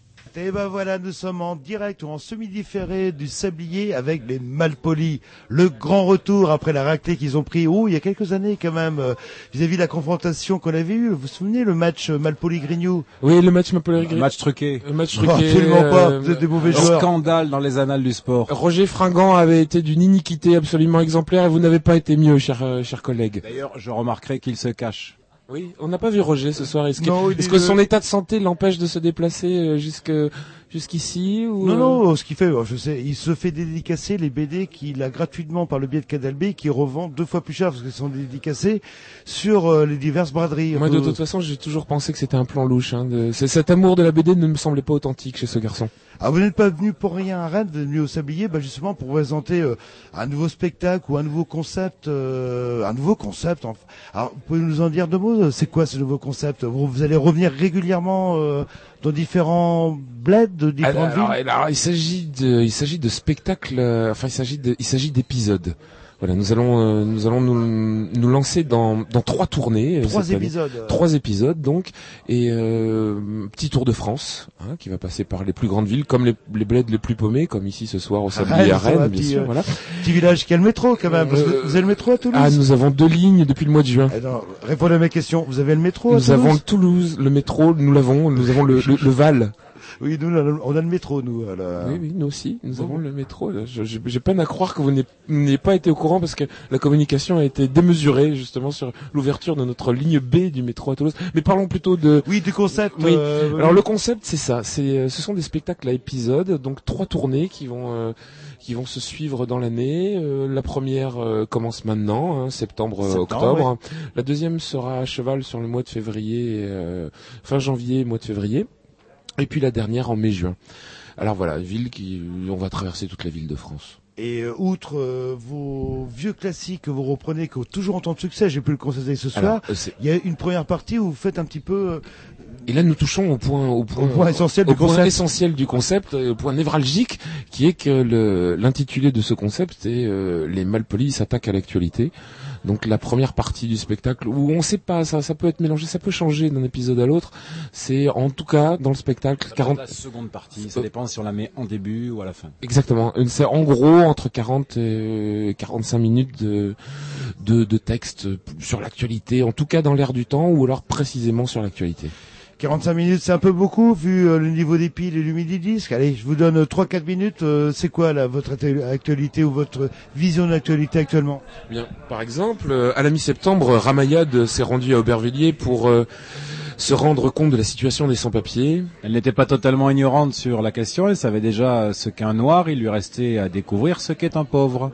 Et ben voilà, nous sommes en direct ou en semi-différé du Sablier avec les Malpolis. Le grand retour après la raclée qu'ils ont pris, oh, il y a quelques années quand même, euh, vis-à-vis de la confrontation qu'on avait eue. Vous vous souvenez, le match Malpoli-Grignoux? Oui, le match Malpoli-Grignoux. Match truqué. Le match truqué. Oh, absolument euh, pas, vous êtes des mauvais joueurs. Scandale dans les annales du sport. Roger Fringant avait été d'une iniquité absolument exemplaire et vous n'avez pas été mieux, chers, euh, chers collègues. D'ailleurs, je remarquerai qu'il se cache. Oui, on n'a pas vu Roger ce soir. Est-ce que, non, est-ce que son le... état de santé l'empêche de se déplacer jusque jusqu'ici ou... Non, non, ce qu'il fait, je sais, il se fait dédicacer les B D qu'il a gratuitement par le biais de Cadalbé, qui revend deux fois plus cher parce qu'ils sont dédicacés sur euh, les diverses braderies. Moi, de toute façon, j'ai toujours pensé que c'était un plan louche. Hein, de... C'est, cet amour de la B D ne me semblait pas authentique chez ce garçon. Ah, vous n'êtes pas venu pour rien à Rennes, vous êtes venu au Sablier, bah justement pour présenter euh, un nouveau spectacle ou un nouveau concept, euh, un nouveau concept. Enfin. Alors, vous pouvez nous en dire deux mots? C'est quoi ce nouveau concept? vous, vous allez revenir régulièrement euh, dans différents bleds, de différentes alors, villes. Alors, il s'agit de, il s'agit de spectacles. Euh, enfin, il s'agit de, il s'agit d'épisodes. Voilà, nous allons, euh, nous allons nous, nous lancer dans, dans trois tournées. Trois épisodes. Année. Trois épisodes, donc, et euh, petit tour de France, hein, qui va passer par les plus grandes villes, comme les, les bleds les plus paumés, comme ici ce soir au Sablier à Rennes, bien petit, sûr. Euh, voilà. Petit village qui a le métro quand même. Parce que vous avez le métro à Toulouse? Ah, nous avons deux lignes depuis le mois de juin. Alors, répondez à mes questions. Vous avez le métro à nous Toulouse? Nous avons le Toulouse, le métro, nous l'avons. Nous avons le, le, le Val. Oui, nous, on a le métro, nous. La... Oui, oui, nous aussi, nous oh. avons le métro. Je, je, j'ai peine à croire que vous n'ayez pas été au courant parce que la communication a été démesurée, justement, sur l'ouverture de notre ligne B du métro à Toulouse. Mais parlons plutôt de... Oui, du concept. Oui. Euh... Alors, le concept, c'est ça. C'est, ce sont des spectacles à épisodes, donc trois tournées qui vont... Euh, qui vont se suivre dans l'année. Euh, la première euh, commence maintenant, hein, septembre, septembre octobre. Ouais. La deuxième sera à cheval sur le mois de février, euh, fin janvier, mois de février. Et puis la dernière en mai-juin. Alors voilà, ville qui, on va traverser toute la ville de France. Et euh, outre euh, vos vieux classiques que vous reprenez, qui ont toujours autant de succès, j'ai pu le constater ce soir, Alors, euh, il y a une première partie où vous faites un petit peu... Euh, Et là, nous touchons au point, au point, au point essentiel au du point concept. essentiel du concept, au point névralgique, qui est que le, l'intitulé de ce concept est euh, les Malpolis s'attaquent à l'actualité. Donc la première partie du spectacle, où on ne sait pas, ça, ça peut être mélangé, ça peut changer d'un épisode à l'autre. C'est en tout cas dans le spectacle quarante. La seconde partie, ça dépend si on la met en début ou à la fin. Exactement. C'est en gros entre quarante et quarante-cinq minutes de, de, de texte sur l'actualité, en tout cas dans l'air du temps, ou alors précisément sur l'actualité. quarante-cinq minutes, c'est un peu beaucoup vu euh, le niveau des piles et le midi-disque. Allez, je vous donne euh, trois quatre minutes. Euh, c'est quoi là votre actualité ou votre vision de l'actualité actuellement? Bien, par exemple, euh, à la mi-septembre, Ramayad s'est rendu à Aubervilliers pour euh, se rendre compte de la situation des sans-papiers. Elle n'était pas totalement ignorante sur la question. Elle savait déjà ce qu'est un noir. Il lui restait à découvrir ce qu'est un pauvre.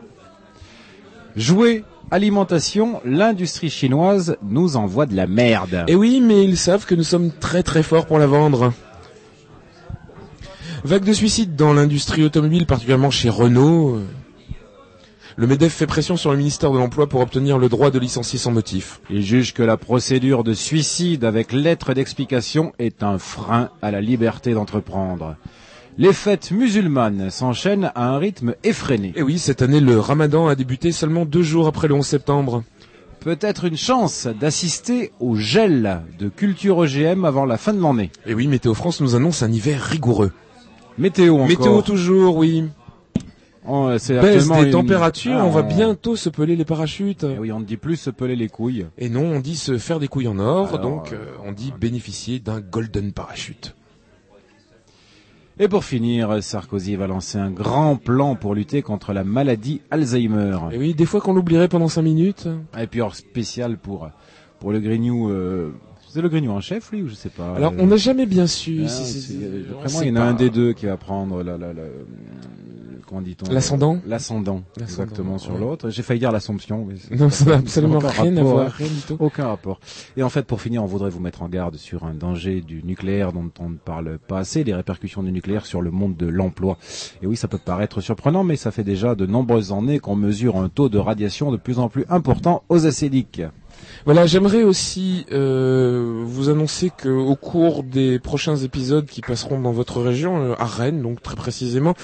Jouer. Alimentation, l'industrie chinoise nous envoie de la merde. Et oui, mais ils savent que nous sommes très très forts pour la vendre. Vague de suicides dans l'industrie automobile, particulièrement chez Renault. Le MEDEF fait pression sur le ministère de l'Emploi pour obtenir le droit de licencier sans motif. Il juge que la procédure de suicide avec lettre d'explication est un frein à la liberté d'entreprendre. Les fêtes musulmanes s'enchaînent à un rythme effréné. Et oui, cette année, le ramadan a débuté seulement deux jours après le onze septembre. Peut-être une chance d'assister au gel de culture O G M avant la fin de l'année. Et oui, Météo France nous annonce un hiver rigoureux. Météo encore. Météo toujours, oui. Oh, c'est Baisse des une... températures, ah, on va on... bientôt se peler les parachutes. Et oui, on ne dit plus se peler les couilles. Et non, on dit se faire des couilles en or, Alors, donc euh, on dit bénéficier d'un golden parachute. Et pour finir, Sarkozy va lancer un grand plan pour lutter contre la maladie Alzheimer. Et oui, des fois qu'on l'oublierait pendant cinq minutes. Et puis hors spécial pour pour le Grignoux. Euh, c'est le Grignoux en chef, lui, ou je sais pas. Alors, on n'a jamais bien su. Ah, si c'est, c'est, c'est, vraiment, il y en a pas... un des deux qui va prendre la, la, la, comment dit-on L'ascendant. L'ascendant, L'ascendant, exactement, sur ouais. l'autre. J'ai failli dire l'Assomption. Mais c'est- Non, ça n'a c'est absolument aucun rien à rapport, voir, hein. rien du tout. Aucun rapport. Et en fait, pour finir, on voudrait vous mettre en garde sur un danger du nucléaire dont on ne parle pas assez, les répercussions du nucléaire sur le monde de l'emploi. Et oui, ça peut paraître surprenant, mais ça fait déjà de nombreuses années qu'on mesure un taux de radiation de plus en plus important aux acédiques. Voilà, j'aimerais aussi euh, vous annoncer que au cours des prochains épisodes qui passeront dans votre région, euh, à Rennes, donc très précisément,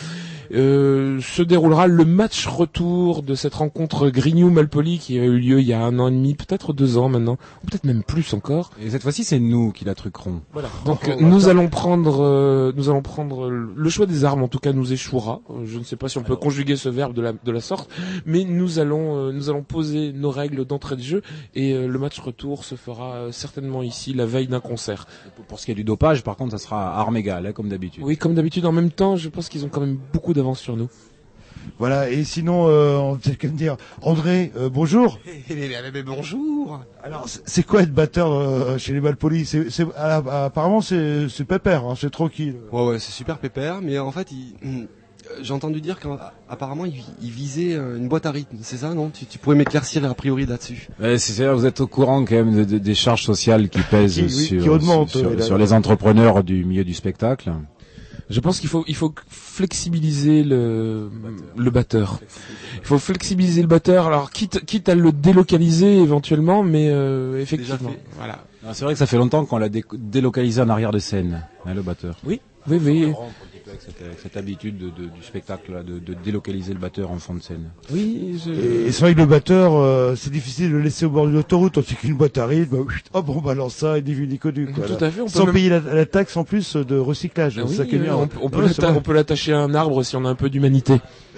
euh, se déroulera le match retour de cette rencontre Grignoux-Malpoli qui a eu lieu il y a un an et demi, peut-être deux ans maintenant, ou peut-être même plus encore. Et cette fois-ci, c'est nous qui la truquerons. Voilà. Donc Oh, euh, oh, nous attends. allons prendre, euh, nous allons prendre le choix des armes. En tout cas, nous échouera. Euh, Je ne sais pas si on peut conjuguer ce verbe de la de la sorte, mais nous allons euh, nous allons poser nos règles d'entrée de jeu et euh, le match retour se fera euh, certainement ici la veille d'un concert. Pour ce qui est du dopage, par contre, ça sera à armes égales, hein, comme d'habitude. Oui, comme d'habitude. En même temps, je pense qu'ils ont quand même beaucoup d'avance sur nous. Voilà, et sinon, euh, on peut peut-être me dire, André, euh, bonjour. Eh bien, eh bien, bonjour. Alors, c'est- c'est quoi être batteur euh, chez les Malpolis? C'est, c'est, ah, apparemment, c'est, c'est pépère, hein, c'est tranquille. Ouais, ouais, c'est super pépère, mais en fait, il, hum, j'ai entendu dire qu'apparemment, il, il visait euh, une boîte à rythme, c'est ça, non? tu, tu pourrais m'éclaircir a priori là-dessus. Ouais, c'est c'est-à-dire, vous êtes au courant quand même de- de- des charges sociales qui pèsent Qui- oui, sur, qui augmentent, sur, oui, là, sur là. les entrepreneurs du milieu du spectacle. Je pense qu'il faut il faut flexibiliser le le batteur. Il faut flexibiliser le batteur. Alors quitte quitte à le délocaliser éventuellement, mais euh, effectivement. Voilà. Alors, c'est vrai que ça fait longtemps qu'on l'a dé- délocalisé en arrière de scène, hein, le batteur. Oui, oui, oui. On rompt un petit peu avec cette, avec cette habitude de, de- du spectacle, là, de, de délocaliser le batteur en fond de scène. Oui. Je... Et, et c'est vrai que le batteur, euh, c'est difficile de le laisser au bord de l'autoroute, on sait qu'une boîte à rythme, bah, chut, hop, on balance ça, et des vues, des connus, quoi. Tout là. à fait, on peut Sans même- payer la, la taxe en plus de recyclage, Ah c'est oui, ça qui est bien. on, on peut Ouais, c'est l'atta- vrai. on peut l'attacher à un arbre si on a un peu d'humanité.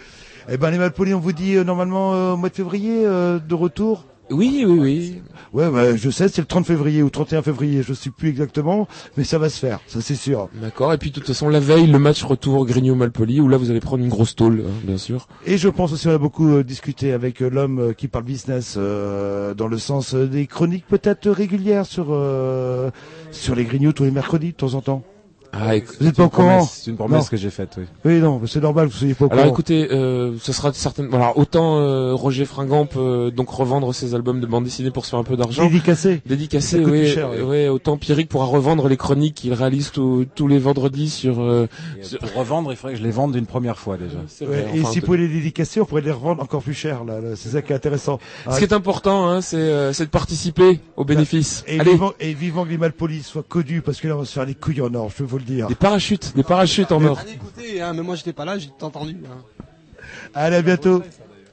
Eh ben, les Malpolis, on vous dit euh, normalement euh, au mois de février, euh, de retour. Oui, oui, oui. Ouais, bah, je sais, c'est le trente février ou trente et un février, je sais plus exactement, mais ça va se faire, ça c'est sûr. D'accord. Et puis de toute façon, la veille, le match retour Grignoux-Malpoli, où là vous allez prendre une grosse tôle, hein, bien sûr. Et je pense aussi, on a beaucoup euh, discuté avec euh, l'homme euh, qui parle business, euh, dans le sens euh, des chroniques peut-être régulières sur euh, sur les Grignoux tous les mercredis de temps en temps. Ah, écoute, vous êtes pas au courant? C'est une promesse Non. que j'ai faite, oui. Oui, non, c'est normal que vous soyez pas au Alors courant. écoutez, euh, ce sera certainement. Alors autant euh, Roger Fringant peut donc revendre ses albums de bande dessinée pour se faire un peu d'argent. Dédicacé. Dédicacé, Ça coûte oui. plus cher, oui. Ouais, autant Pierrick pourra revendre les chroniques qu'il réalise tous tous les vendredis sur. Euh, sur- Pour revendre, il faudrait que je les vende une première fois déjà. C'est Ouais, vrai, et enfin, si vous t- pouvez les dédicacer, on pourrait les revendre encore plus cher, là, là. C'est ça qui est intéressant. Ce qui est important, hein, c'est euh, c'est de participer aux bénéfices. Et Allez, vivant, et vivant que les Malpolis soient connus, parce que là, on va se faire les couilles en or, je peux vous le dire. des parachutes, des parachutes en or. Allez, écoutez, hein, mais moi j'étais pas là, j'ai tout entendu. Hein. Allez, à bientôt.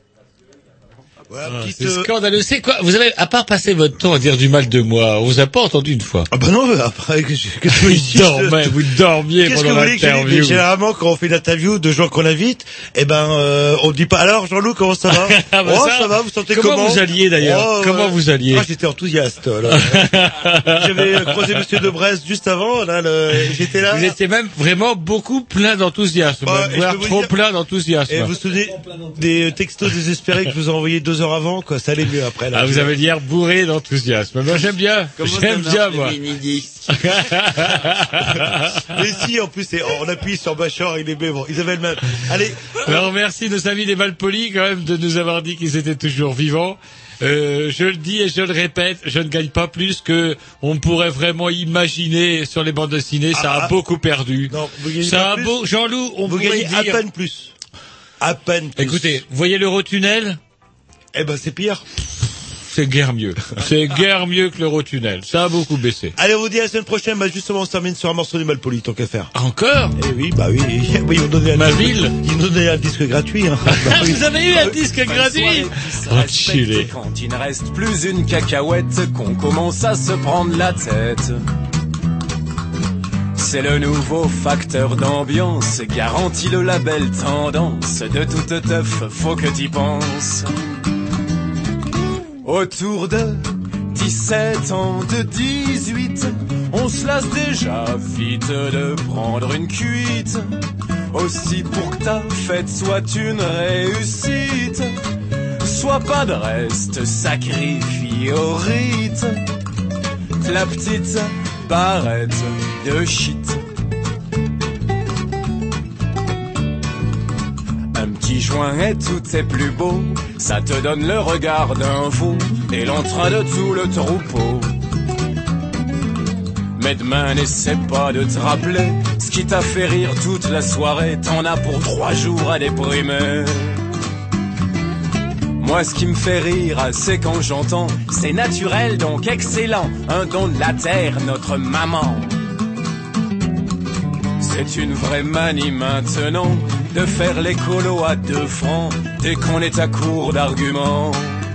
Ouais, Ah, petite, c'est euh, scandaleux. C'est quoi? Vous avez, à part passer votre temps à dire du mal de moi, on vous a pas entendu une fois. Ah bah non, mais après, qu'est-ce que qu'est-ce que Vous ici, dormez, je- vous dormiez Qu'est-ce que pendant vous voulez que je dise? Mais l'interview. généralement, quand on fait une interview de gens qu'on invite, eh ben, euh, on dit pas, alors, Jean-Loup, comment ça va? Ah bah Oh, ça, ça va, vous sentez comment comment? vous alliez, d'ailleurs? Oh, Comment ouais. vous alliez? Ah, j'étais enthousiaste, là. J'avais euh, croisé Monsieur de Brest juste avant, là, le... j'étais là. Vous étiez même vraiment beaucoup plein d'enthousiasme, Ouais, même, et voire je peux vous trop dire- plein d'enthousiasme. Et vous vous souvenez des textos désespérés que je vous ai envoyés deux heures avant, quoi, ça allait mieux après, là. Ah, vous avez l'air bourré d'enthousiasme. Moi, j'aime bien. J'aime bien, moi. Mais si, en plus, c'est- on appuie sur Bachar, il est bon. Ils avaient le même. Allez. Alors, merci nos amis les Malpolis, quand même, de nous avoir dit qu'ils étaient toujours vivants. Euh, je le dis et je le répète, je ne gagne pas plus que on pourrait vraiment imaginer sur les bandes dessinées. Ça Ah, a beaucoup perdu. Non, vous gagnez Ça pas a plus. beau, Jean-Loup, on Vous pourrait gagnez à dire. peine plus. À peine plus. Écoutez, vous voyez l'Eurotunnel? Eh ben, c'est pire. C'est guère mieux. C'est guère mieux que l'Eurotunnel. Ça a beaucoup baissé. Allez, on vous dit à la semaine prochaine. Bah, justement, on se termine sur un morceau du Malpoli, tant qu'à faire. Encore? Eh oui, bah oui. Oui, ils m'ont donné un Ma disque- ville. Ils m'ont donné un disque gratuit, hein. Bah oui. Vous avez eu un disque gratuit? Enculé. Quand il ne reste plus une cacahuète, qu'on commence à se prendre la tête. C'est le nouveau facteur d'ambiance, garantit le label tendance. De toute teuf, faut que t'y penses. Autour de dix-sept ans, de dix-huit, on se lasse déjà vite de prendre une cuite. Aussi pour que ta fête soit une réussite, sois pas de reste, sacrifie au rite la petite barrette de shit. Un joint et tout est plus beau. Ça te donne le regard d'un veau et l'entrain de tout le troupeau. Mais demain n'essaie pas de te rappeler ce qui t'a fait rire toute la soirée. T'en as pour trois jours à déprimer. Moi ce qui me fait rire c'est quand j'entends c'est naturel donc excellent, un don de la terre, notre maman. C'est une vraie manie maintenant de faire l'écolo à deux francs dès qu'on est à court d'arguments.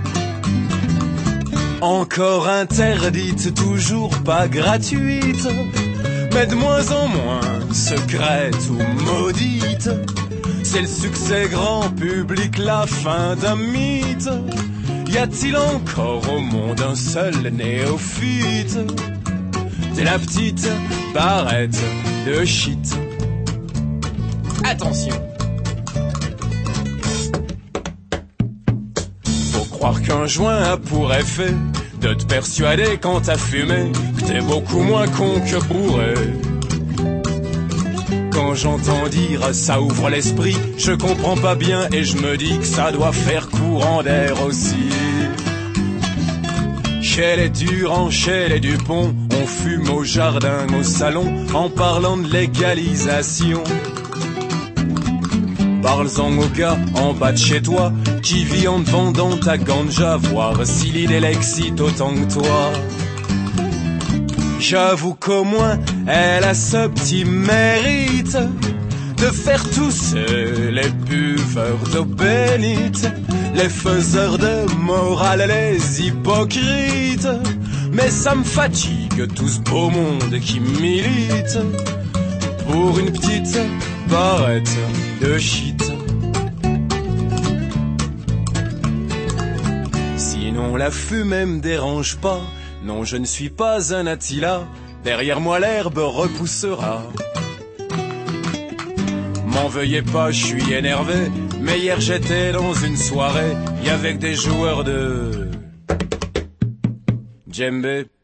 Encore interdite, toujours pas gratuite, mais de moins en moins secrète ou maudite. C'est le succès grand public, la fin d'un mythe. Y a-t-il encore au monde un seul néophyte? T'es la petite barrette de shit. Attention. Faut croire qu'un joint a pour effet de te persuader quand t'as fumé que t'es beaucoup moins con que bourré. Quand j'entends dire ça ouvre l'esprit, je comprends pas bien et je me dis que ça doit faire courant d'air aussi. Chez les Durand, chez les Dupont, on fume au jardin, au salon, en parlant de légalisation. Parle-en au gars en bas de chez toi, qui vit en te vendant ta ganja, voir si l'idée l'excite autant que toi. J'avoue qu'au moins, elle a ce petit mérite de faire tousser les buveurs d'eau bénite, les faiseurs de morale, les hypocrites. Mais ça me fatigue tout ce beau monde qui milite pour une petite barrette de shit. Sinon la fumée me dérange pas. Non, je ne suis pas un Attila, derrière moi l'herbe repoussera. M'en veuillez pas, je suis énervé, mais hier j'étais dans une soirée, y avait des joueurs de djembé.